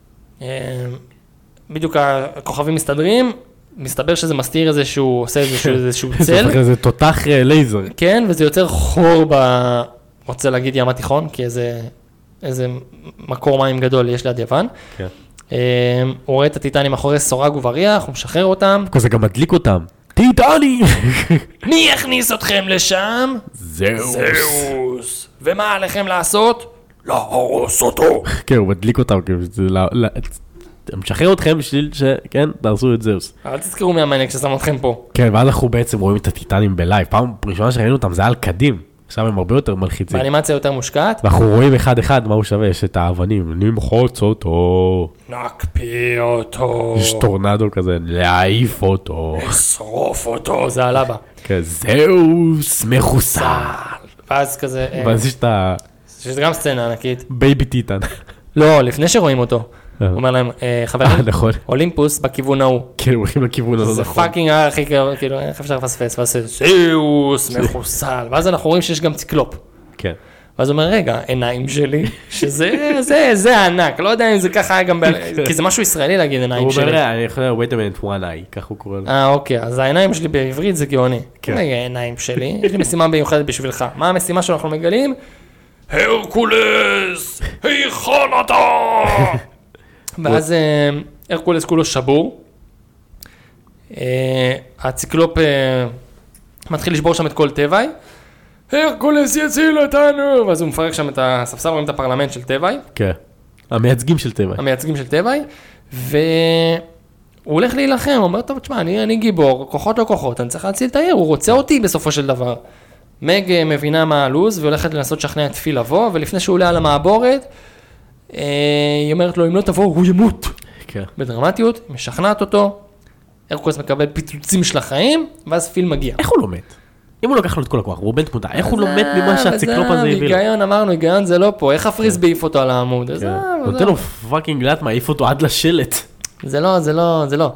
בדיוק הכוכבים מסתדרים, מסתבר שזה מסתיר איזשהו, עושה איזשהו צל. זה תותח לייזר. כן, וזה יוצר חור רוצה להגיד ים התיכון, כי איזה מקור מים גדול יש ליד יוון. כן. הוא רואה את הטיטנים אחורי סורג ובריח, הוא משחרר אותם. זה גם מדליק אותם. טיטנים! מי יכניס אתכם לשם? זהוס. ומה עליכם לעשות? להרוס אותו. כן, הוא מדליק אותם, משחרר אתכם בשביל שכן, תעשו את זהוס. אל תזכרו מהמניאק ששם אתכם פה. כן, ואז אנחנו בעצם רואים את הטיטנים בלייב. פעם ראשונה שראינו אותם זה היה על קדים. עכשיו הם הרבה יותר מלחיצים. באנימציה יותר מושקעת. ואנחנו רואים אחד מה הוא שווה, יש את האבנים. נמחוץ אותו. נקפיא אותו. יש טורנדו כזה, להעיף אותו. לשרוף אותו. זה עלה בה. כן, זהוס מחוסל. ואז כזה... ואז יש את ה... שזה גם סצנה ענקית. בייבי טיטן. לא, לפני שרואים אותו. הוא אומר להם, חברים, נכון. אולימפוס בכיוון ההוא. כן, הולכים לכיוון הזה. זה פאקינג הכי כאילו, איך אפשר לפספס? ואז זה זהוס מחוסל. ואז אנחנו רואים שיש גם ציקלופ. כן. ואז הוא אומר, רגע, עיניים שלי, שזה ענק. לא יודע אם זה ככה היה גם, כי זה משהו ישראלי להגיד עיניים שלי. הוא אומר, אני יכול להגיד, wait a minute, one eye, ככה הוא קורא לו. אוקיי, אז העיניים שלי בעברית זה גאוני. רגע, העיניים שלי, יש לי משימה מיוחדת בשבילך. מה המשימה שאנחנו מגלים? הרקולס, היכן אתה? ואז הרקולס כולו שבור. הציקלופ מתחיל לשבור שם את כל טבעי. הרקולס יציל אותנו! ואז הוא מפרק שם את הספסל, רואים את הפרלמנט של טבעי. כן, המייצגים של טבעי. והוא הולך להילחם, הוא אומר, טוב, תשמע, אני גיבור, כוחות לא כוחות, אני צריך להציל את העיר, הוא רוצה אותי בסופו של דבר. מג מבינה מה הלוז, והולכת לנסות לשכנע את פיל לבוא, ולפני שהוא עולה על המעבורת, היא אומרת לו, אם לא תבוא, הוא ימות. כן. בדרמטיות, משכנעת אותו, הרקולס מקבל פיצוצים של החיים, ואז פיל מגיע. איך הוא לא מת? אם הוא לוקח לו את כל הכוח, הוא בן תמותה, איך הוא לא מת ממה שהציקלופ הזה הביא לו? היגיון, אמרנו, היגיון זה לא פה, איך הפריס בעיף אותו על העמוד? נותן לו פאקינג לאט, מעיף אותו עד לשלט. זה לא.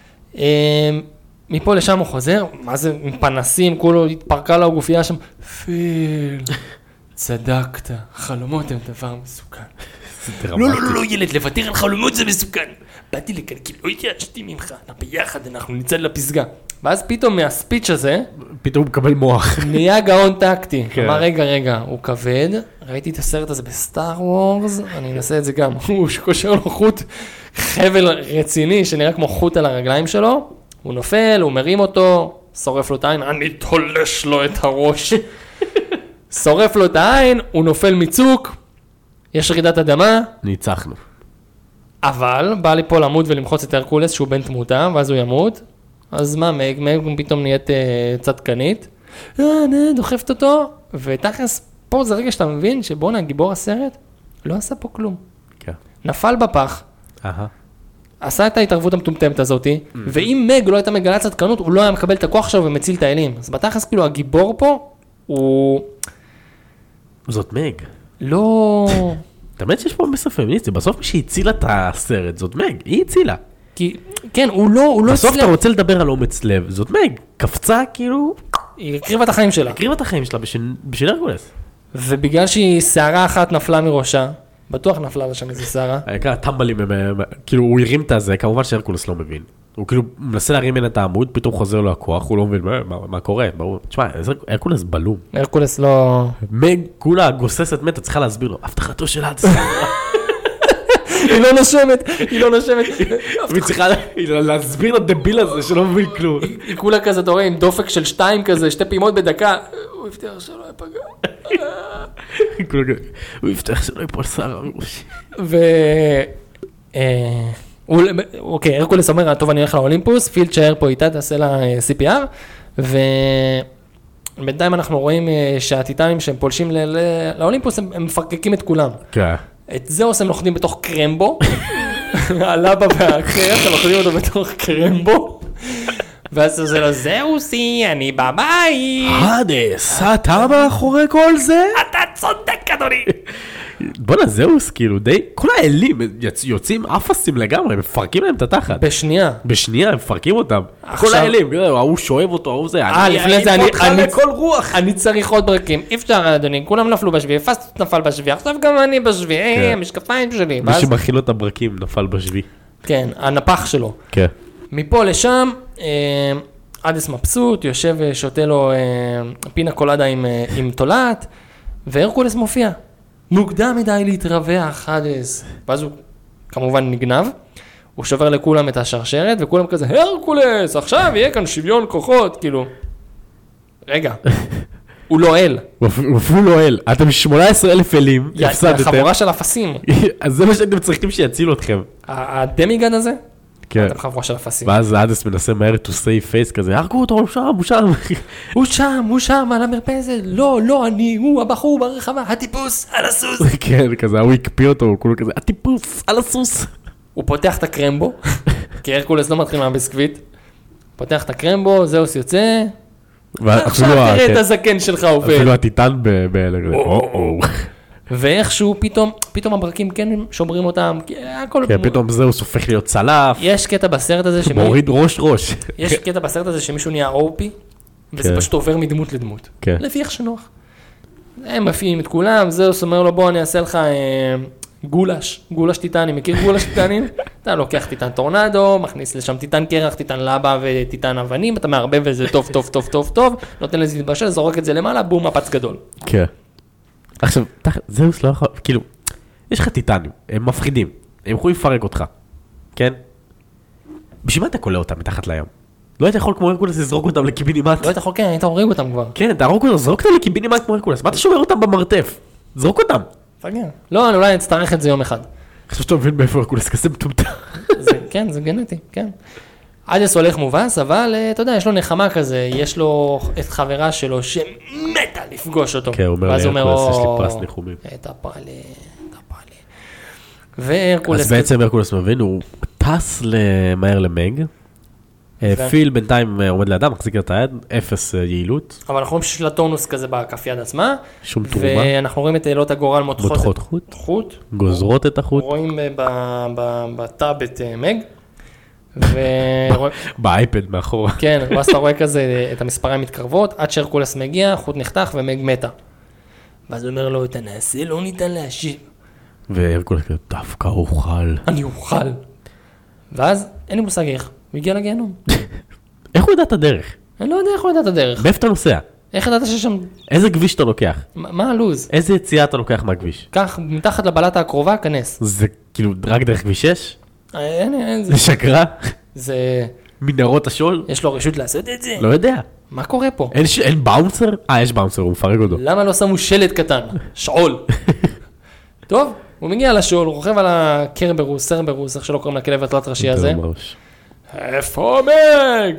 מפה לשם הוא חוזר, מה זה, עם פנסים, כולו התפרקה לו גופייה שם, פיל, צדקת, חלומות הם דבר מסוכן. לא, ילד, לוותר על חלומות זה מסוכן. באתי לכאן, כי לא התייאשתי ממך, ביחד אנחנו נצא לפסגה. ואז פתאום מהספיץ' הזה, פתאום הוא מקבל מוח. נהיה גאון טקטי. אמר, רגע, הוא כבד, ראיתי את הסרט הזה בסטאר וורס, אני אנסה את זה גם, הוא שקושר לו חוט, חבל רציני שנראה כמו חוט על הרגליים שלו, הוא נופל, הוא מרים אותו, שורף לו את העין, אני תולש לו את הראש. שורף לו את העין, הוא נופל מצוק, יש רעידת אדמה. ניצחנו. אבל בא לי פה למות ולמחוץ את הרקולס שהוא בן תמותה, ואז הוא ימות. אז מה, מג פתאום נהיית צדקנית. דוחפת אותו, ותכלס, פה זה רגע שאתה מבין שבונה, גיבור הסרט, לא עשה פה כלום. כן. נפל בפח. עשה את ההתערבות המטומטמת הזאת, ואם מג לא הייתה מגלה צדקנות, הוא לא היה מקבל את הכוח שלו ומציל את האלים. אז בתכלס, כאילו, הגיבור פה, הוא... זאת מג. לא... תמיד שיש פה מסר פמיניסטי, בסוף מי שהצילה את הסרט, זאת מג, היא הצילה. כי, כן, הוא לא... בסוף אתה רוצה לדבר על אומץ לב, זאת מג, קפצה כאילו... היא הקריבה את החיים שלה. הקריבה את החיים שלה בשביל הרקולס. ובגלל שהיא שערה אחת נפלה מראשה, בטוח נפלה לשם איזה שערה. הטמבלים, כאילו הוא הרים את הזה, כמובן שהרקולס לא מבין. הוא כאילו מנסה להרים מן את העמוד, פתאום חוזר לו הכוח, הוא לא מבין מה קורה. תשמע, הרקולס בלום. הרקולס לא... מג כולה גוססת מתה, צריכה להסביר לו, הבטחתו של עד היא לא נושמת. היא צריכה להסביר לדביל הזה שלא מבין כלום. היא כולה כזה, אתה רואה, עם דופק של 2 כזה, 2 פעימות בדקה. הוא הבטיח שלא יפגע. הוא הבטיח שלא יפול שר הראש. אוקיי, הרקולס אומר, טוב, אני הולך לאולימפוס, פיל תשאר פה איתה, תעשה לה CPR, ובינתיים אנחנו רואים שהטיטנים שהם פולשים לאולימפוס, הם מפרקקים את כולם. כן. את זהוס הם לוכדים בתוך קרמבו, הלבה והקרח, הם לוכדים אותו בתוך קרמבו, ואז זה לו, זהוסי, אני בבית. הדס, אתה מאחורי כל זה? אתה צודק, אדוני. בוא'נה, זהוס, כאילו, די, כל האלים יוצאים אפסים לגמרי, מפרקים להם את התחת. בשנייה. בשנייה, הם מפרקים אותם. עכשיו- כל האלים, ההוא שואב אותו, ההוא זה, לפני זה אעיף אותך לכל רוח. אני צריך עוד ברקים. אי אפשר, אדוני, כולם נפלו בשביעי, פסט נפל בשביעי, עכשיו גם אני בשביעי, כן. המשקפיים שלי. מי ואז- שמכיל לו את הברקים נפל בשבי. כן, הנפח שלו. כן. מפה לשם, אדס מבסוט, יושב ושותה לו פינה קולדה עם תולעת, והרקולס מופיע. מוקדם מדי להתרווח, אדס. ואז הוא כמובן נגנב, הוא שובר לכולם את השרשרת, וכולם כזה, הרקולס, עכשיו יהיה כאן שוויון כוחות, כאילו. רגע, הוא לא אל. הוא אפילו לא אל. אתם 18,000 אלים, הפסדתם. חבורה של אפסים. אז זה מה שאתם צריכים שיצילו אתכם. הדמיגד הזה, כן. אתם חבורה של אפסים. ואז אדס מנסה מהר to save face כזה, הרגו אותו, הוא שם, הוא שם. הוא שם, על המרפסת, לא, אני, הוא הבחור ברחבה, הטיפוס, על הסוס. כן, כזה, הוא הקפיא אותו, הוא כולו כזה, הטיפוס, על הסוס. הוא פותח את הקרמבו, כי הרקולס לא מתחיל מהביסקוויט. פותח את הקרמבו, זהוס יוצא. עכשיו תראה את הזקן שלך עובד. אפילו הטיטן באלה, ואיכשהו פתאום הברקים כן שומרים אותם. הכל... כן, פתאום זהוס הופך להיות צלף, יש קטע בסרט הזה מוריד ראש. יש קטע בסרט הזה שמישהו נהיה OP, וזה כן. פשוט עובר מדמות לדמות. כן. לפי איך שנוח. הם מפיעים את כולם, זהוס אומר לו בוא אני אעשה לך גולש טיטני, מכיר גולש טיטנים? אתה לוקח טיטן טורנדו, מכניס לשם טיטן קרח, טיטן לבה וטיטן אבנים, אתה מערבב וזה טוב, נותן לזה להתבשל, זורק את זה למעלה, בום, מפץ גדול. כן. עכשיו, זהוס לא יכול, כאילו, יש לך טיטנים, הם מפחידים, הם יכולים לפרק אותך, כן? בשביל מה אתה קולה אותם מתחת לים? לא היית יכול כמו הרקולס לזרוק אותם לקיבינימט? לא היית יכול, כן, היית הורג אותם כבר. כן, תהרוג אותם, זרוק אותם לקיבינימט כמו הרקולס, מה אתה שובר אותם במרתף? זרוק אותם. פגר. לא, אולי נצטרך את זה יום אחד. עכשיו שאתה מבין מאיפה הרקולס כזה מטומטם. כן, זה גנטי, כן. אדס הולך מובס, אבל אתה יודע, יש לו נחמה כזה, יש לו את חברה שלו שמתה לפגוש אותו. כן, הוא אומר ואז להרקולס, יש לי פרס ניחומים. את הפעלה. והרקולס... אז בעצם הרקולס מבין, הוא טס מהר למג, פיל בינתיים עומד לידם, מחזיק את היד, 0 יעילות. אבל אנחנו רואים שיש לה טונוס כזה בכף יד עצמה. שום תרומה. ואנחנו רואים את אלות הגורל מותחות חוט. גוזרות את החוט. רואים בטאב את מג. באייפד מאחורה. כן, ואז אתה רואה כזה את המספריים מתקרבות, עד שהרקולס מגיע, חוט נחתך ומג מתה. ואז הוא אומר לו, אתה נעשה, לא ניתן להשיב. והרקולס כזה, דווקא אוכל. אני אוכל. ואז אין לי מושג איך, הוא הגיע לגיהנום. איך הוא ידע את הדרך? אני לא יודע איך הוא ידע את הדרך. מאיפה אתה נוסע? איך ידעת ששם... איזה כביש אתה לוקח? מה הלוז? איזה יציאה אתה לוקח מהכביש? קח מתחת לבלטה הקרובה, כנס. זה כאילו רק דרך כביש 6? אין, זה שקרה? זה... מנהרות השול? יש לו רשות לעשות את זה? לא יודע. מה קורה פה? אין באונסר? יש באונסר, הוא מפרק אותו. למה לא שמו שלט קטן? שאול. טוב, הוא מגיע לשאול, הוא רוכב על הקרברוס, סרברוס, איך שלא קוראים לכלב התלת ראשי הזה. איפה מג?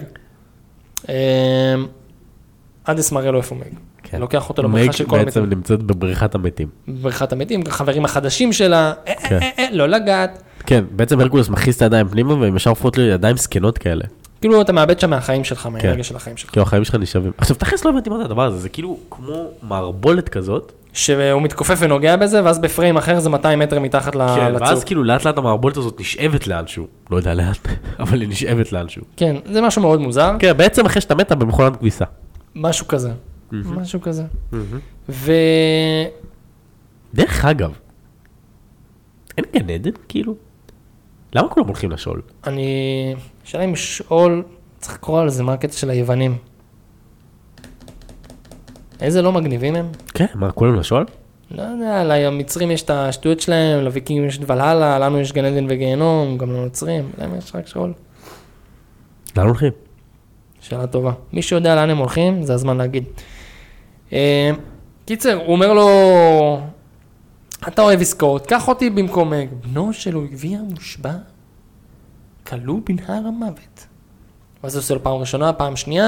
אדס מראה לו איפה מג. לוקח אותו לבריכה של כל מג המתים. בעצם נמצאת בבריכת המתים. בבריכת המתים, חברים החדשים שלה, לא לגעת. כן, בעצם הרקולס מכניס את הידיים פנימה, והם ישר הופכות לי ידיים סקנות כאלה. כאילו אתה מאבד שם מהחיים שלך, מהרגע של החיים שלך. כאילו החיים שלך נשאבים. עכשיו תכלס לא הבנתי מה זה הדבר הזה, זה כאילו כמו מערבולת כזאת. שהוא מתכופף ונוגע בזה, ואז בפריים אחר זה 200 מטר מתחת כן, לצוק. ואז כאילו לאט לאט המערבולת הזאת נשאבת לאנשהו. לא יודע לאט, אבל היא נשאבת לאנשהו. כן, זה משהו מאוד מוזר. כן, בעצם אחרי שאתה מתה במכונת כביסה. משהו כזה. משהו כזה. דרך אגב, אין גן עדן כאילו? למה כולם הולכים לשאול? שאלה אם שאול, צריך לקרוא על זה מה הקטע של היוונים. איזה לא מגניבים הם? כן, מה, כולם לשאול? לא יודע, למצרים יש את השטויות שלהם, לוויקינגים יש את ולהלה, לנו יש גן עדן וגיהנום, גם לנוצרים, למה יש רק שאול? לאן הולכים? שאלה טובה. מי שיודע לאן הם הולכים, זה הזמן להגיד. קיצר, הוא אומר לו, אתה אוהב עסקאות, קח אותי במקום מג. בנו שלו הגביע מושבע, כלוא בנהר המוות. ואז הוא עושה לו פעם ראשונה, פעם שנייה,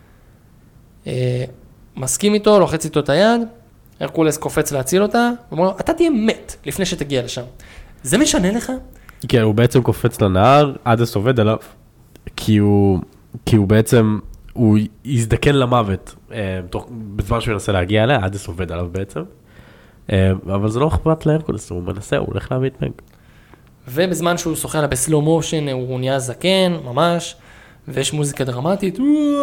מסכים איתו, לוחץ איתו את היד, הרקולס קופץ להציל אותה, ואומר לו, אתה תהיה מת לפני שתגיע לשם. זה משנה לך? כן, הוא בעצם קופץ לנהר, אדס עובד עליו, כי הוא בעצם, הוא יזדקן למוות, בזמן שהוא ינסה להגיע אליה, אדס עובד עליו בעצם, אבל זה לא אכפת להרקולס, הוא מנסה, הוא הולך להביא את מג. ובזמן שהוא שוחה לה בסלו מושן, הוא נהיה זקן, ממש, ויש מוזיקה דרמטית,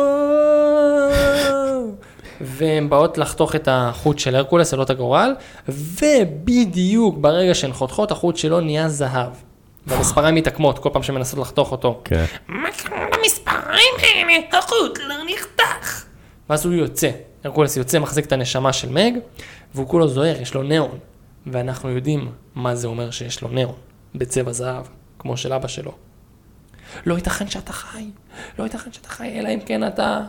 והן באות לחתוך את החוט של הרקולס, אלות הגורל, ובדיוק ברגע שהן חותכות, החוט שלו נהיה זהב. והמספריים מתעקמות, כל פעם שמנסות לחתוך אותו. כן. מה קרה למספריים האלה? החוט לא נחתך. ואז הוא יוצא, הרקולס יוצא, מחזיק את הנשמה של מג, והוא כולו זוהר, יש לו ניאון. ואנחנו יודעים מה זה אומר שיש לו ניאון, בצבע זהב, כמו של אבא שלו. לא ייתכן שאתה חי, לא ייתכן שאתה חי, אלא אם כן אתה...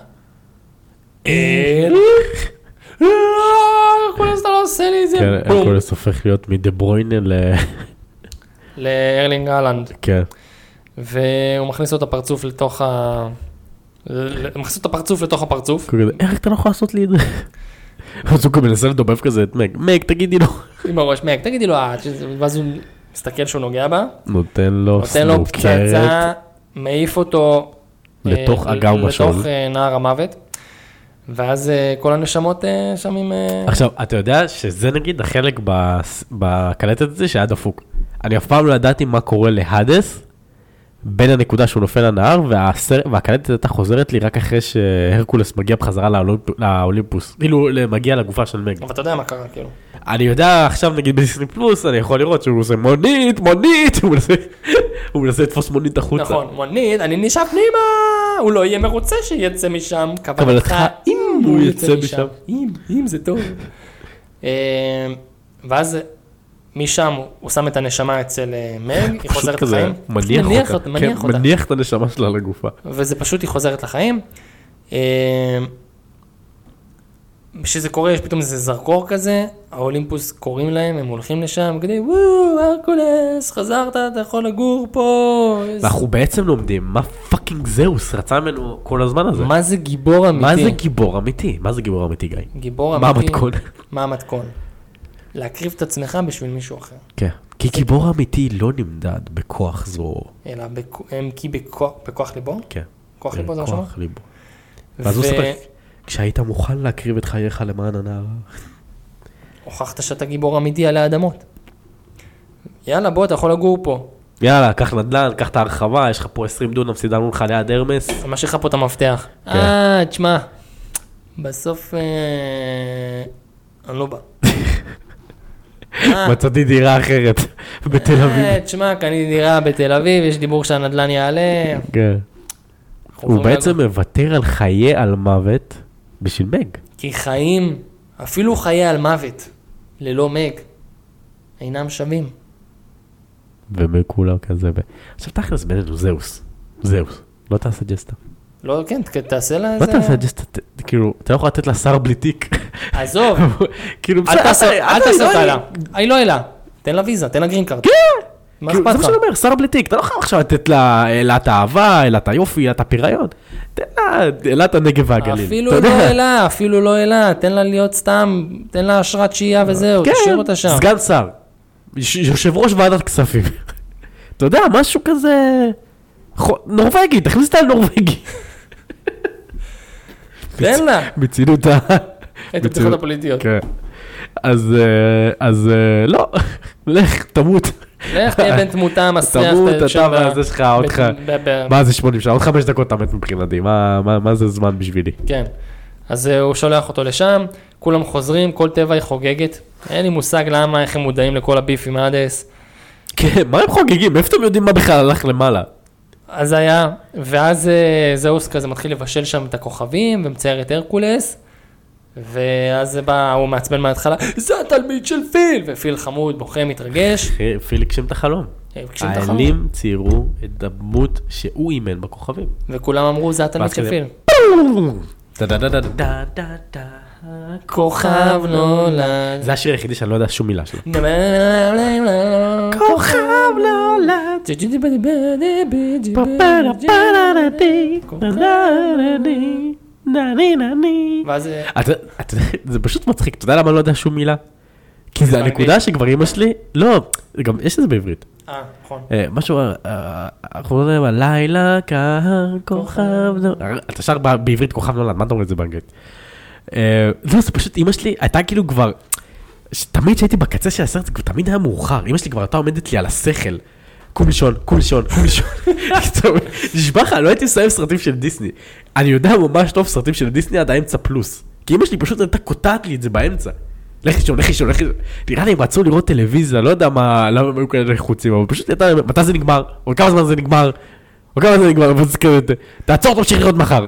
הרקולס, אתה לא עושה לי את זה. כן, הרקולס הופך להיות מדה ברוינה לארלינג הלנד. כן. והוא מכניס לו את הפרצוף לתוך מכניס לו את הפרצוף לתוך הפרצוף. איך אתה לא יכול לעשות לי את זה? אז הוא מנסה לדובב כזה את מג. מג, תגידי לו. עם הראש, מג, תגידי לו, ואז הוא מסתכל שהוא נוגע בה. נותן לו פצצה, מעיף אותו לתוך אגם השול. לתוך נהר המוות. ואז כל הנשמות שם עם... עכשיו, אתה יודע שזה נגיד החלק בקלטת הזה שהיה דפוק. אני אף פעם לא ידעתי מה קורה להדס, בין הנקודה שהוא נופל לנהר, והקלטת הייתה חוזרת לי רק אחרי שהרקולס מגיע בחזרה לאולימפוס. כאילו, מגיע לגופה של מג. אבל אתה יודע מה קרה, כאילו. אני יודע, עכשיו נגיד בדיסני פלוס, אני יכול לראות שהוא עושה מונית, הוא מנסה לתפוס מונית החוצה. נכון, מונית, אני נשאר פנימה, הוא לא יהיה מרוצה שיצא משם, כוונתך אם הוא יצא משם. אם זה טוב. ואז משם הוא שם את הנשמה אצל מג, היא חוזרת לחיים. מניח את הנשמה שלה לגופה. וזה פשוט, היא חוזרת לחיים. כשזה קורה, יש פתאום איזה זרקור כזה, האולימפוס קוראים להם, הם הולכים לשם, כדי, וואו, הרקולס, חזרת, אתה יכול לגור פה. ואנחנו בעצם לומדים, מה פאקינג זהוס רצה ממנו כל הזמן הזה? מה זה גיבור אמיתי? מה זה גיבור אמיתי? מה זה גיבור אמיתי, גיא? גיבור מה אמיתי. המתכון? מה המתכון? להקריב את עצמך בשביל מישהו אחר. כן. כי גיבור אמיתי לא נמדד בכוח זו. אלא כי בכוח ליבו? כן. כוח ליבו זה משהו? בכוח ליבו. ואז הוא ספק, כשהיית מוכן להקריב את חייך למען הנער. הוכחת שאתה גיבור אמיתי על האדמות. יאללה, בוא, אתה יכול לגור פה. יאללה, קח נדל"ן, קח את ההרחבה, יש לך פה 20 דונם, סידרנו לך ליד הרמס. מה שלך פה את המפתח. תשמע, בסוף אני לא בא. מצאתי דירה אחרת בתל אביב. תשמע, קניתי דירה בתל אביב, יש דיבור שהנדל"ן יעלה. כן. הוא בעצם מוותר על חיי על מוות בשביל מג. כי חיים, אפילו חיי על מוות, ללא מג, אינם שווים. ומג כולה כזה. עכשיו תכלס בינינו זהוס. זהוס. לא תעשה ג'סטה. לא, כן, תעשה לה לא איזה... תעשה ג'סטה, כאילו, אתה לא יכול לתת לה שר בלי תיק. עזוב. כאילו, אל תעשה אותה לה. היא לא אלה. תן לה ויזה, תן לה גרין קארד. כן. מה זה אכפת מה לך? שאני אומר, שר בלי תיק, אתה לא יכול עכשיו לתת לה אלת האהבה, אלת היופי, אלת הפיריון, תן לה אלת הנגב והגליל. אפילו לא אלה, תן לה להיות סתם, תן לה אשרת שהייה וזהו, תשאיר אותה שם. סגן שר, יושב ראש ועדת כספים, אתה יודע, משהו כזה, נורווגי, תכניס את הנורווגי. תן לה. מצינו את הבדיחות הפוליטיות. כן. אז לא, לך, תמות. לך תהיה בן תמותה, מסריח. תמות, אתה והזה שלך, אותך. מה זה 80 שעה? עוד 5 דקות אתה מת מבחינתי, מה זה זמן בשבילי? כן. אז הוא שולח אותו לשם, כולם חוזרים, כל טבע היא חוגגת. אין לי מושג למה, איך הם מודעים לכל הביף עם האדס. כן, מה הם חוגגים? איפה אתם יודעים מה בכלל הלך למעלה? אז היה, ואז זהוס כזה מתחיל לבשל שם את הכוכבים, ומצייר את הרקולס, ואז בא, הוא מעצבן מההתחלה, זה התלמיד של פיל, ופיל חמוד, בוכה, מתרגש. פיל הגשים את החלום. האלים ציירו את הדמות שהוא אימן בכוכבים. וכולם אמרו, זה התלמיד של פיל. כוכב נולד. זה השיר היחידי שאני לא יודע שום מילה שלו. כוכב נולד. זה פשוט מצחיק, אתה יודע למה אני לא יודע שום מילה? כי זה הנקודה שכבר אמא שלי, לא, גם יש את זה בעברית. נכון. משהו, אנחנו לא יודעים, לילה קר, כוכב נולד. אתה שר בעברית כוכב נולד, מה אתה אומר את זה באנגלית? לא, זה פשוט, אמא שלי הייתה כאילו כבר תמיד שהייתי בקצה של הסרט, זה תמיד היה מאוחר. אמא שלי כבר הייתה עומדת לי על השכל. קום לישון, קום לישון, קום לישון. נשבע לך, לא הייתי מסיים סרטים של דיסני. אני יודע ממש טוב סרטים של דיסני עד האמצע פלוס. כי אמא שלי פשוט הייתה קוטעת לי את זה באמצע. לך לישון, לך לישון, לך לישון. נראה לי הם רצו לראות טלוויזיה, לא יודע למה הם היו כאלה לחוצים, אבל פשוט הייתה, מתי זה נגמר? או כמה זמן זה נגמר? או כמה זה נגמר? תעצור, תמשיך לראות מחר.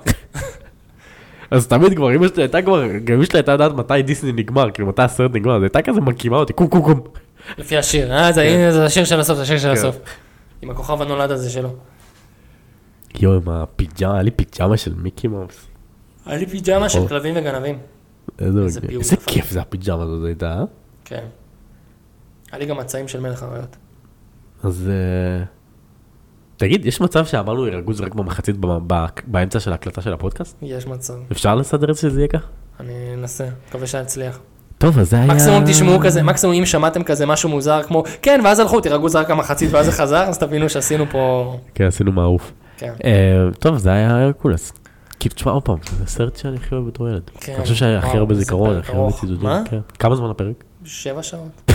אז תמיד כבר, אמא שלי הייתה כבר, גם אמא שלי הייתה יודעת מתי דיסני נגמר, כאילו מתי הסרט נגמר, זה הייתה כזה מקימה אותי, קום, קום, קום. לפי השיר, זה השיר של הסוף, זה השיר של הסוף. עם הכוכב הנולד הזה שלו. יואו, עם הפיג'מה, היה לי פיג'מה של מיקי מאוס. היה לי פיג'מה של כלבים וגנבים. איזה כיף זה הפיג'מה הזאת הייתה, אה? כן. היה לי גם מצעים של מלך הריות. אז תגיד, יש מצב שאמרנו ירגוז רק במחצית באמצע של ההקלטה של הפודקאסט? יש מצב. אפשר לסדר את זה שזה יהיה כך? אני אנסה, מקווה שנצליח. טוב, אז זה היה... מקסימום תשמעו כזה, מקסימום אם שמעתם כזה משהו מוזר כמו, כן, ואז הלכו, תירגוז רק המחצית ואז זה חזר, אז תבינו שעשינו פה... כן, עשינו מערוף. כן. טוב, זה היה הרקולס. כאילו, תשמע עוד פעם, זה סרט שאני הכי אוהב בתור ילד. אני חושב שהיה הכי הרבה זיכרון, הכי הרבה צידודים. מה? כמה זמן הפרק? 7 שעות.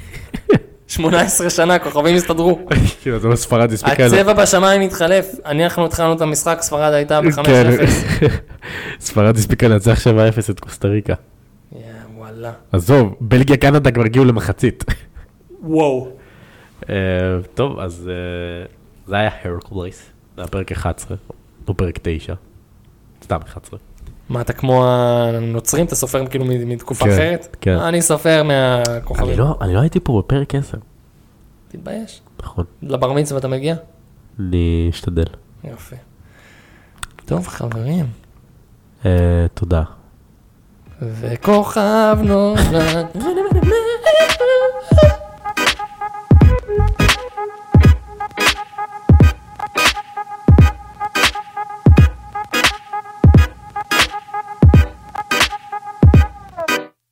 18 שנה, כוכבים הסתדרו. כאילו, זה לא ספרד הספיקה. הצבע בשמיים התחלף. אנחנו התחלנו את המשחק, ספרד הייתה ב-5-0. ספרד הספיקה לנצח 7-0 את קוסטה ריקה. וואלה. עזוב, בלגיה קנדה כבר הגיעו למחצית. וואו. טוב, אז זה היה הרקולס. זה היה פרק 11, או פרק 9. סתם 11. מה, אתה כמו הנוצרים? אתה סופר כאילו מתקופה אחרת? כן. אני סופר מהכוכבים. אני לא הייתי פה בפרק 10. תתבייש. נכון. לבר מצווה אתה מגיע? אני אשתדל. יופי. טוב, חברים. תודה. וכוכב נולד.